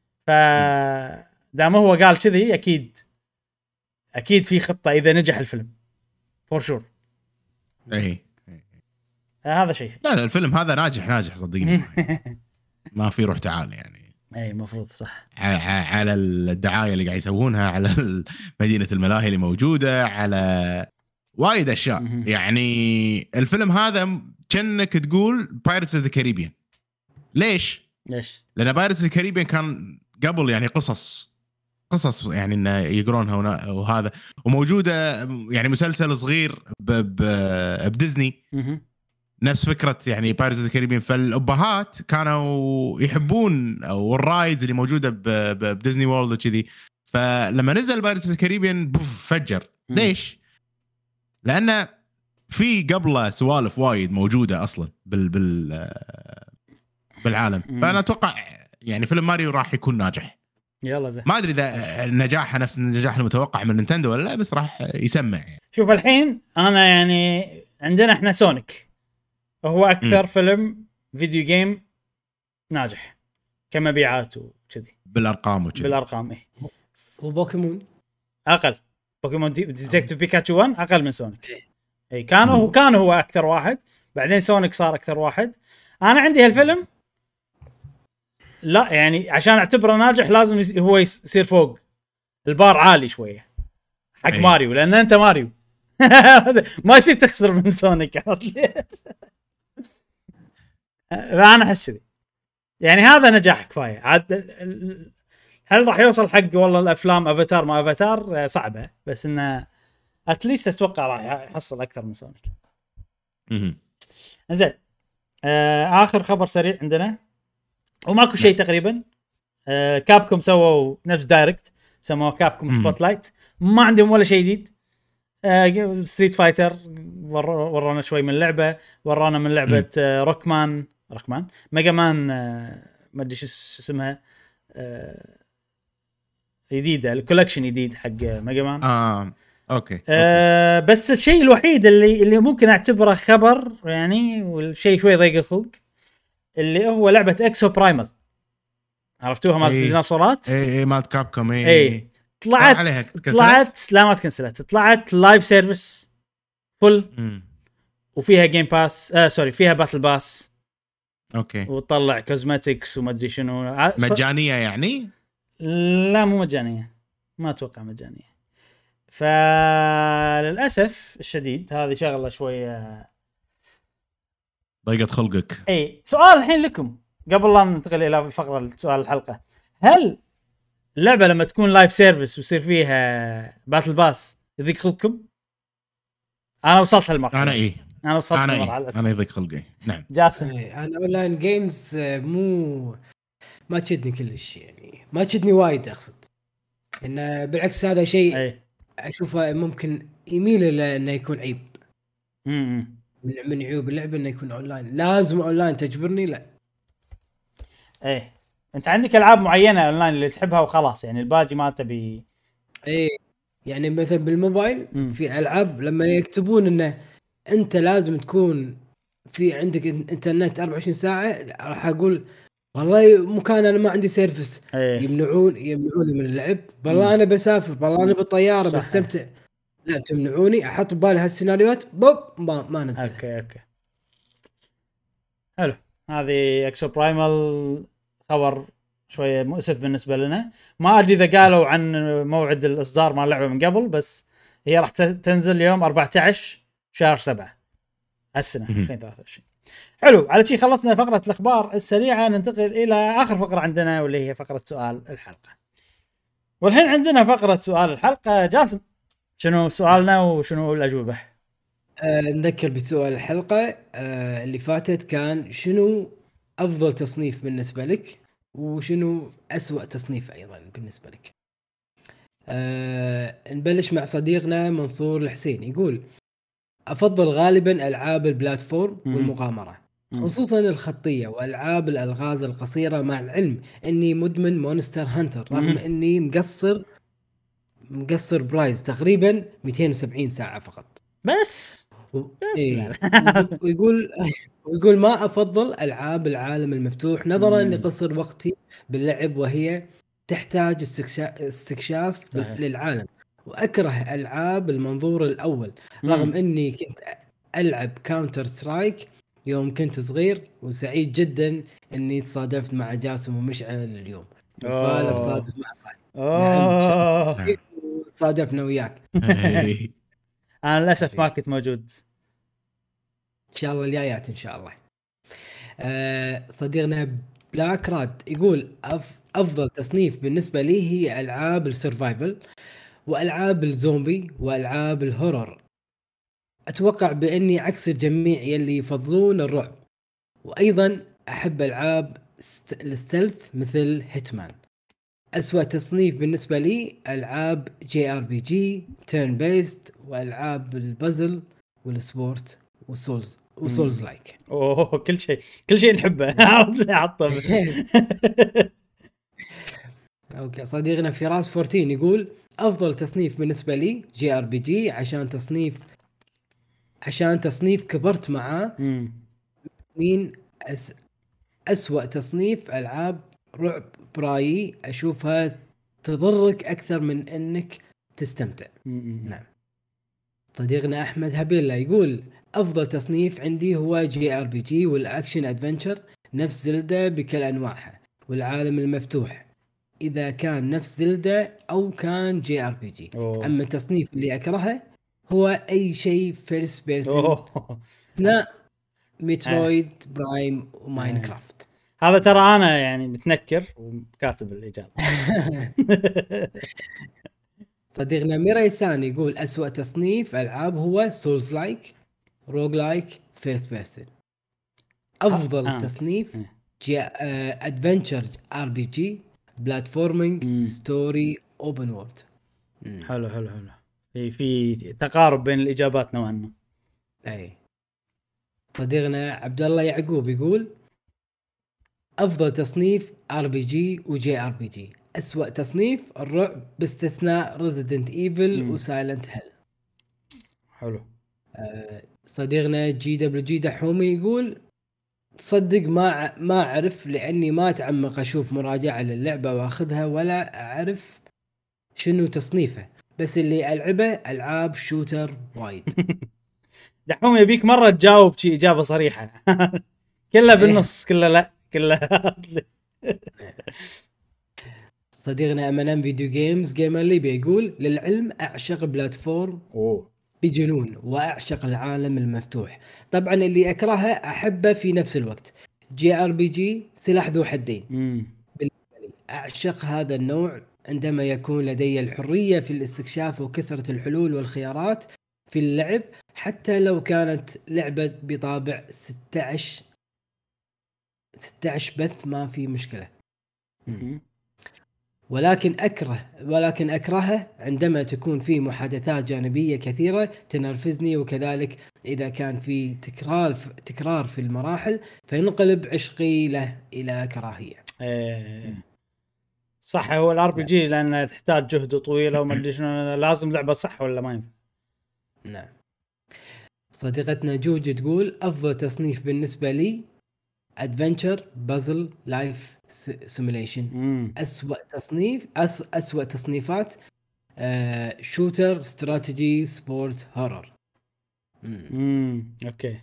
فدام هو قال كذي أكيد أكيد في خطة إذا نجح الفيلم فور شور. إيه هذا شيء. لا لا الفيلم هذا ناجح ناجح صدقني. ما في روح تعال يعني. اي مفروض صح على الدعايه اللي قاعد يسوونها، على مدينه الملاهي اللي موجوده، على وايد اشياء يعني. الفيلم هذا كأنك تقول بايرتس اوف ذا كاريبيان. ليش ليش لان بايرتس اوف ذا كاريبيان كان قبل يعني قصص قصص يعني انه يقرونها وهذا، وموجوده يعني مسلسل صغير بديزني نفس فكره يعني بايرتس اوف ذا كاريبيان. فالابهات كانوا يحبون او الرايدز اللي موجوده بديزني وورلد وكذي. فلما نزل بايرتس اوف ذا كاريبيان فجر. ليش؟ لانه في قبله سوالف وايد موجوده اصلا بال بال بالعالم. فانا اتوقع يعني فيلم ماريو راح يكون ناجح. يلا زين. ما ادري اذا نجاحه نفس النجاح المتوقع من نينتندو ولا لا، بس راح يسمع يعني. شوف الحين انا يعني عندنا احنا سونيك هو اكثر م. فيلم فيديو جيم ناجح كمبيعات وكذي بالارقام وكذي. بالارقام ايه. وبوكيمون اقل. بوكيمون ديتكتيف بيكاتشو واحد اقل من سونيك. اي كانوا هو كان هو اكثر واحد، بعدين سونيك صار اكثر واحد. انا عندي هالفيلم لا يعني عشان اعتبره ناجح لازم هو يصير فوق البار عالي شويه حق أيه. ماريو، لان انت ماريو ما يصير تخسر من سونيك. فانا احس كذي يعني هذا نجاح كفايه. عاد هل راح يوصل حق والله الافلام افاتار ما افاتار صعبه، بس انه اتليست اتوقع راح يحصل اكثر من سونيك. اها زين. آه اخر خبر سريع عندنا وماكو شيء تقريبا. آه كابكوم سووا نفس دايركت، سموه كابكوم سبوت لايت. ما عندهم ولا شيء جديد. آه ستريت فايتر ورانا شوي من اللعبه، ورانا من لعبه آه روكمان روكمان ميجا مان آه ما ادري شو اسمها آه جديده الكولكشن جديد حق ميجا مان. اه اوكي, آه أوكي. بس الشيء الوحيد اللي اللي ممكن اعتبره خبر يعني والشيء شوي ضيق الخلق اللي هو لعبه اكسو برايمال. عرفتوها مالت ايه الديناصورات؟ اي اي مالت كابكوم. اي ايه طلعت طلعت لا ما تكنسلت. طلعت لايف سيرفيس فل وفيها جيم باس آه سوري فيها باتل باس. اوكي. وتطلع كوزماتكس وما ادري شنو. مجانيه يعني؟ لا مو مجانيه، ما اتوقع مجانيه. فللاسف الشديد هذه شغله شويه ضيقت خلقك. اي سؤال الحين لكم قبل لا ننتقل الى فقره سؤال الحلقه. هل اللعبه لما تكون لايف سيرفيس ويصير فيها باتل باس يضيق خلقكم؟ انا وصلت هالمرحله. انا ايه انا وصلت انا هالمرحله. إيه؟ انا يضيق خلقي. نعم جاسم. انا اونلاين جيمز مو ما تشدني كلش يعني ما تشدني وايد اقصد انه بالعكس هذا شيء أي. اشوفه ممكن يميل الى انه يكون عيب. امم من من عيوب اللعبه انه يكون اونلاين. لازم اونلاين تجبرني؟ لا. ايه انت عندك العاب معينه اونلاين اللي تحبها وخلاص يعني الباقي ما تبي. ايه يعني مثلا بالموبايل مم. في العاب لما يكتبون انه انت لازم تكون في عندك انترنت أربعة وعشرين ساعه راح اقول والله مكان انا ما عندي سيرفس. أيه. يمنعون يمنعوني من اللعب. والله انا بسافر والله انا بالطياره بستمتع. لا تمنعوني. احط ببالي هالسيناريوهات بوب ما, ما نزل. اوكي اوكي حلو. هذه اكسو برايمال خبر شويه مؤسف بالنسبه لنا. ما ادري اذا قالوا عن موعد الاصدار مال اللعبه من قبل، بس هي راح تنزل يوم أربعة عشر شهر سبعة السنه ألفين وثلاثة وعشرين. حلو. على شيء خلصنا فقره الاخبار السريعه، ننتقل الى اخر فقره عندنا واللي هي فقره سؤال الحلقه. والحين عندنا فقره سؤال الحلقه. جاسم شنو سؤالنا وشنو الاجوبه؟ أه نذكر بسؤال الحلقه أه اللي فاتت كان شنو افضل تصنيف بالنسبه لك وشنو أسوأ تصنيف ايضا بالنسبه لك. أه نبلش مع صديقنا منصور الحسين يقول افضل غالبا العاب البلاتفورم والمغامره خصوصا الخطيه والعاب الالغاز القصيره، مع العلم اني مدمن مونستر هانتر رغم اني مقصر مقصر برايز تقريبا مئتين وسبعين ساعه فقط بس و... بس إيه. ويقول ويقول ما افضل العاب العالم المفتوح نظرا لقصر وقتي باللعب وهي تحتاج استكشاف, استكشاف للعالم، واكره العاب المنظور الاول رغم مم. اني كنت العب كاونتر سترايك يوم كنت صغير، وسعيد جدا اني تصادفت مع جاسم ومشعل اليوم. فلا تصادف مع نعم صادفنا وياك. انا للاسف ما كنت موجود. ان شاء الله الجايات ان شاء الله. أه صديقنا بلاك راد يقول أف افضل تصنيف بالنسبه لي هي العاب السرفايفل والعاب الزومبي والعاب الهورر. اتوقع باني عكس الجميع يلي يفضلون الرعب، وايضا احب العاب الستلث مثل هيتمان. اسوأ تصنيف بالنسبه لي العاب جي ار بي جي تيرن بيست، والعاب البازل والسبورت وسولز وسولز لايك. اوه كل شيء كل شيء نحبه حطه. اوكي صديقنا فراس أربعة عشر يقول افضل تصنيف بالنسبه لي جي ار بي جي عشان تصنيف عشان تصنيف كبرت معاه. مين أس أسوأ تصنيف العاب رعب برايي اشوفها تضرك اكثر من انك تستمتع. نعم. صديقنا احمد هبيلا يقول افضل تصنيف عندي هو جي ار بي جي والاكشن ادفنتشر نفس زلدة بكل انواعها والعالم المفتوح اذا كان نفس زلدة او كان جي ار بي جي. اما التصنيف اللي اكرهه هو اي شيء فيرست بيرسون لا ميترويد برايم وماينكرافت. هذا ترى انا يعني متنكر وكاتب الاجابه. صديقنا ميرايسان يقول أسوأ تصنيف ألعاب هو سولز لايك روج لايك فيرست بيرسون. أفضل آه. تصنيف جي أدفنتشر ار بي جي بلاتفورمينج ستوري اوبن وورد. حلو حلو حلو في في تقارب بين الإجابات نوعا ما. أي. صديقنا عبد الله يعقوب يقول أفضل تصنيف ار بي جي وجي ار بي جي. أسوأ تصنيف الرعب باستثناء ريزيدنت ايفل وسايلنت هيل. حلو. آه صديقنا جي دبليو جي دحومي يقول تصدق ما ما اعرف لاني ما اتعمق اشوف مراجعه للعبه واخذها ولا اعرف شنو تصنيفه، بس اللي العبه العاب شوتر وايد. دحومي يبيك مره تجاوب شيء اجابه صريحه. كلها بالنص كلها لا كلها. صديقنا امانام فيديو جيمز جيمر ليبيا يقول للعلم اعشق بلاتفورم اوه بجنون واعشق العالم المفتوح. طبعا اللي اكرهه احبه في نفس الوقت. جي ار بي جي سلاح ذو حدين. بالنسبه لي اعشق هذا النوع عندما يكون لدي الحريه في الاستكشاف وكثره الحلول والخيارات في اللعب، حتى لو كانت لعبه بطابع ستة عشر ستة عشر بث ما في مشكله. ولكن أكره ولكن أكرهه عندما تكون في محادثات جانبية كثيرة تنرفزني، وكذلك إذا كان في تكرار تكرار في المراحل فينقلب عشقي له إلى كراهية. إيه. صح هو الار بي جي لأنه تحتاج جهد طويلة وما أدري شنو لازم لعبة صح ولا ما ينفع. نعم. صديقتنا جوج تقول أفضل تصنيف بالنسبة لي ادفنتشر بازل لايف سيميليشن. اسوأ تصنيف أس اسوأ تصنيفات آه شوتر استراتيجي سبورت هورر. امم اوكي.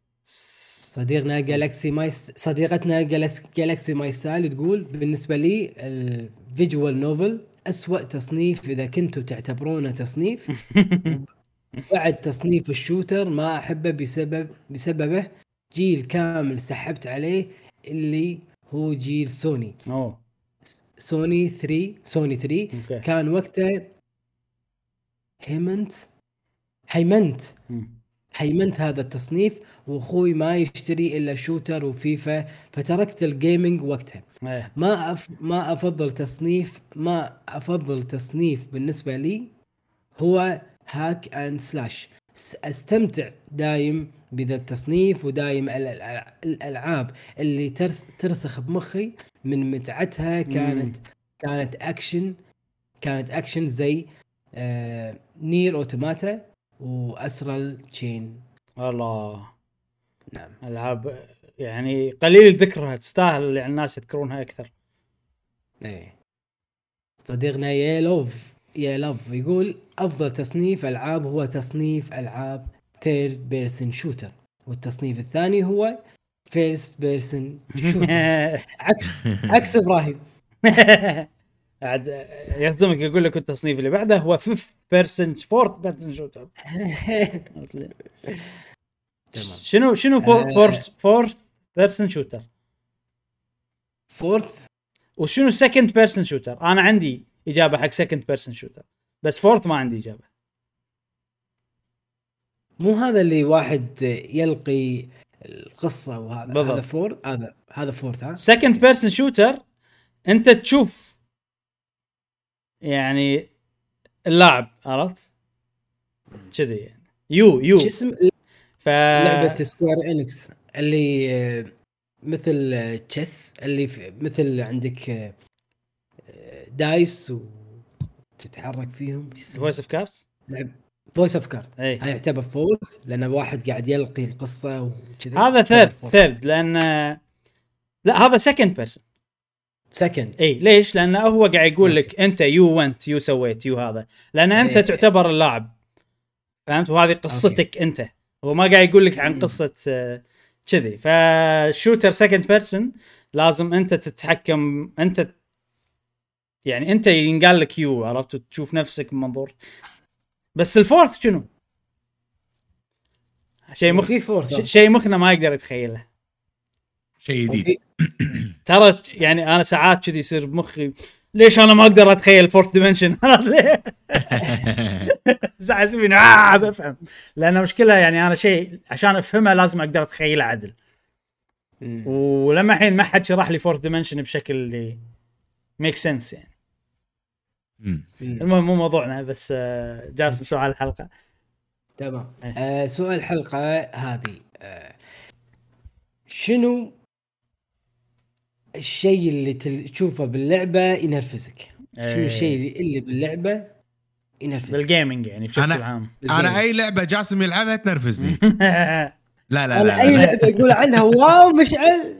صديقنا جالكسي مايس صديقتنا جالكسي ماي ستايل تقول بالنسبه لي الفيجوال نوفل اسوأ تصنيف اذا كنتوا تعتبرونه تصنيف. بعد تصنيف الشوتر ما احبه بسبب بسببه جيل كامل سحبت عليه اللي هو جيل سوني. أوه. سوني ثري سوني ثري أوكي. كان وقته هيمنت هيمنت هيمنت هذا التصنيف، واخوي ما يشتري الا شوتر وفيفا فتركت الجيمنج وقتها. أيه. ما أف... ما افضل تصنيف ما افضل تصنيف بالنسبه لي هو هاك اند سلاش. استمتع دايم بذا التصنيف، ودايم الالعاب اللي ترس ترسخ بمخي من متعتها كانت مم. كانت اكشن كانت اكشن زي آه نير اوتوماتا واسرل تشين. الله. نعم. العاب يعني قليل ذكرها تستاهل يعني الناس يذكرونها اكثر. ايه. صديقنا يا لوف يا لوف يقول افضل تصنيف العاب هو تصنيف العاب ثيرد بيرسون شوتر، والتصنيف الثاني هو فيرست بيرسون شوتر. عكس عكس ابراهيم. عاد يهزمك يقول لك التصنيف اللي بعده هو فيفث بيرسون فورث بيرسون شوتر. تمام. شنو شنو فورث فورث بيرسون شوتر فورث وشنو سكند بيرسون شوتر؟ انا عندي اجابه حق سكند بيرسون شوتر بس فورث ما عندي اجابه. مو هذا اللي واحد يلقي القصه وهذا بالضبط. هذا فور هذا هذا فورث ها سكند بيرسون شوتر انت تشوف يعني اللاعب، عرفت كذي يعني يو يو شو اسم ف لعبه سكوير انكس اللي آه، مثل تشيس اللي في مثل عندك آه، دايس وتتحرك فيهم. فويس اوف كاردز لعب فويس اوف كارد اي هاي يعتبر فورث لان واحد قاعد يلقي القصه وكذا. هذا ثيرد ثيرد لان لا هذا سكند بيرسون سكند. اي ليش؟ لانه هو قاعد يقول لك انت يو ونت يو سويت يو هذا، لان انت إيه. تعتبر اللاعب، فهمت؟ وهذه قصتك أوكي. انت هو ما قاعد يقول لك عن قصه كذي. فالشوتر سكند بيرسون لازم انت تتحكم، انت يعني انت ينقال لك يو، عرفت؟ تشوف نفسك من منظور. بس الفورث شنو؟ شيء مخ شيء مخنا ما يقدر يتخيله، شيء جديد. ترى يعني انا ساعات كذي يصير بمخي ليش انا ما اقدر اتخيل فورث ديمنشن. ساعات اسمي اه بفهم، لان مشكله يعني انا شيء عشان افهمه لازم اقدر اتخيله عدل. ولما الحين ما حد شرح لي فورث ديمنشن بشكل اللي ميك سنس يعني. المهم مو موضوعنا، بس جاسم سؤال الحلقه. تمام. آه سؤال الحلقه هذه آه شنو الشيء اللي تشوفه باللعبه ينرفزك؟ شنو الشيء اللي باللعبه ينرفزك بالجيمنج يعني بشكل أنا عام؟ انا اي لعبه جاسم يلعبها تنرفزني. لا لا لا, أنا لا, اي لا. لعبه يقول عنها واو مشعل.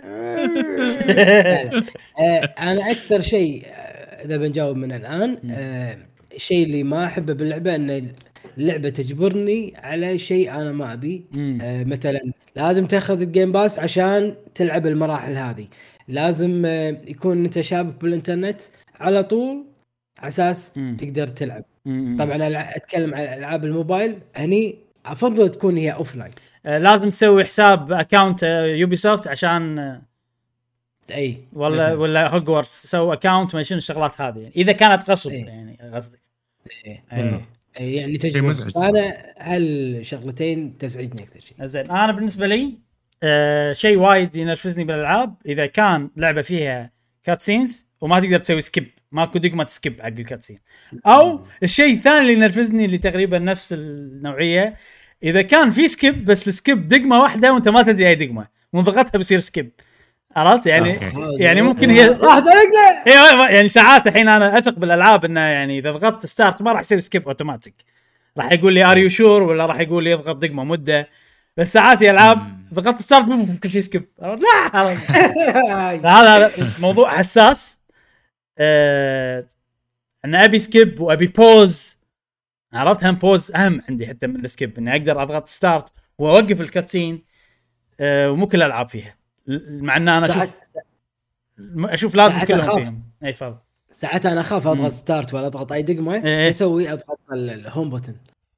آه انا اكثر شيء اذا بنجاوب من الان آه الشيء اللي ما احبه باللعبه ان اللعبه تجبرني على شيء انا ما ابي. آه مثلا لازم تاخذ الجيم باس عشان تلعب المراحل هذه، لازم آه يكون انت شابك بالانترنت على طول على اساس تقدر تلعب. مم. طبعا انا اتكلم عن العاب الموبايل، هني افضل تكون هي اوفلاين. آه لازم تسوي حساب اكاونت يوبي سوفت عشان آه اي ولا مثل. ولا هوجورتس سوي اكاونت ما شنو الشغلات هذه يعني اذا كانت غصب. أي. يعني قصدك اي أي. يعني تجربه انا هالشغلتين تزعجني اكثر شيء. زين انا بالنسبه لي آه شيء وايد ينرفزني بالالعاب اذا كان لعبه فيها كاتسينز وما تقدر تسوي سكيب، ماكو دقمه سكيب حق الكاتسين. او الشيء الثاني اللي ينرفزني اللي تقريبا نفس النوعيه، اذا كان في سكيب بس السكيب دقمه واحده وانت ما تدري اي دقمه ومن ضغطها بيصير سكيب، عرفت يعني؟ أوكي. يعني ممكن هي راح تلقى يعني ساعات الحين انا اثق بالالعاب انه يعني اذا ضغطت ستارت ما راح يسوي سكيب اوتوماتيك، راح يقول لي ار يو شور ولا راح يقول لي اضغط دقمه مده. بس ساعات الالعاب ضغطت ستارت كل شيء سكيب. لا هذا موضوع حساس. أه... انا ابي سكيب وابي بوز، عرفت؟ هم بوز اهم عندي حتى من السكيب، اني اقدر اضغط ستارت واوقف الكاتسين. أه... ومو كل الالعاب فيها، مع ان انا اشوف اشوف لازم كلهم فيهم. اي فضل ساعات انا اخاف اضغط ستارت ولا اضغط اي دقمه. إيه. اسوي اضغط الهوم بوتن.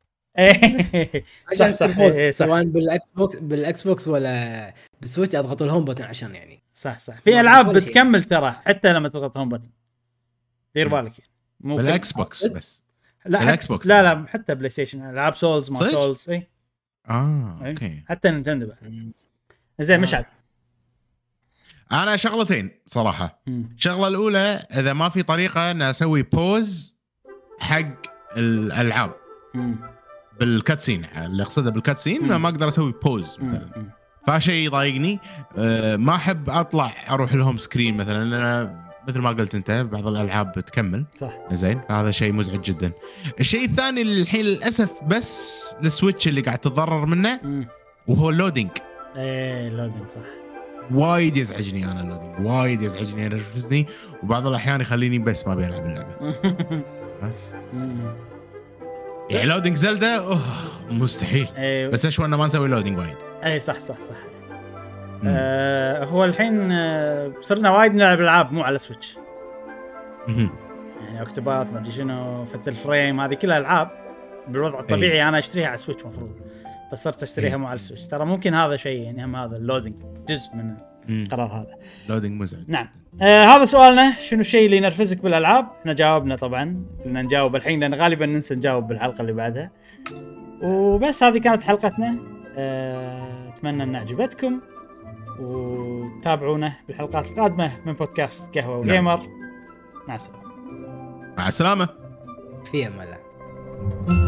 صح صح إيه سواء بالاكس بوكس بالاكس بوكس ولا بالسويتش اضغط الهوم بوتن عشان يعني صح صح. في العاب بتكمل ترى حتى لما تضغط هوم بوتن، دير بالك مو بالاكس بوكس بس. لا بالاكس بوكس لا لا حتى بلاي ستيشن العاب سولز ما سولز. اي اه اوكي حتى نينتندو. زين مشعل انا شغلتين صراحه. الشغله الاولى اذا ما في طريقه ان اسوي بوز حق الالعاب بالكاتسين، اللي اقصده بالكاتسين ما اقدر اسوي بوز مثلا، فشيء يضايقني. أه ما احب اطلع اروح الهوم سكرين مثلا، لان مثل ما قلت انت بعض الالعاب بتكمل صح. زين هذا شيء مزعج جدا. الشيء الثاني اللي الحين للاسف بس السويتش اللي قاعد تتضرر منه مم. وهو اللودينج. ايه اللودينج صح وايد يزعجني انا اللودينج، وايد يزعجني ينرفزني، وبعض الاحيان يخليني بس ما بيلعب اللعبه. يعني لودينج زلدا اوه مستحيل. أيوه. بس اشوى انه ما نسوي لودينج وايد. اي صح صح صح. آه هو الحين آه صرنا وايد نلعب العاب مو على سويتش. يعني اكتوباث ما ادري شنو فتل فريم هذه كلها العاب بالوضع الطبيعي. أيوه. انا اشتريها على سويتش مفروض، بس صرت اشتريها أيوه. مو على السويتش. ترى ممكن هذا شيء يعني هم هذا اللودينج جزء من القرار هذا. لودينج مزعج. نعم. آه هذا سؤالنا، شنو الشيء اللي ينرفزك بالالعاب؟ احنا جاوبنا طبعا، قلنا نجاوب الحين لان غالبا ننسى نجاوب بالحلقه اللي بعدها. وبس هذه كانت حلقتنا. أه... اتمنى ان عجبتكم وتابعونا بالحلقات القادمه من بودكاست قهوه وجيمر. مع السلامه. مع السلامه. في امان الله.